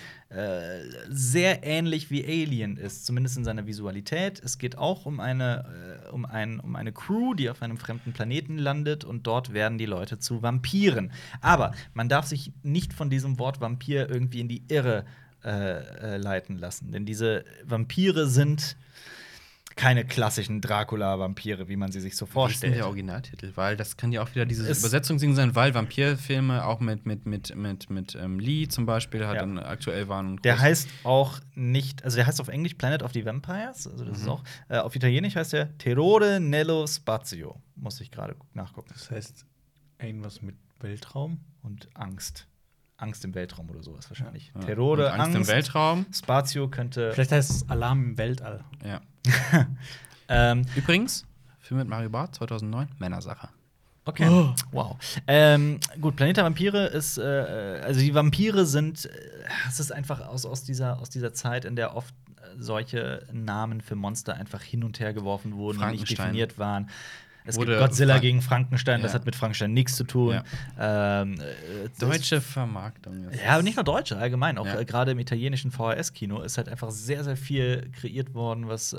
sehr ähnlich wie Alien ist, zumindest in seiner Visualität. Es geht auch um eine Crew, die auf einem fremden Planeten landet und dort werden die Leute zu Vampiren. Aber man darf sich nicht von diesem Wort Vampir irgendwie in die Irre leiten lassen, denn diese Vampire sind keine klassischen Dracula-Vampire, wie man sie sich so vorstellt. Wie ist denn der Originaltitel? Weil das kann ja auch wieder diese Übersetzung sein, weil Vampirfilme auch mit Lee zum Beispiel dann aktuell waren. Der heißt auch nicht, also der heißt auf Englisch Planet of the Vampires, also das ist auch, auf Italienisch heißt der Terrore nello spazio, muss ich gerade nachgucken. Das heißt irgendwas mit Weltraum und Angst. Angst im Weltraum oder sowas wahrscheinlich. Ja. Terrore, Angst im Weltraum. Spazio könnte. Vielleicht heißt es Alarm im Weltall. Ja. Übrigens, Film mit Mario Barth 2009, Männersache. Okay. Oh. Wow. Gut, Planet der Vampire ist, also die Vampire sind, es ist einfach aus dieser Zeit, in der oft solche Namen für Monster einfach hin und her geworfen wurden und nicht definiert waren. Es gibt Godzilla gegen Frankenstein, das hat mit Frankenstein nichts zu tun. Ja. Deutsche Vermarktung. Ja, aber nicht nur deutsche, allgemein. Auch gerade im italienischen VHS-Kino ist halt einfach sehr, sehr viel kreiert worden, was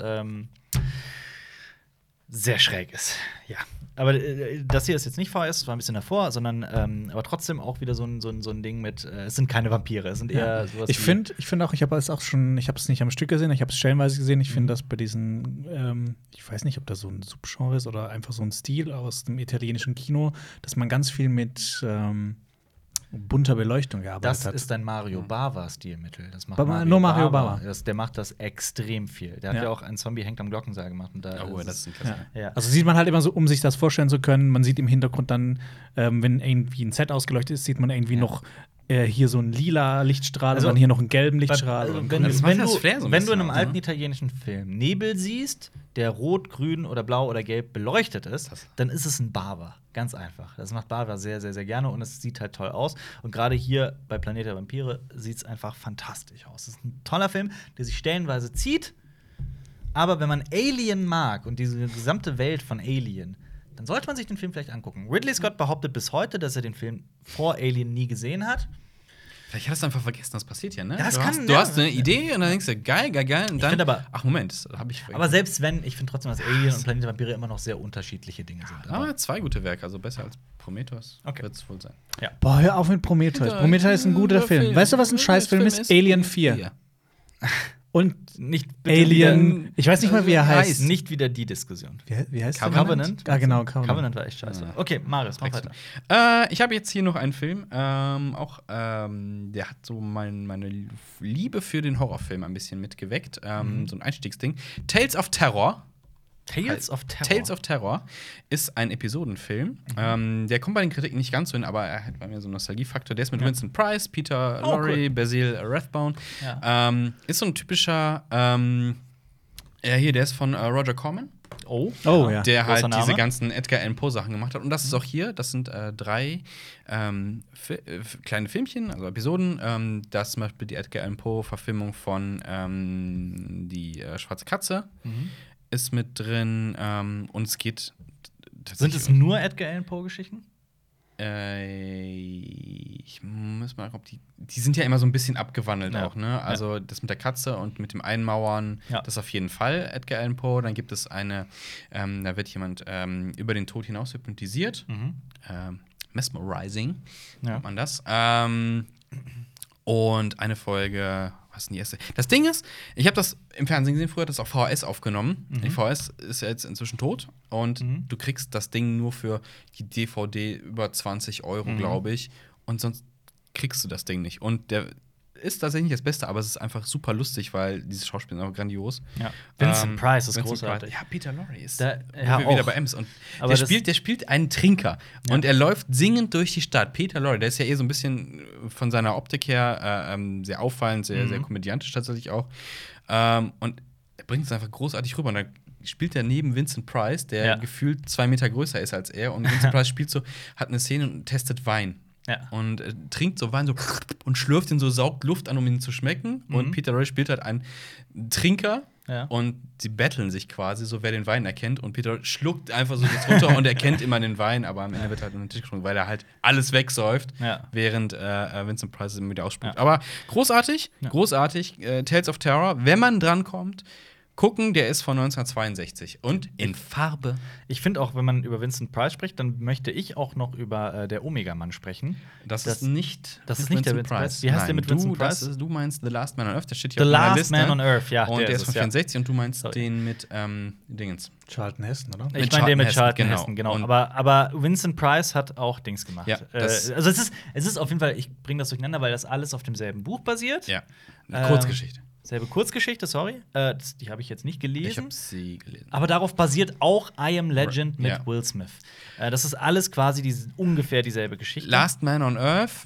sehr schräg ist. Ja. Aber das hier ist jetzt nicht VHS, das war ein bisschen davor, sondern aber trotzdem auch wieder so ein Ding mit, es sind keine Vampire, es sind eher sowas. Ich finde auch, ich habe es nicht am Stück gesehen, ich habe es stellenweise gesehen. Ich finde, dass bei diesen, ich weiß nicht, ob das so ein Subgenre ist oder einfach so ein Stil aus dem italienischen Kino, dass man ganz viel mit bunter Beleuchtung gearbeitet hat. Das ist ein Mario Bava-Stilmittel. Das macht nur Mario Bava. Der macht das extrem viel. Der hat ja auch ein Zombie hängt am Glockenseil gemacht. Und da das ist ein Klassiker. Ja. Also sieht man halt immer so, um sich das vorstellen zu können, man sieht im Hintergrund dann, wenn irgendwie ein Set ausgeleuchtet ist, sieht man irgendwie noch hier so einen lila Lichtstrahl und dann hier noch einen gelben Lichtstrahl. Wenn du in einem alten italienischen Film Nebel siehst, der rot, grün oder blau oder gelb beleuchtet ist, dann ist es ein Bava. Ganz einfach. Das macht Bava sehr, sehr, sehr gerne und es sieht halt toll aus. Und gerade hier bei Planet der Vampire sieht es einfach fantastisch aus. Es ist ein toller Film, der sich stellenweise zieht. Aber wenn man Alien mag und diese gesamte Welt von Alien, dann sollte man sich den Film vielleicht angucken. Ridley Scott behauptet bis heute, dass er den Film vor Alien nie gesehen hat. Vielleicht hast du einfach vergessen, das passiert ja, ne? Ja, du hast eine Idee und dann denkst du, geil. Und dann, ach, Moment, das habe ich vergessen. Aber selbst wenn, ich finde trotzdem, dass Alien und Planet der Vampire immer noch sehr unterschiedliche Dinge sind. Aber 2 gute Werke, also besser als Prometheus wird es wohl sein. Ja. Boah, hör auf mit Prometheus. Prometheus ist ein guter Film. Weißt du, was ein Scheißfilm ist? Alien 4. Und nicht Alien, ich weiß nicht mal, wie er heißt. Nicht wieder die Diskussion. Wie heißt Covenant? Ah, genau, Covenant war echt scheiße. Okay, Marius, mach weiter. Ich habe jetzt hier noch einen Film, der hat so meine Liebe für den Horrorfilm ein bisschen mitgeweckt. So ein Einstiegsding. Tales of Terror. Tales of Terror ist ein Episodenfilm. Der kommt bei den Kritiken nicht ganz so hin, aber er hat bei mir so einen Nostalgiefaktor. Der ist mit Vincent Price, Peter Lorre, Basil Rathbone. Ist so ein typischer der ist von Roger Corman. Ja. Der halt diese ganzen Edgar Allan Poe Sachen gemacht hat. Und das ist auch hier. Das sind 3 kleine Filmchen, also Episoden. Das ist zum Beispiel die Edgar Allan Poe Verfilmung von Die schwarze Katze. Ist mit drin und es geht. Sind es nur Edgar Allan Poe-Geschichten? Ich muss mal gucken, die sind ja immer so ein bisschen abgewandelt auch, ne? Also das mit der Katze und mit dem Einmauern, das ist auf jeden Fall Edgar Allan Poe. Dann gibt es eine, da wird jemand über den Tod hinaus hypnotisiert. Mesmerizing nennt man das. Und eine Folge, was ist denn die erste? Das Ding ist, ich habe das im Fernsehen gesehen, früher hat das auf VHS aufgenommen. Die VHS ist ja jetzt inzwischen tot und du kriegst das Ding nur für die DVD über 20 €, glaube ich. Und sonst kriegst du das Ding nicht. Und der ist tatsächlich nicht das Beste, aber es ist einfach super lustig, weil dieses Schauspiel ist einfach grandios. Ja. Vincent Price ist großartig. Ja, Peter Lorre ist wieder bei Ems. Und der spielt einen Trinker. Und er läuft singend durch die Stadt. Peter Lorre, der ist ja so ein bisschen von seiner Optik her sehr auffallend, sehr, sehr komödiantisch tatsächlich auch. Und er bringt es einfach großartig rüber. Und dann spielt er neben Vincent Price, der gefühlt 2 Meter größer ist als er. Und Vincent Price hat eine Szene und testet Wein. Und trinkt so Wein so und schlürft ihn so, saugt Luft an, um ihn zu schmecken. Und Peter Lorre spielt halt einen Trinker. Und sie betteln sich quasi, so wer den Wein erkennt. Und Peter schluckt einfach so das runter und erkennt immer den Wein, aber am Ende wird halt unter den Tisch getrunken, weil er halt alles wegsäuft, während Vincent Price es immer wieder ausspuckt. Aber großartig. Tales of Terror, wenn man drankommt. Gucken, der ist von 1962 und in Farbe. Ich finde auch, wenn man über Vincent Price spricht, dann möchte ich auch noch über der Omega-Mann sprechen. Das ist nicht der Vincent Price. Wie heißt der mit Vincent Price? Du meinst The Last Man on Earth, der steht hier auf meiner Liste. The Last Man on Earth, ja. Und der ist von 64 und du meinst den mit Dingens. Charlton Heston, oder? Ich meine den mit Charlton Heston, genau. Aber Vincent Price hat auch Dings gemacht. Ja, also es ist auf jeden Fall, ich bringe das durcheinander, weil das alles auf demselben Buch basiert. Ja, eine Kurzgeschichte. Selbe Kurzgeschichte, sorry. Die habe ich jetzt nicht gelesen. Ich habe sie gelesen. Aber darauf basiert auch I Am Legend mit Will Smith. Das ist alles quasi ungefähr dieselbe Geschichte. Last Man on Earth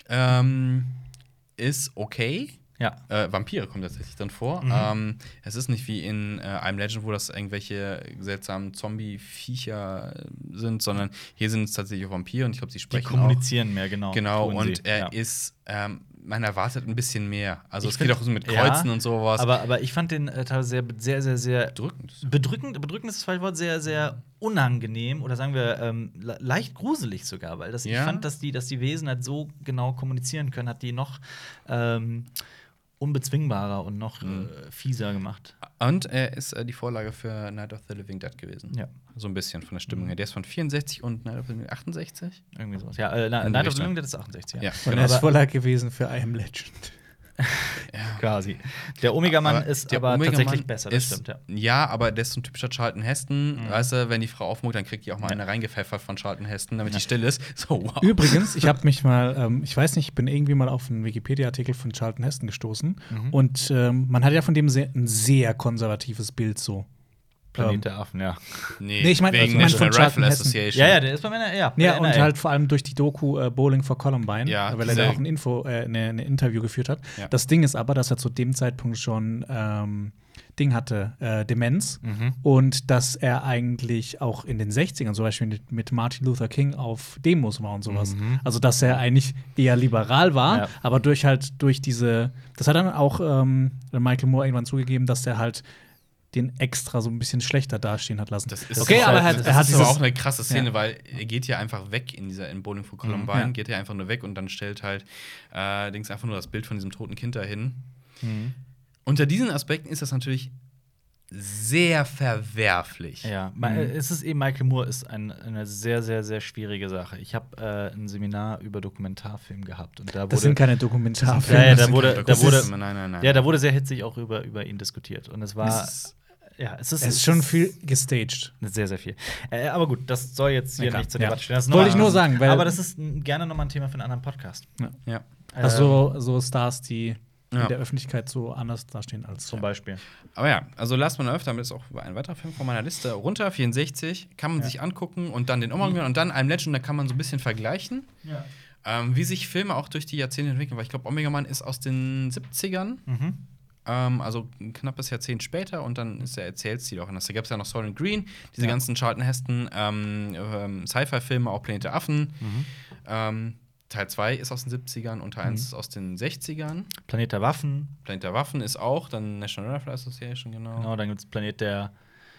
ist okay. Ja. Vampire kommen tatsächlich dann vor. Es ist nicht wie in I Am Legend, wo das irgendwelche seltsamen Zombie-Viecher sind, sondern hier sind es tatsächlich auch Vampire und ich glaube, sie sprechen Die kommunizieren mehr, genau. Genau, und er ist man erwartet ein bisschen mehr. Also Ich es geht find- auch so mit Kreuzen und sowas. Aber ich fand den teilweise sehr Bedrückend. bedrückend ist das falsche Wort, sehr unangenehm oder sagen wir leicht gruselig sogar, weil ich Ja. fand, dass die Wesen halt so genau kommunizieren können, hat die noch unbezwingbarer und noch fieser gemacht. Und er ist die Vorlage für Night of the Living Dead gewesen. Ja. So ein bisschen von der Stimmung her. Der ist von 64 und Night of the Living 68. Irgendwie sowas. Ja, In die Night of the Richtung. Living Dead ist 68, ja. Ja, Und genau. er ist Vorlage gewesen für I Am Legend. Quasi. Der Omega-Mann Aber ist der aber Omega-Mann tatsächlich besser, das ist- stimmt, ja. Ja, aber der ist so ein typischer Charlton Heston. Weißt du, wenn die Frau aufmuckt, dann kriegt die auch mal eine reingepfeffert von Charlton Heston, damit die still ist. So, wow. Übrigens, ich habe mich mal, ich weiß nicht, ich bin irgendwie mal auf einen Wikipedia-Artikel von Charlton Heston gestoßen. Und man hat ja von dem ein sehr konservatives Bild so. Planet der Affen, ja. Nee, Nee, ich mein, wegen ich mein National von Charlton Rifle Heston. Association. Ja, der ist bei meiner, Ja, bei und NRA. halt vor allem durch die Doku Bowling for Columbine, Ja, weil er da auch ein Interview geführt hat. Ja. Das Ding ist aber, dass er zu dem Zeitpunkt schon Demenz und dass er eigentlich auch in den 60ern zum Beispiel mit Martin Luther King auf Demos war und sowas. Also, dass er eigentlich eher liberal war, Ja. aber durch diese, das hat dann auch Michael Moore irgendwann zugegeben, dass er halt den extra so ein bisschen schlechter dastehen hat lassen. Das ist Okay, aber das er hat ist aber dieses- auch eine krasse Szene, Ja. weil er geht ja einfach weg in Bowling for Columbine, Ja. geht er einfach nur weg und dann stellt halt Dings einfach nur das Bild von diesem toten Kind dahin. Unter diesen Aspekten ist das natürlich sehr verwerflich. Ja, es ist eben, Michael Moore ist eine sehr schwierige Sache. Ich habe ein Seminar über Dokumentarfilm gehabt und da wurde Das sind keine Dokumentarfilme. Ja, Das da sind wurde- keine da wurde- Dokumentarfilme, nein. ja, da wurde sehr hitzig auch über ihn diskutiert und es war es Es ist schon viel gestaged. sehr viel. Aber gut, das soll jetzt hier Ja, nicht zur ja. Debatte stehen. Das ist Wollte noch- ich nur sagen, weil- aber das ist gerne noch mal ein Thema für einen anderen Podcast. Ja. Also so Stars, die Ja. in der Öffentlichkeit so anders dastehen als Zum Beispiel. Aber ja, also Last Man on Earth, damit ist auch ein weiterer Film von meiner Liste runter, 64, kann man sich angucken und dann den Omega und dann I'm Legend, da kann man so ein bisschen vergleichen, wie sich Filme auch durch die Jahrzehnte entwickeln, weil ich glaube, Omega Man ist aus den 70ern, also ein knappes Jahrzehnt später und dann ist der Erzählstil auch anders. Da gab es ja noch Soylent Green, diese ganzen Charlton Heston Sci-Fi-Filme, auch Planet der Affen. Teil 2 ist aus den 70ern und Teil 1 ist aus den 60ern. Planet der Waffen. Planet der Waffen ist auch, dann National Rifle Association, genau. Genau, dann gibt es Planet der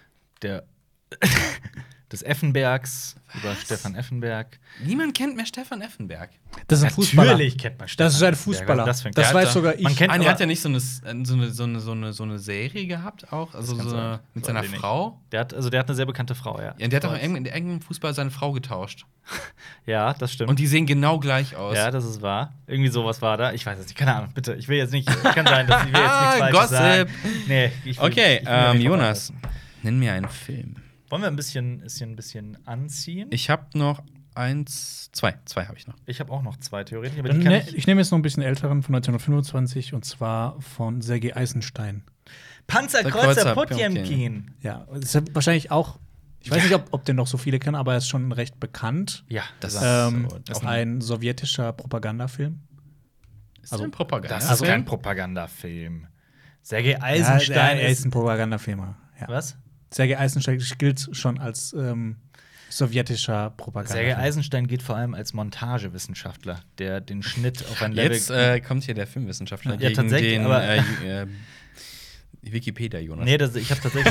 des Effenbergs über Stefan Effenberg. Niemand kennt mehr Stefan Effenberg. Das ist ein Fußballer. Natürlich kennt man Stefan Das ist ein Effenberg. Fußballer. Das, fängt Das an. weiß sogar ich. Man kennt Der aber- hat ja nicht so eine Serie gehabt auch, also kann so sein. eine, mit Weiß seiner ich nicht. Der Der hat eine sehr bekannte Frau, ja. hat doch in engem Fußball seine Frau getauscht. Ja, das stimmt. Und die sehen genau gleich aus. ja, das ist wahr. Irgendwie sowas war da. Ich weiß es nicht. Keine Ahnung, bitte. Ich will jetzt nicht. Kann sein, dass ich will jetzt nichts Falsches Gossip. sagen. Nee, ich will, Okay, ich will ja nicht Jonas, nenn mir einen Film. Wollen wir ein bisschen anziehen? Ich habe noch zwei habe ich noch. Ich habe auch noch zwei theoretisch, aber Dann die kann ich nehme jetzt noch ein bisschen älteren von 1925 und zwar von Sergei Eisenstein. Panzerkreuzer Kreuzer Potjemkin. Ja, das ist wahrscheinlich auch. Ich weiß nicht, ob den noch so viele kennen, aber er ist schon recht bekannt. Ja, Das ist Ist ein sowjetischer Propagandafilm. Ist Also, ein Propaganda. das ist kein Propagandafilm. Sergei Eisenstein Eisenstein er ist ein Propagandafilm. Ja. Was? Sergei Eisenstein gilt schon als sowjetischer Propagandafilm. Sergei Eisenstein geht vor allem als Montagewissenschaftler, der den Schnitt auf ein Level. Jetzt kommt hier der Filmwissenschaftler Ja, gegen tatsächlich, den aber- Wikipedia-Jonas. Nee, ich habe tatsächlich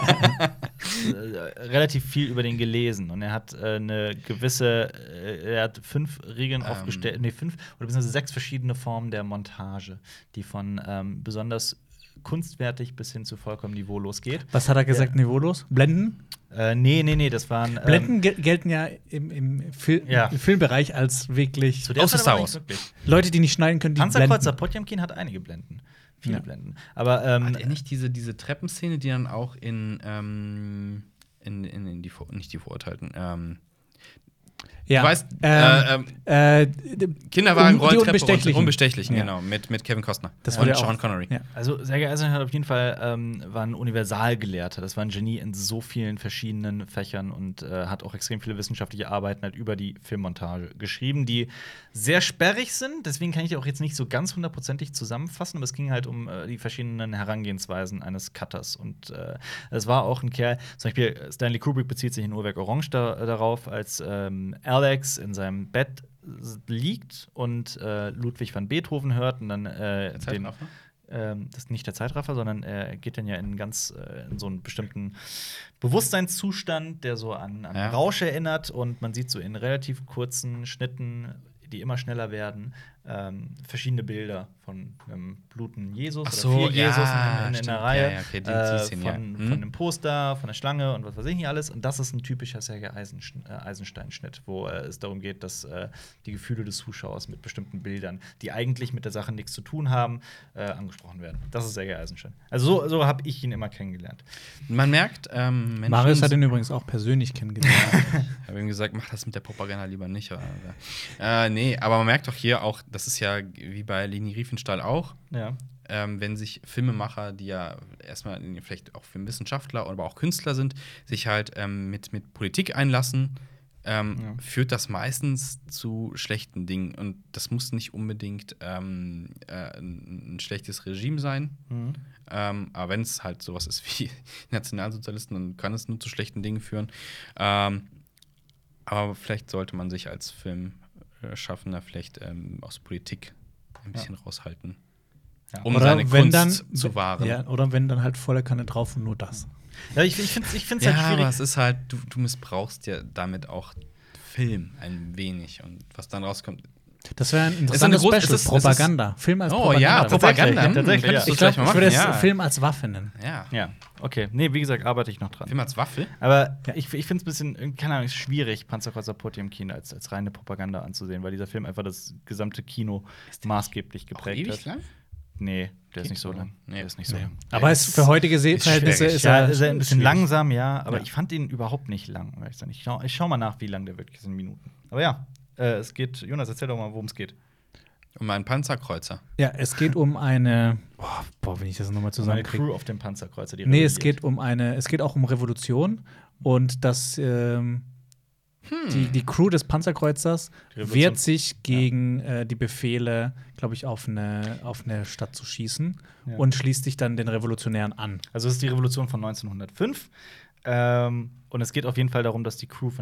relativ viel über den gelesen und er hat eine gewisse, er hat 5 Regeln aufgestellt, nee, 5 oder beziehungsweise 6 verschiedene Formen der Montage, die von besonders kunstwertig bis hin zu vollkommen niveaulos geht. Was hat er gesagt, niveaulos? Blenden? Nee, das waren Blenden gelten ja im Ja. im Filmbereich als wirklich zu der Außer Zeit Star aber Wars. nicht wirklich. Leute, die nicht schneiden können, die Panzerkreuzer blenden. Potjemkin hat einige Blenden. Viele Ja. Blenden. Aber Hat er nicht diese Treppenszene, die dann auch in die nicht die Verurteilten, Ja. du weißt, Kinderwagen, die Rolltreppe, Unbestechlichen. Unbestechlichen, Ja. genau, mit Kevin Costner. Das und wurde ja Sean auch- Connery. Ja. Also Sergei Eisenstein hat auf jeden Fall war ein Universalgelehrter. Das war ein Genie in so vielen verschiedenen Fächern und hat auch extrem viele wissenschaftliche Arbeiten halt über die Filmmontage geschrieben, die sehr sperrig sind. Deswegen kann ich die auch jetzt nicht so ganz hundertprozentig zusammenfassen, aber es ging halt um die verschiedenen Herangehensweisen eines Cutters. Und es war auch ein Kerl, zum Beispiel Stanley Kubrick bezieht sich in Uhrwerk Orange darauf, als Alex in seinem Bett liegt und Ludwig van Beethoven hört und dann das ist nicht der Zeitraffer, sondern er geht dann ja in so einen bestimmten Bewusstseinszustand, der so an Rausch erinnert, und man sieht so in relativ kurzen Schnitten, die immer schneller werden, verschiedene Bilder von einem bluten Jesus oder 4 Jesus in der Reihe, von dem Poster, von der Schlange und was weiß ich nicht alles. Und das ist ein typischer Sergei Eisenstein-Schnitt, wo es darum geht, dass die Gefühle des Zuschauers mit bestimmten Bildern, die eigentlich mit der Sache nichts zu tun haben, angesprochen werden. Das ist Sergei Eisenstein. Also so habe ich ihn immer kennengelernt. Man merkt, Marius hat ihn übrigens auch persönlich kennengelernt. Ich habe ihm gesagt, mach das mit der Propaganda lieber nicht. Nee, aber man merkt doch hier auch, das ist ja wie bei Leni Riefenstahl auch, wenn sich Filmemacher, die ja erstmal vielleicht auch Filmwissenschaftler, aber auch Künstler sind, sich halt mit Politik einlassen, führt das meistens zu schlechten Dingen. Und das muss nicht unbedingt ein schlechtes Regime sein. Aber wenn es halt sowas ist wie Nationalsozialisten, dann kann es nur zu schlechten Dingen führen. Aber vielleicht sollte man sich als Filmschaffender vielleicht aus Politik ein bisschen raushalten. Ja. Um seine Kunst zu wahren. Ja, oder wenn dann halt volle Kanne drauf und nur das. Ja, ich find's halt schwierig. Aber es ist halt, du missbrauchst ja damit auch Film ein wenig. Und was dann rauskommt. Das wäre ein interessantes Special. Propaganda. Film als Propaganda. Oh ja, Propaganda. Tatsächlich. Ich glaube, ich würde es Film als Waffe nennen. Ja, okay. Nee, wie gesagt, arbeite ich noch dran. Film als Waffe? Aber ich finde es ein bisschen, keine Ahnung, schwierig, Panzerkreuzer Potti im Kino als reine Propaganda anzusehen, weil dieser Film einfach das gesamte Kino maßgeblich geprägt hat. Lang? Nee, der ist nicht so lang. Nee, der ist nicht so lang. Aber es für heutige Sehverhältnisse ist er ein bisschen langsam, ja. Aber ich fand ihn überhaupt nicht lang. Ich schau mal nach, wie lang der wirklich ist in Minuten. Aber ja, es geht. Jonas, erzähl doch mal, worum es geht. Um einen Panzerkreuzer. Ja, es geht um eine. Wenn ich das nochmal zusammenkriege. Eine Crew auf dem Panzerkreuzer. Es geht auch um Revolution und das. Die Crew des Panzerkreuzers wehrt sich gegen die Befehle, glaube ich, auf eine Stadt zu schießen und schließt sich dann den Revolutionären an. Also es ist die Revolution von 1905. Und es geht auf jeden Fall darum, dass die Crew von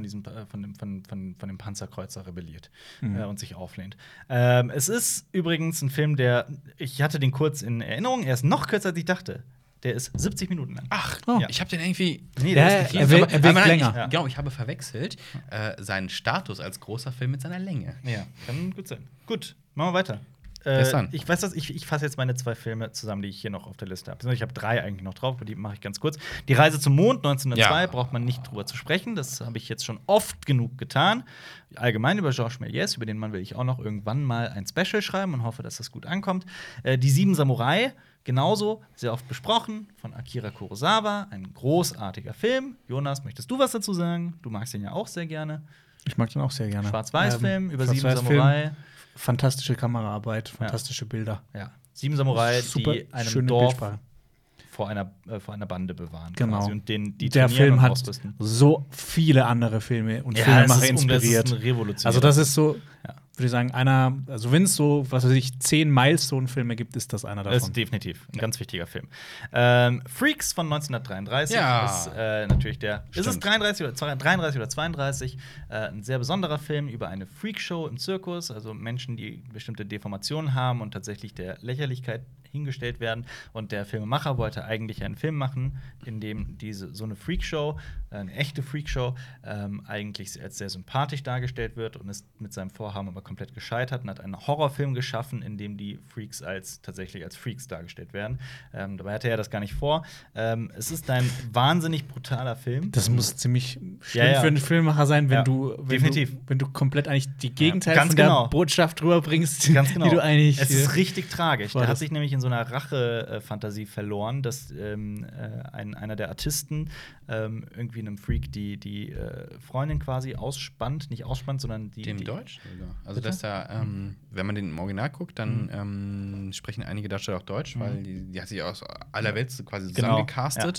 dem Panzerkreuzer rebelliert und sich auflehnt. Es ist übrigens ein Film, ich hatte den kurz in Erinnerung, er ist noch kürzer, als ich dachte. Der ist 70 Minuten lang. Ach, ich habe den irgendwie. Nee, der ist nicht viel. Er wirkt länger. Genau, ich habe verwechselt seinen Status als großer Film mit seiner Länge. Ja, kann gut sein. Gut, machen wir weiter. Ich weiß das, ich fasse jetzt meine 2 Filme zusammen, die ich hier noch auf der Liste habe. Ich habe 3 eigentlich noch drauf, aber die mache ich ganz kurz. Die Reise zum Mond 1902 braucht man nicht drüber zu sprechen. Das habe ich jetzt schon oft genug getan. Allgemein über Georges Méliès, über den Mann will ich auch noch irgendwann mal ein Special schreiben und hoffe, dass das gut ankommt. Die 7 Samurai, genauso, sehr oft besprochen, von Akira Kurosawa. Ein großartiger Film. Jonas, möchtest du was dazu sagen? Du magst den ja auch sehr gerne. Ich mag den auch sehr gerne. Schwarz-Weiß-Film über 7 Samurai. Fantastische Kameraarbeit, fantastische Bilder. Ja. 7 Samurai, die einem Dorf vor einer Bande bewahren. Genau. Quasi. Und der Film hat so viele andere Filme und Filmemacher inspiriert. Das ist ein Revolution. Also das ist so, würde ich sagen, also wenn es so, 10 Milestone-Filme gibt, ist das einer davon. Das ist definitiv ein ganz wichtiger Film. Freaks von 1933 ist natürlich ist es 33 oder 32? Ein sehr besonderer Film über eine Freakshow im Zirkus, also Menschen, die bestimmte Deformationen haben und tatsächlich der Lächerlichkeit hingestellt werden. Und der Filmemacher wollte eigentlich einen Film machen, in dem so eine Freakshow, eine echte Freakshow, eigentlich als sehr sympathisch dargestellt wird und ist mit seinem Vorhaben aber komplett gescheitert und hat einen Horrorfilm geschaffen, in dem die Freaks tatsächlich als Freaks dargestellt werden. Dabei hatte er das gar nicht vor. Es ist ein wahnsinnig brutaler Film. Das muss ziemlich schlimm für einen Filmemacher sein, wenn du komplett eigentlich die Gegenteil von der Botschaft rüberbringst, die du eigentlich. Es ist richtig tragisch. Der hat sich nämlich in so einer Rache-Fantasie verloren, dass einer der Artisten irgendwie einem Freak die Freundin quasi nicht ausspannt, sondern Dem Deutsch sogar. Also, dass da, wenn man den im Original guckt, dann sprechen einige Darsteller auch Deutsch, weil die hat sich aus aller Welt quasi zusammengecastet.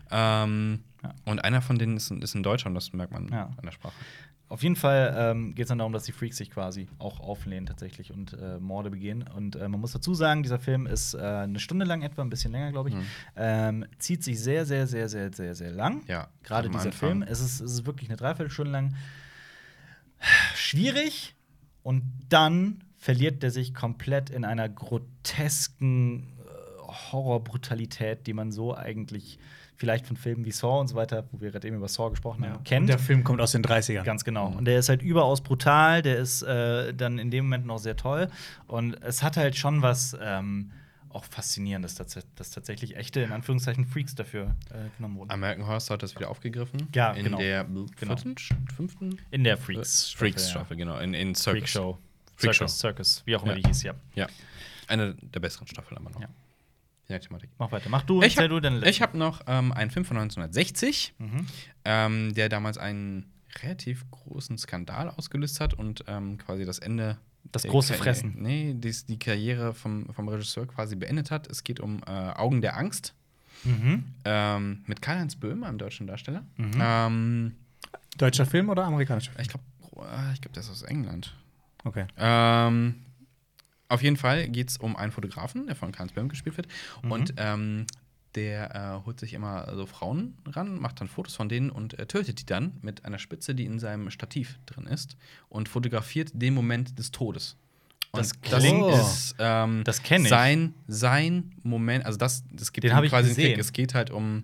Und einer von denen ist ein Deutscher und das merkt man an der Sprache. Auf jeden Fall geht es dann darum, dass die Freaks sich quasi auch auflehnen tatsächlich und Morde begehen. Und man muss dazu sagen, dieser Film ist 1 Stunde lang etwa, ein bisschen länger, glaube ich. Zieht sich sehr, sehr, sehr, sehr, sehr, sehr lang. Ja. Gerade dieser Film. Es ist wirklich eine Dreiviertelstunde lang. schwierig. Und dann verliert der sich komplett in einer grotesken Horrorbrutalität, die man so eigentlich vielleicht von Filmen wie Saw und so weiter, wo wir gerade eben über Saw gesprochen haben, kennt. Und der Film kommt aus den 30ern. Ganz genau. Und der ist halt überaus brutal, der ist dann in dem Moment noch sehr toll. Und es hat halt schon was auch Faszinierendes, dass tatsächlich echte, in Anführungszeichen, Freaks dafür genommen wurden. American Horror Story hat das wieder aufgegriffen. Ja, in genau. der Genau. fünften? In der Freaks-Staffel, genau. In Circus. Freakshow. Freakshow. Circus, wie auch immer Ja. die hieß, ja. Ja. Eine der besseren Staffeln immer noch. Ja. Ja, Thematik. Mach weiter. Mach du, Ich erzähl du deine Ich habe noch einen Film von 1960, der damals einen relativ großen Skandal ausgelöst hat und quasi das Ende. Das der große Karriere- Fressen. Nee, die Karriere vom Regisseur quasi beendet hat. Es geht um Augen der Angst mit Karl-Heinz Böhm, einem deutschen Darsteller. Deutscher Film oder amerikanischer Film? Ich glaube, der ist aus England. Okay. Auf jeden Fall geht es um einen Fotografen, der von Karl-Heinz Böhm gespielt wird. Und der holt sich immer so Frauen ran, macht dann Fotos von denen und tötet die dann mit einer Spitze, die in seinem Stativ drin ist und fotografiert den Moment des Todes. Und Das klingt- ist das kenn ich. sein Moment, also das gibt Den ihm hab ich quasi einen gesehen. Kick. Es geht halt um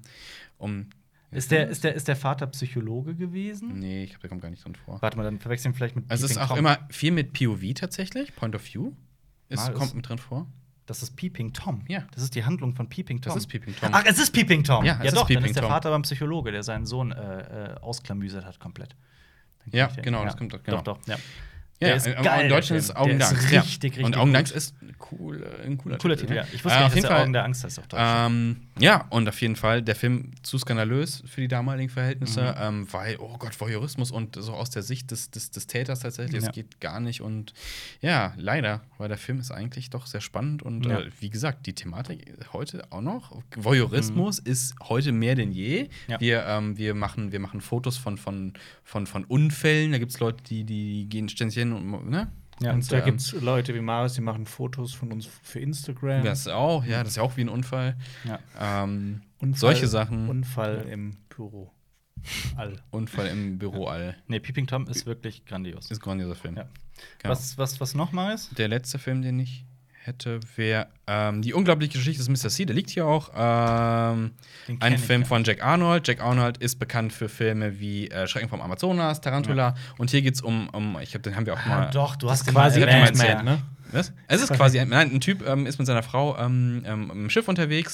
Ist der Vater Psychologe gewesen? Nee, ich glaube, der kommt gar nicht drin vor. Warte mal, dann verwechseln wir vielleicht mit Also es ist Peeping auch Tom. immer viel mit POV tatsächlich, Point of View. Mal Kommt ist- mit drin vor. Das ist Peeping Tom. Ja. Das ist die Handlung von Peeping Tom. Das ist Peeping Tom. Ach, es ist Peeping Tom. Ja, es ist doch, dann Peeping ist der Tom. Vater aber ein Psychologe, der seinen Sohn ausklamüsert hat komplett. Dann Ja, kenn ich den. genau, das kommt doch, genau. Doch, ja. Ja, Der ist in geil, Deutschland der ist Film. Augenangst. Der ist richtig Und gut. Augenangst ist ein cooler Titel, ja. Ich wusste Auf gar nicht, dass jeden der Fall, Augen der Angst heißt auf Deutsch. Ja, und auf jeden Fall der Film zu skandalös für die damaligen Verhältnisse, weil, oh Gott, Voyeurismus und so aus der Sicht des Täters tatsächlich, Ja. das geht gar nicht. Und ja, leider, weil der Film ist eigentlich doch sehr spannend und Ja. wie gesagt, die Thematik heute auch noch. Voyeurismus ist heute mehr denn je. Ja. Wir machen Fotos von Unfällen, da gibt es Leute, die gehen ständig hin und, ne? Ja, Und da gibt es Leute wie Marius, die machen Fotos von uns für Instagram. Das auch, ja, das ist ja auch wie ein Unfall. Ja. Solche Sachen. Unfall im Büro. Unfall im Büro all. Nee, Peeping Tom ist wirklich grandios. Ist ein grandioser Film. Ja. Genau. Was noch mal ist? Der letzte Film, den ich hätte, wäre Die unglaubliche Geschichte des Mr. C. Der liegt hier auch. Den kenn Ein ich Film gar von Jack Arnold. Jack Arnold ist bekannt für Filme wie Schrecken vom Amazonas, Tarantula. Und hier geht es um ich glaube, den haben wir auch mal. Doch, du hast den Quasi mal erwähnt, Ant-Man, ja. ne? Was? Es ist quasi ein Typ ist mit seiner Frau im Schiff unterwegs,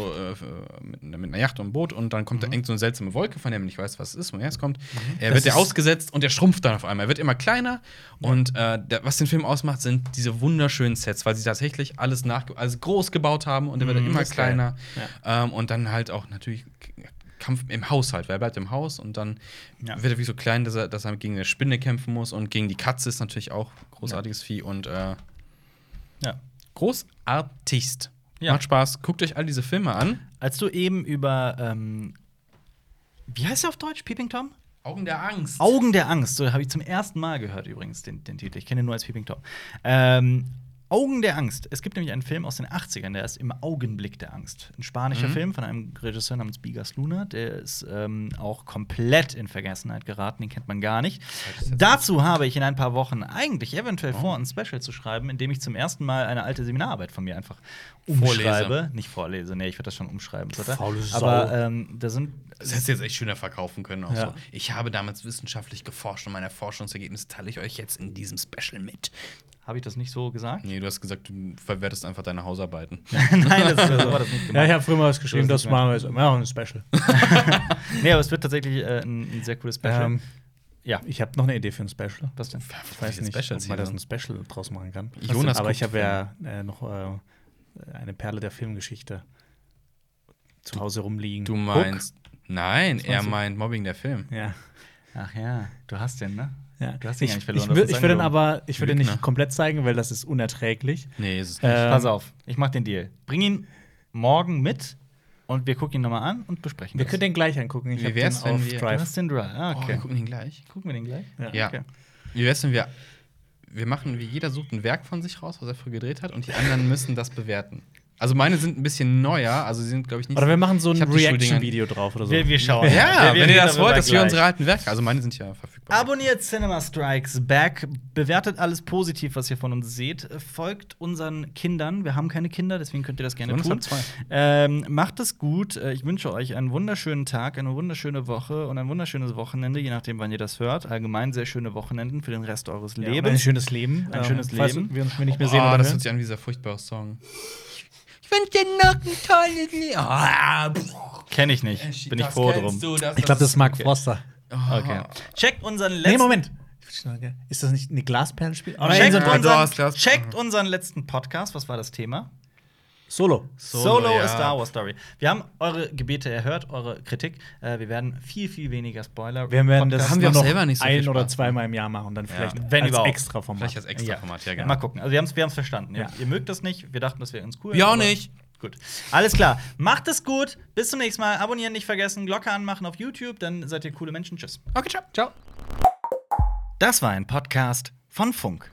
mit einer Yacht und einem Boot und dann kommt da irgend so eine seltsame Wolke, von der man nicht weiß, was es ist, woher es kommt. Das Wird ist- ausgesetzt und er schrumpft dann auf einmal. Er wird immer kleiner und was den Film ausmacht, sind diese wunderschönen Sets, weil sie tatsächlich alles groß gebaut haben und er wird dann immer das ist geil. kleiner. Und dann halt auch natürlich Kampf im Haushalt, weil er bleibt im Haus und dann Ja. wird er wie so klein, dass er gegen eine Spinne kämpfen muss und gegen die Katze ist natürlich auch großartiges Vieh und Ja. großartigst. Ja. Macht Spaß. Guckt euch all diese Filme an. Als du eben über wie heißt der auf Deutsch? Peeping Tom? Augen der Angst. Augen der Angst. So habe ich zum ersten Mal gehört übrigens den Titel. Ich kenne ihn nur als Peeping Tom. Augen der Angst. Es gibt nämlich einen Film aus den 80ern, der ist Im Augenblick der Angst. Ein spanischer Film von einem Regisseur namens Bigas Luna. Der ist auch komplett in Vergessenheit geraten. Den kennt man gar nicht. Dazu habe ich in ein paar Wochen eigentlich eventuell vor, ein Special zu schreiben, in dem ich zum ersten Mal eine alte Seminararbeit von mir einfach umschreibe. Nicht vorlese, nee, ich würde das schon umschreiben. Faule Sau. Aber da sind Das hättest du jetzt echt schöner verkaufen können. Auch Ja. so. Ich habe damals wissenschaftlich geforscht und meine Forschungsergebnisse teile ich euch jetzt in diesem Special mit. habe ich das nicht so gesagt? Nee, du hast gesagt, du verwertest einfach deine Hausarbeiten. Nein, so war das nicht Ja, gemeint. ich habe früher mal was geschrieben, So ist das es machen wir jetzt auch ein Special. Nee, aber es wird tatsächlich ein sehr cooles Special. Ja. Ich habe noch eine Idee für ein Special. Was denn? Ich weiß nicht, Specials ob man hier das ein sind. Special draus machen kann. Jonas aber guckt ich habe ja noch eine Perle der Filmgeschichte zu Hause rumliegen. Du meinst. Nein, Was er meinst du? meint Mobbing der Film. Ja. Ach ja, du hast den, ne? Ja. Du hast ihn ich, ja nicht verloren, Ich, du will, hast uns ich will den angelogen. aber, ich will den nicht Lügner. komplett zeigen, weil das ist unerträglich. Nee, ist es nicht. Pass auf, ich mach den Deal. Bring ihn morgen mit und wir gucken ihn nochmal an und besprechen Wir das. können den gleich angucken. Ich Wie habe wär's, den wenn auf wir- Du Drive. hast den Drive. Ah, Oh, okay. wir gucken ihn gleich. Gucken wir den gleich? Ja. Okay. Wie wär's, wenn wir machen, wie jeder sucht ein Werk von sich raus, was er früher gedreht hat, und die anderen müssen das bewerten. Also meine sind ein bisschen neuer, also sie sind, glaube ich, nicht. Oder wir machen so ein Ich hab die Reaction-Video drauf oder so. Wir schauen. Ja, wenn ihr das wollt, dass wir gleich. unsere alten Werke. Also meine sind ja verfügbar. Abonniert Cinema Strikes Back, bewertet alles positiv, was ihr von uns seht, folgt unseren Kindern. Wir haben keine Kinder, deswegen könnt ihr das gerne So, tun. das hat zwei. Macht es gut. Ich wünsche euch einen wunderschönen Tag, eine wunderschöne Woche und ein wunderschönes Wochenende, je nachdem, wann ihr das hört. Allgemein sehr schöne Wochenenden für den Rest eures Ja, und Lebens. ein schönes Leben. Ein schönes falls Leben. wir uns nicht mehr sehen Oh, oder das hören. hört sich an wie dieser furchtbare Song. Ich wünsche dir noch ein tolles Leben. Kenne ich nicht. Bin ich froh drum. Ich glaube, das ist Mark Forster. Okay. Checkt unseren Nee, letzten. Moment. Ist das nicht eine Glasperlenspiel? Oh, Checkt, nein, so ein checkt unseren letzten Podcast. Was war das Thema? Solo. Solo ja. A Star Wars Story. Wir haben eure Gebete erhört, eure Kritik. Wir werden viel, viel weniger Spoiler. Wir werden das Podcast haben wir noch noch selber nicht so viel ein oder Spaß. zweimal im Jahr machen, dann vielleicht Wenn als überhaupt. extra Format. Vielleicht als extra Format, ja, genau. Mal gucken. Also wir haben's verstanden. Ja. Ihr mögt das nicht. Wir dachten, das wäre ganz cool. Ja, auch aber- nicht. Gut. Alles klar. Macht es gut. Bis zum nächsten Mal. Abonnieren nicht vergessen. Glocke anmachen auf YouTube. Dann seid ihr coole Menschen. Tschüss. Okay, ciao. Ciao. Das war ein Podcast von Funk.